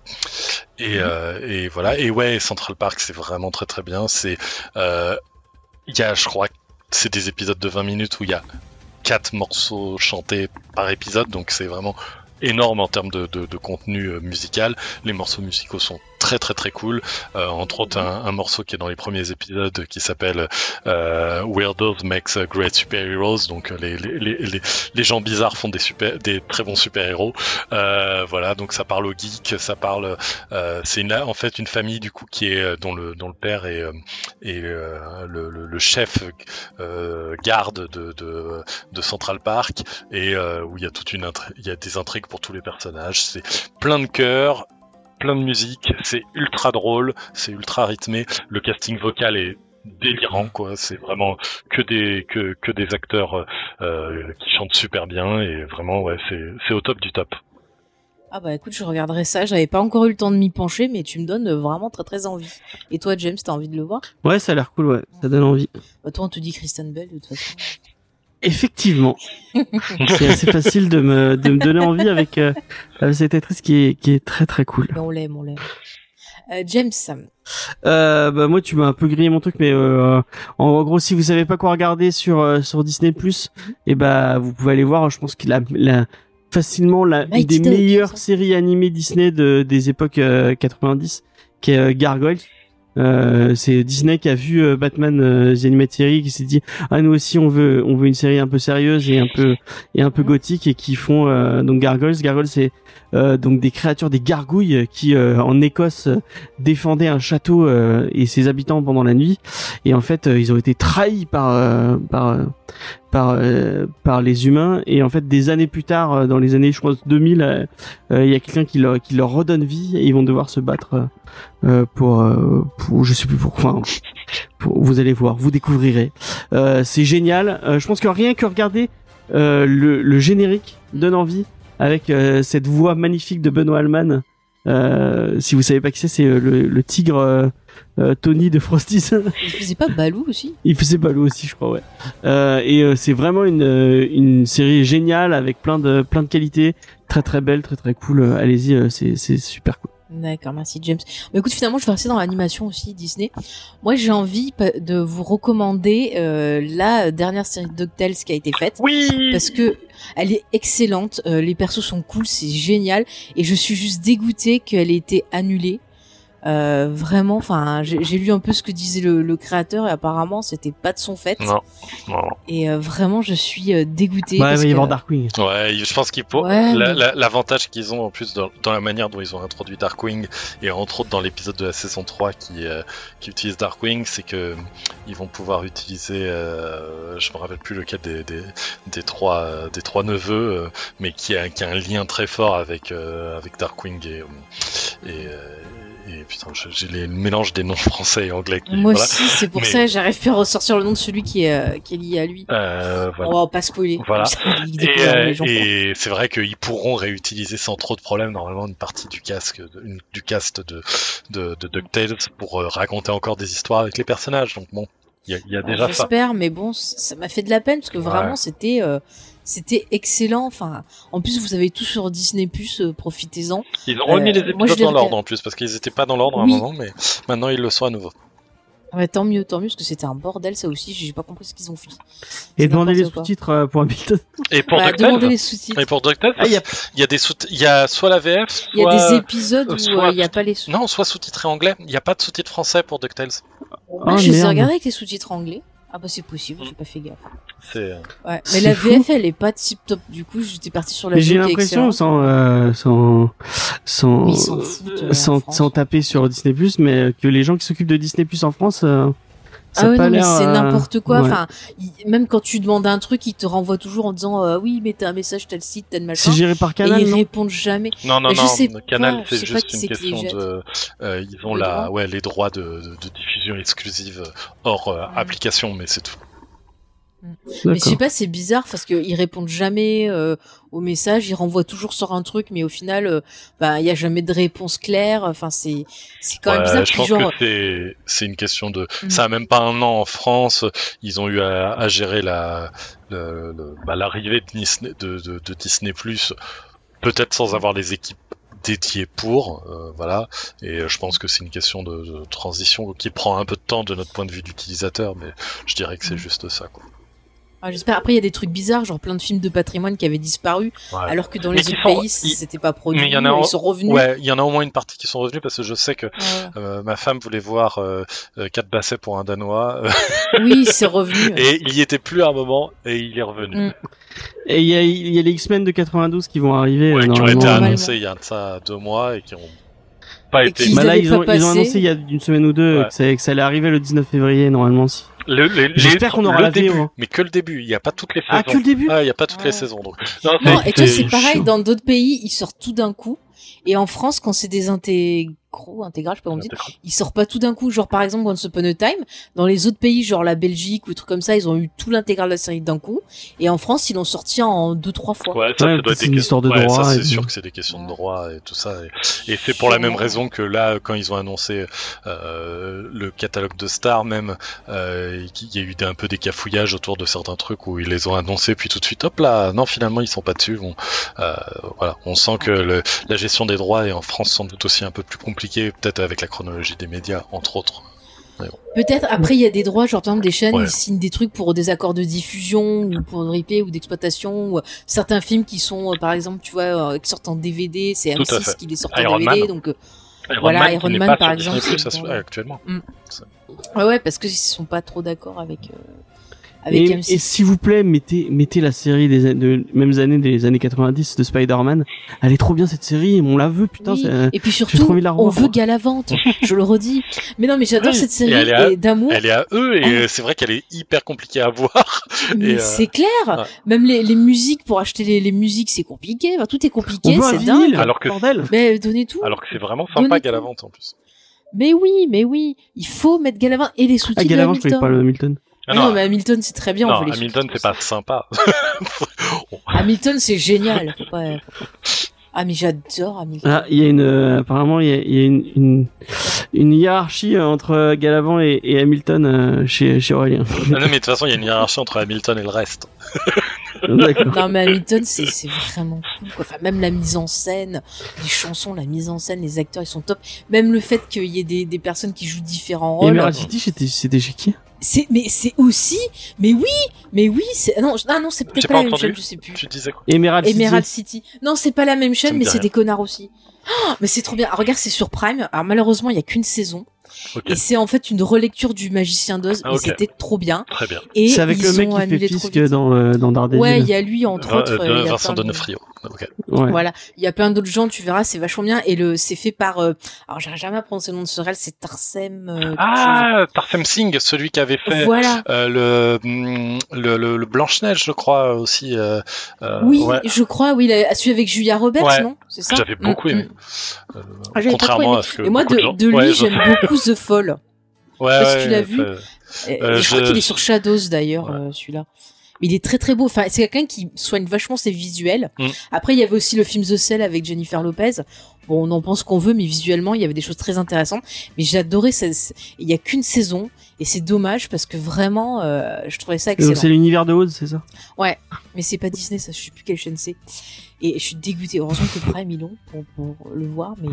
Et voilà, et Central Park c'est vraiment très très bien. C'est il y a, je crois, c'est des épisodes de 20 minutes où il y a 4 morceaux chantés par épisode, donc c'est vraiment énorme en termes de contenu musical. Les morceaux musicaux sont très très très cool, entre autres un morceau qui est dans les premiers épisodes qui s'appelle Weirdos Makes Great Superheroes, donc les gens bizarres font des très bons super-héros. Voilà, donc ça parle aux geeks, ça parle c'est en fait une famille du coup qui est dont le père est le chef garde de Central Park, et où il y a il y a des intrigues pour tous les personnages. C'est plein de cœur, plein de musique, c'est ultra drôle, c'est ultra rythmé, le casting vocal est délirant quoi, c'est vraiment que des acteurs qui chantent super bien, et vraiment c'est au top du top. Ah bah écoute, je regarderai ça, j'avais pas encore eu le temps de m'y pencher, mais tu me donnes vraiment très très envie. Et toi James, t'as envie de le voir? Ouais, ça a l'air cool, ouais, ça donne envie. Bah toi on te dit Kristen Bell de toute façon. Effectivement. C'est assez facile de me donner envie avec cette actrice qui est très très cool. Mais on l'aime. James. Moi tu m'as un peu grillé mon truc, mais en gros si vous savez pas quoi regarder sur Disney+, et vous pouvez aller voir, je pense qu'il a facilement une des meilleures séries animées Disney des époques 90, qui est Gargoyles. C'est Disney qui a vu Batman The Animated Series, qui s'est dit nous aussi on veut une série un peu sérieuse et un peu gothique, et qui font donc Gargoyles. Gargoyles c'est donc des créatures, des gargouilles qui en Écosse défendaient un château et ses habitants pendant la nuit, et en fait ils ont été trahis par les humains, et en fait des années plus tard, dans les années je crois 2000, il y a quelqu'un qui leur redonne vie, et ils vont devoir se battre pour je sais plus pourquoi, vous allez voir, vous découvrirez. C'est génial. Je pense que rien que regarder le générique donne envie, avec cette voix magnifique de Benoît Alman. Si vous savez pas qui c'est le tigre Tony de Frosties. Il faisait pas Balou aussi? Il faisait Balou aussi, je crois, ouais. Et c'est vraiment une série géniale, avec plein de qualités, très très belle, très très cool. Allez-y, c'est super cool. D'accord, merci James. Mais écoute, finalement, je vais rester dans l'animation aussi, Disney. Moi, j'ai envie de vous recommander la dernière série de DuckTales qui a été faite. Oui. Parce que elle est excellente, les persos sont cool, c'est génial, et je suis juste dégoûtée qu'elle ait été annulée. Vraiment, enfin, j'ai lu un peu ce que disait le créateur, et apparemment c'était pas de son fait. Non. Et vraiment, je suis dégoûtée. Ouais, il va y avoir Darkwing. Ouais, je pense qu'il faut. Ouais, l'avantage qu'ils ont en plus dans la manière dont ils ont introduit Darkwing, et entre autres dans l'épisode de la saison 3 qui utilise Darkwing, c'est que ils vont pouvoir utiliser, je me rappelle plus lequel des trois neveux, mais qui a un lien très fort avec Darkwing et putain, j'ai le mélange des noms français et anglais. Moi aussi, c'est pour ça que j'arrive plus à ressortir le nom de celui qui est lié à lui. Voilà. On va pas spoiler. Voilà. Et c'est vrai qu'ils pourront réutiliser sans trop de problèmes normalement une partie du cast de DuckTales pour raconter encore des histoires avec les personnages. Donc bon, il y a déjà ça. J'espère, mais bon, ça m'a fait de la peine parce que vraiment c'était excellent. Enfin, en plus vous avez tout sur Disney+, profitez-en. Ils ont remis les épisodes dans l'ordre en plus, parce qu'ils étaient pas dans l'ordre à un moment, mais maintenant ils le sont à nouveau. Ouais, tant mieux, parce que c'était un bordel, ça aussi, j'ai pas compris ce qu'ils ont fait. Et demander les n'importe quoi. sous-titres pour Hamilton. Et pour Bah, DuckTales, demander les sous-titres. et pour DuckTales, Ah, il y a des il y a soit la VF, soit... Il y a des épisodes où soit- il y a pas les sous-titres. Non, soit sous-titré anglais. Il n'y a pas de sous-titres français pour DuckTales. Ah, je les ai merde. regardés avec les sous-titres anglais. Ah bah c'est possible, j'ai pas fait gaffe. C'est... Ouais, mais C'est la fou. VF elle est pas tip top, du coup j'étais parti sur la Mais j'ai VF qui est l'impression, excellente. sans Mais ils s'en foutent, en France. sans taper sur Disney+, mais que les gens qui s'occupent de Disney+ en France, ça Ah a ouais, pas non, mais l'air. c'est n'importe quoi. ouais. Enfin, même quand tu demandes un truc, ils te renvoient toujours en disant oui, mais t'as un message, tel site, tel machin. C'est géré par Et Canal, ils non répondent jamais. Non, Mais je sais Canal, pas, je c'est sais pas juste qui une c'est qui les question jette. de... ils ont Les droits. les droits de diffusion exclusive hors application, mais c'est tout. Mais je sais D'accord. pas, c'est bizarre parce qu'ils répondent jamais aux messages, ils renvoient toujours sur un truc, mais au final, bah il y a jamais de réponse claire. Enfin, c'est quand même bizarre. Je Puis pense genre, que c'est une question de... Mhm. Ça a même pas un an en France. Ils ont eu à gérer l'arrivée de Disney+, peut-être sans avoir les équipes dédiées pour, voilà. Et je pense que c'est une question de transition qui prend un peu de temps de notre point de vue d'utilisateur, mais je dirais que c'est juste ça, quoi. j'espère. Après, il y a des trucs bizarres, genre plein de films de patrimoine qui avaient disparu, Ouais. alors que dans Mais les qui autres sont- pays, c'était pas produit. Mais il y en a ils sont revenus. Ouais, il y en a au moins une partie qui sont revenus parce que je sais que Ouais. ma femme voulait voir 4 bassets pour un Danois Oui, c'est revenu. et il y était plus à un moment et il est revenu. Mm. Et il y a les X-Men de 92 qui vont arriver Ouais, qui ont normalement. été Normalement. annoncés il y a de ça 2 mois et qui ont pas Et été. qui- Bah là, avaient ils pas ont passé. annoncé il y a une semaine ou deux Ouais. que ça allait arriver le 19 février normalement. Si. J'espère qu'on aura le la début, VO, hein. mais que le début. Il n'y a pas toutes les saisons. Ah, que le début. Ah, il n'y a pas toutes Ouais. les saisons. Donc. Non, Non, Mais et toi, c'est c'est pareil, chiant. dans d'autres pays, ils sortent tout d'un coup. Et en France, quand c'est des intégrales, je sais pas comment on dit, ils sortent pas tout d'un coup. Genre, par exemple, Once Upon a Time, dans les autres pays, genre la Belgique ou des trucs comme ça, ils ont eu tout l'intégral de la série d'un coup. Et en France, ils l'ont sorti en 2-3 fois. Ouais, ça, Ouais, ça doit être c'est une histoire de ouais, droit ça, et c'est tout. sûr que c'est des questions de droit et tout ça. Et c'est pour la même raison que là, quand ils ont annoncé le catalogue de stars, même, il y a eu un peu des cafouillages autour de certains trucs où ils les ont annoncés, puis tout de suite, hop là, non, finalement, ils sont pas dessus. Bon, voilà, on sent que la gestion des droits est en France sans doute aussi un peu plus compliquée, peut-être avec la chronologie des médias, entre autres. Peut-être, après, il y a des droits, genre, par exemple, des chaînes, Ouais. ils signent des trucs pour des accords de diffusion, ou pour de replay, ou d'exploitation, ou certains films qui sont, par exemple, tu vois, qui sortent en DVD, c'est Tout à M6 fait. qui les sort en Iron DVD, Man. donc, Iron Voilà, Man, Iron qui n'est Man, pas par sur exemple, Disney+, c'est bon. actuellement. ouais, parce qu'ils sont pas trop d'accord avec M6. Et s'il vous plaît, mettez la série de mêmes années des années 90 de Spider-Man. Elle est trop bien cette série, on la veut, putain. Oui. c'est- Et puis j'ai surtout, trop envie de la on revoir, veut moi. Galavante, je le redis. Mais non, mais j'adore Oui, cette et série elle est à- et d'amour. Elle est à eux et c'est vrai qu'elle est hyper compliquée à voir. Mais et, c'est clair. ouais. Même les musiques, pour acheter les musiques, c'est compliqué. Enfin, tout est On compliqué, veut un c'est vinyle, dingue. Alors que- bordel. Mais donnez tout. Alors que c'est vraiment Donnez sympa tout. Galavante en plus. Mais oui. Il faut mettre Galavante et les sous-titres Ah, de Galavant, je Hamilton. connais pas le Hamilton. Ah, non, mais Hamilton, c'est très bien. on non, veut les Hamilton sous-titres c'est aussi. pas sympa. Hamilton, c'est génial. Faut pas- Ah, mais j'adore Hamilton. Ah, il y a apparemment, il y a une hiérarchie entre Galavant et Hamilton chez Aurélien. Ah non, mais de toute façon il y a une hiérarchie entre Hamilton et le reste. D'accord. Non, mais Hamilton, c'est vraiment cool, quoi. Enfin, même la mise en scène, les chansons, la mise en scène, les acteurs, ils sont top. Même le fait qu'il y ait des personnes qui jouent différents Et rôles. Emerald City, c'était chez qui? Mais c'est aussi, mais oui, c'est, non, c'est J'ai peut-être pas pas la même entendu. chaîne, je sais plus. Tu disais quoi? Emerald City. Non, c'est pas la même Ça chaîne, me mais dit c'est rien. des connards aussi. Oh, mais c'est trop bien. Ah, regarde, c'est sur Prime. Alors, malheureusement, il y a qu'une saison. Ok, Et c'est en fait une relecture du Magicien d'Oz, Ah, mais ok. c'était trop bien. très bien. Et C'est avec ils le mec ont qui fait annulé trop Fisk vite. dans Daredevil. Ouais, il y a lui, entre autres. il y a Vincent plein de- Donofrio. Ok. Ouais. Voilà, il y a plein d'autres gens, tu verras, c'est vachement bien. Et c'est fait par, alors j'arrive jamais à prononcer le nom de ce réel, c'est Tarsem. Ah, Tarsem Singh, celui qui avait fait Voilà. le Blanche-Neige, je crois aussi. Oui, ouais, je crois, oui, celui avec Julia Roberts, Ouais. non? C'est ça? que j'avais beaucoup aimé. Ah, j'avais pas trop Contrairement aimé. à ce que Et moi, beaucoup de gens. de lui, Ouais, j'aime beaucoup The Fall. Ouais, sais pas si ouais, tu l'as vu. Et je crois qu'il est sur Shadows d'ailleurs, Ouais. celui-là. Mais il est très très beau. Enfin, c'est quelqu'un qui soigne vachement ses visuels. Mm. Après, il y avait aussi le film The Cell avec Jennifer Lopez. Bon, on en pense qu'on veut, mais visuellement, il y avait des choses très intéressantes. Mais j'ai adoré. Il y a qu'une saison, et c'est dommage parce que vraiment, je trouvais ça Et excellent. donc c'est l'univers de Oz, c'est ça? Ouais, mais c'est pas Disney, ça. Je sais plus quelle chaîne c'est. Et je suis dégoûtée. Heureusement que Prime ils l'ont pour le voir, mais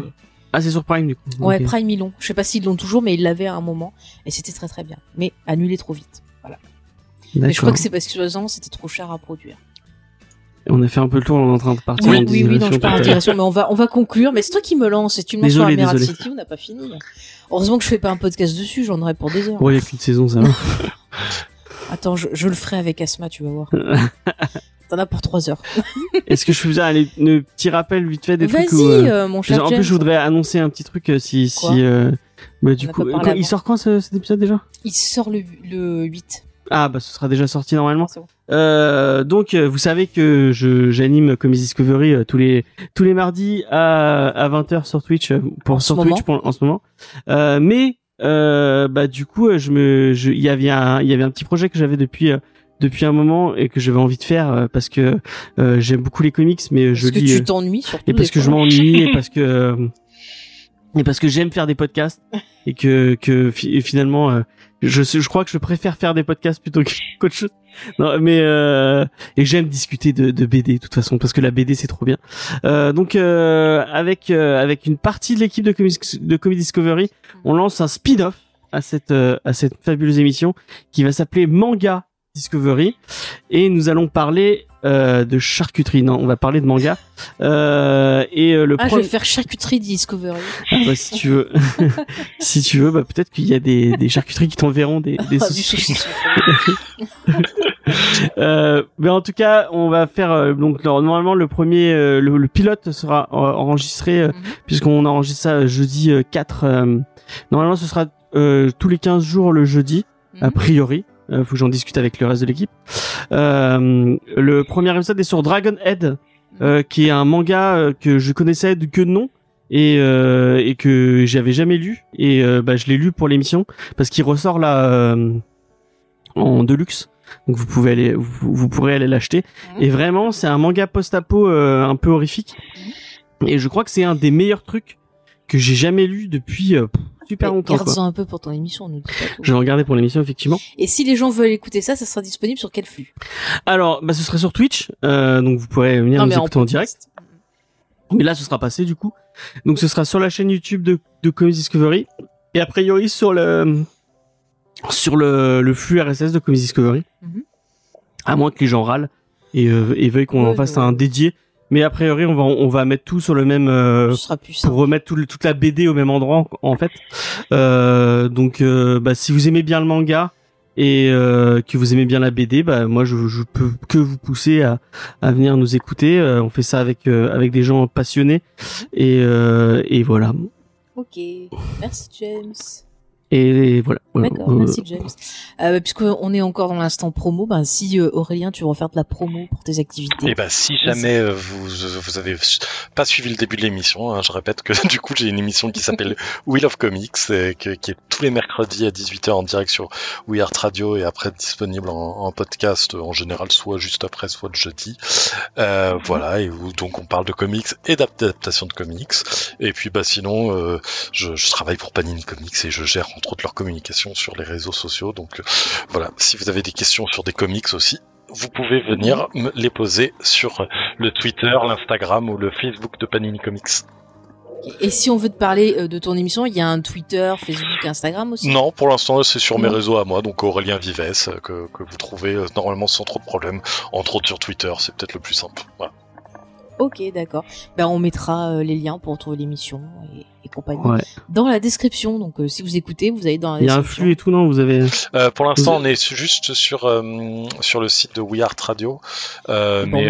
Ah, c'est sur Prime du coup. Ouais, Ok. Prime ils l'ont. Je sais pas s'ils l'ont toujours, mais ils l'avaient à un moment et c'était très très bien. Mais annulé trop vite. Voilà. Mais je crois D'accord. que c'est parce que soi-disant c'était trop cher à produire. On a fait un peu le tour, on est en train de partir. Oui, en oui, non, digression je pars en totale. digression, mais on va conclure. Mais c'est toi qui me lances et tu me lances sur Désolé, Emerald désolé. City, on n'a pas fini. Heureusement que je fais pas un podcast dessus, j'en aurais pour des heures. Bon, il y a qu'une saison, ça va. Attends, je le ferai avec Asma, tu vas voir. T'en as pour 3 heures. Est-ce que je faisais un petit rappel vite fait des trucs Vas-y, où, mon cher en James. plus, je voudrais annoncer un petit truc si Quoi bah, On du a coup, pas parlé il avant. sort quand cet épisode déjà? Il sort le 8. Ah bah ce sera déjà sorti normalement. C'est bon. Donc vous savez que j'anime Comics Discovery tous les mardis à 20h sur Twitch En ce moment. en ce moment. Mais bah du coup il y avait un petit projet que j'avais depuis un moment et que j'avais envie de faire parce que j'aime beaucoup les comics mais je Parce que lis tu t'ennuies surtout. et parce des que je fois. m'ennuie et parce que j'aime faire des podcasts et que finalement je crois que je préfère faire des podcasts plutôt qu'autre chose. Non mais et j'aime discuter de BD de toute façon parce que la BD c'est trop bien. Donc avec une partie de l'équipe de Comics Discovery, on lance un spin-off à cette fabuleuse émission qui va s'appeler Manga Discovery et nous allons parler de charcuterie. Non, on va parler de manga. Le je vais faire charcuterie Discovery. bah, si tu veux, si tu veux, bah peut-être qu'il y a des charcuteries qui t'enverront des Ah, du saucisses. saucisson. Mais en tout cas, on va faire donc normalement le premier le pilote sera enregistré puisqu'on enregistre ça jeudi 4. Normalement, ce sera tous les 15 jours le jeudi a priori. Faut que j'en discute avec le reste de l'équipe. Le premier épisode est sur Dragonhead, qui est un manga que je connaissais que de nom et que j'avais jamais lu et bah je l'ai lu pour l'émission parce qu'il ressort là en deluxe. Donc vous pourrez aller l'acheter. Et vraiment, c'est un manga post-apo un peu horrifique. Et je crois que c'est un des meilleurs trucs que j'ai jamais lu depuis super longtemps. Garde-en un peu pour ton émission, nous dis pas tout. Je vais regarder pour l'émission effectivement. Et si les gens veulent écouter ça sera disponible sur quel flux? Alors, bah ce serait sur Twitch, donc vous pourrez venir nous écouter en direct. Mais là, ce sera passé du coup. Donc ce sera sur la chaîne YouTube de Comics Discovery et a priori sur le flux RSS de Comics Discovery. À moins que les gens râlent et veuillent qu'on en fasse un dédié. Mais a priori, on va mettre tout sur le même Ce sera plus simple. pour remettre toute la BD au même endroit en fait. Donc bah si vous aimez bien le manga et que vous aimez bien la BD, bah moi je peux que vous pousser à venir nous écouter. On fait ça avec des gens passionnés et voilà. Ok, merci James. Et voilà. D'accord, merci James. Puisqu'on est encore dans l'instant promo, si Aurélien, tu veux refaire de la promo pour tes activités. Et si jamais vous avez pas suivi le début de l'émission, hein, je répète que du coup j'ai une émission qui s'appelle Wheel of Comics, qui est tous les mercredis à 18h en direct sur We Art Radio et après disponible en podcast en général soit juste après soit le jeudi. Voilà, et où donc on parle de comics et d'adaptation de comics. Et puis sinon je travaille pour Panini Comics et je gère entre autres leur communication sur les réseaux sociaux. Donc voilà, si vous avez des questions sur des comics aussi, vous pouvez venir me les poser sur le Twitter, l'Instagram ou le Facebook de Panini Comics. Et si on veut te parler de ton émission, il y a un Twitter, Facebook, Instagram aussi? Non, pour l'instant c'est sur mes réseaux à moi, donc Aurélien Vives, que vous trouvez normalement sans trop de problèmes, entre autres sur Twitter, c'est peut-être le plus simple. Voilà. Ok, d'accord. On mettra les liens pour retrouver l'émission et compagnie dans la description. Donc si vous écoutez, vous allez dans la description. Il y a un flux et tout, non? Vous avez pour l'instant, on est juste sur le site de We Art Radio, mais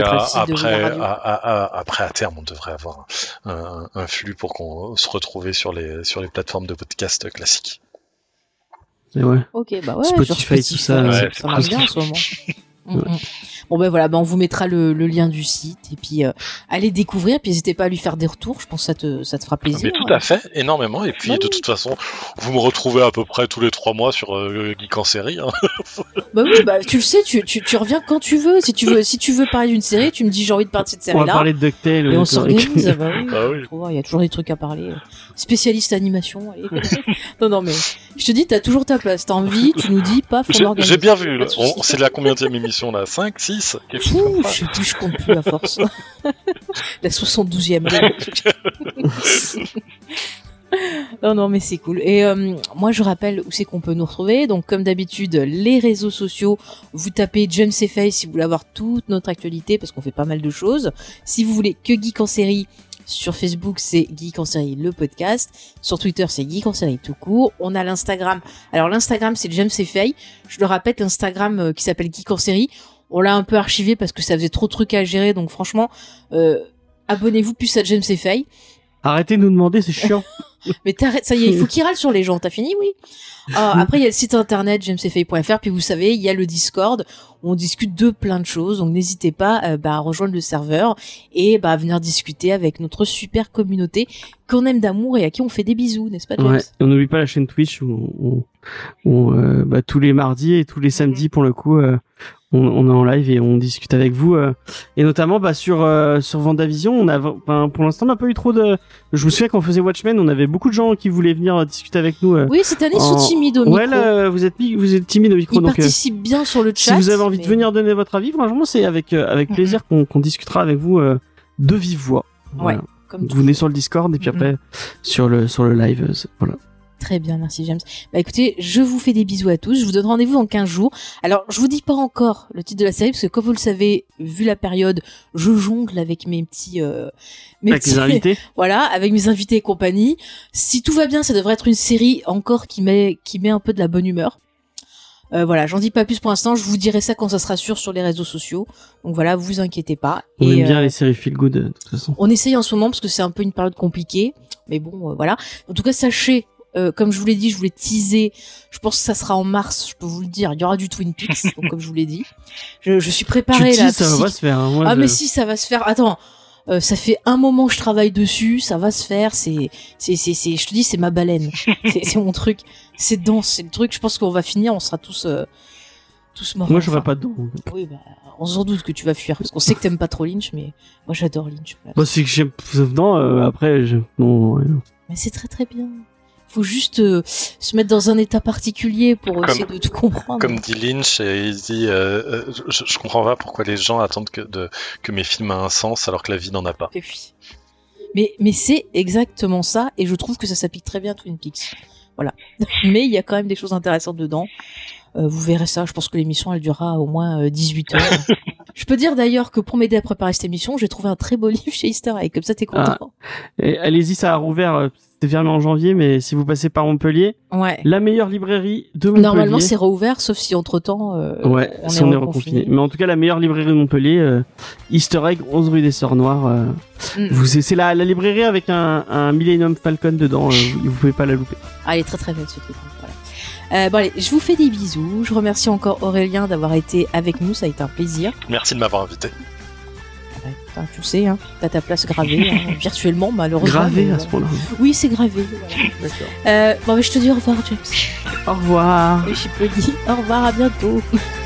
après à terme, on devrait avoir un flux pour qu'on se retrouve sur les plateformes de podcast classiques. Ouais. Ok, Spotify, tout ça, ça marche bien en ce moment. Bon voilà, on vous mettra le lien du site et puis allez découvrir, puis n'hésitez pas à lui faire des retours, je pense que ça te fera plaisir. Mais tout à fait, énormément, et puis de toute façon, vous me retrouvez à peu près tous les 3 mois sur Geek en série. Hein. Tu le sais, tu reviens quand tu veux. Si tu veux parler d'une série, tu me dis j'ai envie de parler de cette série-là. On va parler de DuckTales. Et on s'organise, oui. Il y a toujours des trucs à parler. Spécialiste animation, allez. non mais je te dis, t'as toujours ta place, t'as envie, tu nous dis, paf, on organise. J'ai bien vu, c'est la combienième émission là, 5, 6 quelque chose comme ça. Je sais plus, je compte plus à force. La 72e. Non, mais c'est cool. Et moi, je rappelle où c'est qu'on peut nous retrouver. Donc, comme d'habitude, les réseaux sociaux. Vous tapez James et Faye si vous voulez avoir toute notre actualité, parce qu'on fait pas mal de choses. Si vous voulez que Geek en série, sur Facebook, c'est Geek en série, le podcast. Sur Twitter, c'est Geek en série tout court. On a l'Instagram. Alors, l'Instagram, c'est James et Faye. Je le répète, l'Instagram qui s'appelle Geek en série. On l'a un peu archivé parce que ça faisait trop de trucs à gérer. Donc, franchement, abonnez-vous plus à James et Faye. Arrêtez de nous demander, c'est chiant. Mais t'arrêtes, ça y est, il faut qu'il râle sur les gens. T'as fini, oui. Après, il y a le site internet jamesfay.fr, puis vous savez, il y a le Discord où on discute de plein de choses. Donc n'hésitez pas à rejoindre le serveur et à venir discuter avec notre super communauté qu'on aime d'amour et à qui on fait des bisous, n'est-ce pas, James? Ouais. Et on n'oublie pas la chaîne Twitch où tous les mardis et tous les samedis pour le coup. On est en live et on discute avec vous et notamment sur Vendavision pour l'instant on n'a pas eu trop de. Je me souviens quand on faisait Watchmen, on avait beaucoup de gens qui voulaient venir discuter avec nous. Oui, cette année ils sont timides au micro. Ouais, là, vous êtes timides au micro. Ils participent bien sur le chat. Si vous avez envie de venir donner votre avis, franchement c'est avec plaisir qu'on discutera avec vous de vive voix. Ouais. Voilà. Comme vous venez sur le Discord et puis après sur le live, voilà. Très bien, merci James. Écoutez, je vous fais des bisous à tous. Je vous donne rendez-vous dans 15 jours. Alors, je vous dis pas encore le titre de la série parce que comme vous le savez, vu la période, je jongle avec mes petits les invités. Voilà, avec mes invités et compagnie. Si tout va bien, ça devrait être une série encore qui met un peu de la bonne humeur. Voilà, j'en dis pas plus pour l'instant. Je vous dirai ça quand ça sera sûr sur les réseaux sociaux. Donc voilà, vous inquiétez pas. On aime bien les séries feel good de toute façon. On essaye en ce moment parce que c'est un peu une période compliquée, mais bon, voilà. En tout cas, sachez. Comme je vous l'ai dit, je voulais teaser. Je pense que ça sera en mars. Je peux vous le dire. Il y aura du Twin Peaks. Donc comme je vous l'ai dit, je suis préparée là. Ça va se faire. Hein, mais si, ça va se faire. Attends, ça fait un moment que je travaille dessus. Ça va se faire. Je te dis, c'est ma baleine. c'est mon truc. C'est dense. C'est le truc. Je pense qu'on va finir. On sera tous morts. Moi, je serai pas dedans. Oui, on s'en doute que tu vas fuir parce qu'on sait que t'aimes pas trop Lynch, mais moi j'adore Lynch. Moi, c'est que j'aime dedans. Après, non. Mais c'est très très bien. Faut juste se mettre dans un état particulier pour essayer de tout comprendre. Comme dit Lynch, il dit je comprends pas pourquoi les gens attendent que mes films aient un sens alors que la vie n'en a pas. Et puis. Mais c'est exactement ça, et je trouve que ça s'applique très bien à Twin Peaks. Voilà. Mais il y a quand même des choses intéressantes dedans. Vous verrez ça, je pense que l'émission elle durera au moins 18 heures. Je peux dire d'ailleurs que pour m'aider à préparer cette émission, j'ai trouvé un très beau livre chez Easter Egg, comme ça t'es content. Et allez-y, ça a rouvert, c'était fermé en janvier, mais si vous passez par Montpellier, la meilleure librairie de Montpellier. Normalement c'est rouvert, sauf si entre-temps on est reconfiné. Mais en tout cas, la meilleure librairie de Montpellier, Easter Egg, 11 rue des Sœurs Noires. C'est la librairie avec un Millennium Falcon dedans, vous pouvez pas la louper. Ah, elle est très très belle ce truc, voilà. Bon allez, je vous fais des bisous. Je remercie encore Aurélien d'avoir été avec nous, ça a été un plaisir. Merci de m'avoir invité. Putain, tu sais, hein, t'as ta place gravée, virtuellement malheureusement. Gravée à ce point-là. Oui, c'est gravé. Voilà. D'accord. Mais je te dis au revoir, James. Au revoir. Et je suis Peggy. Au revoir, à bientôt.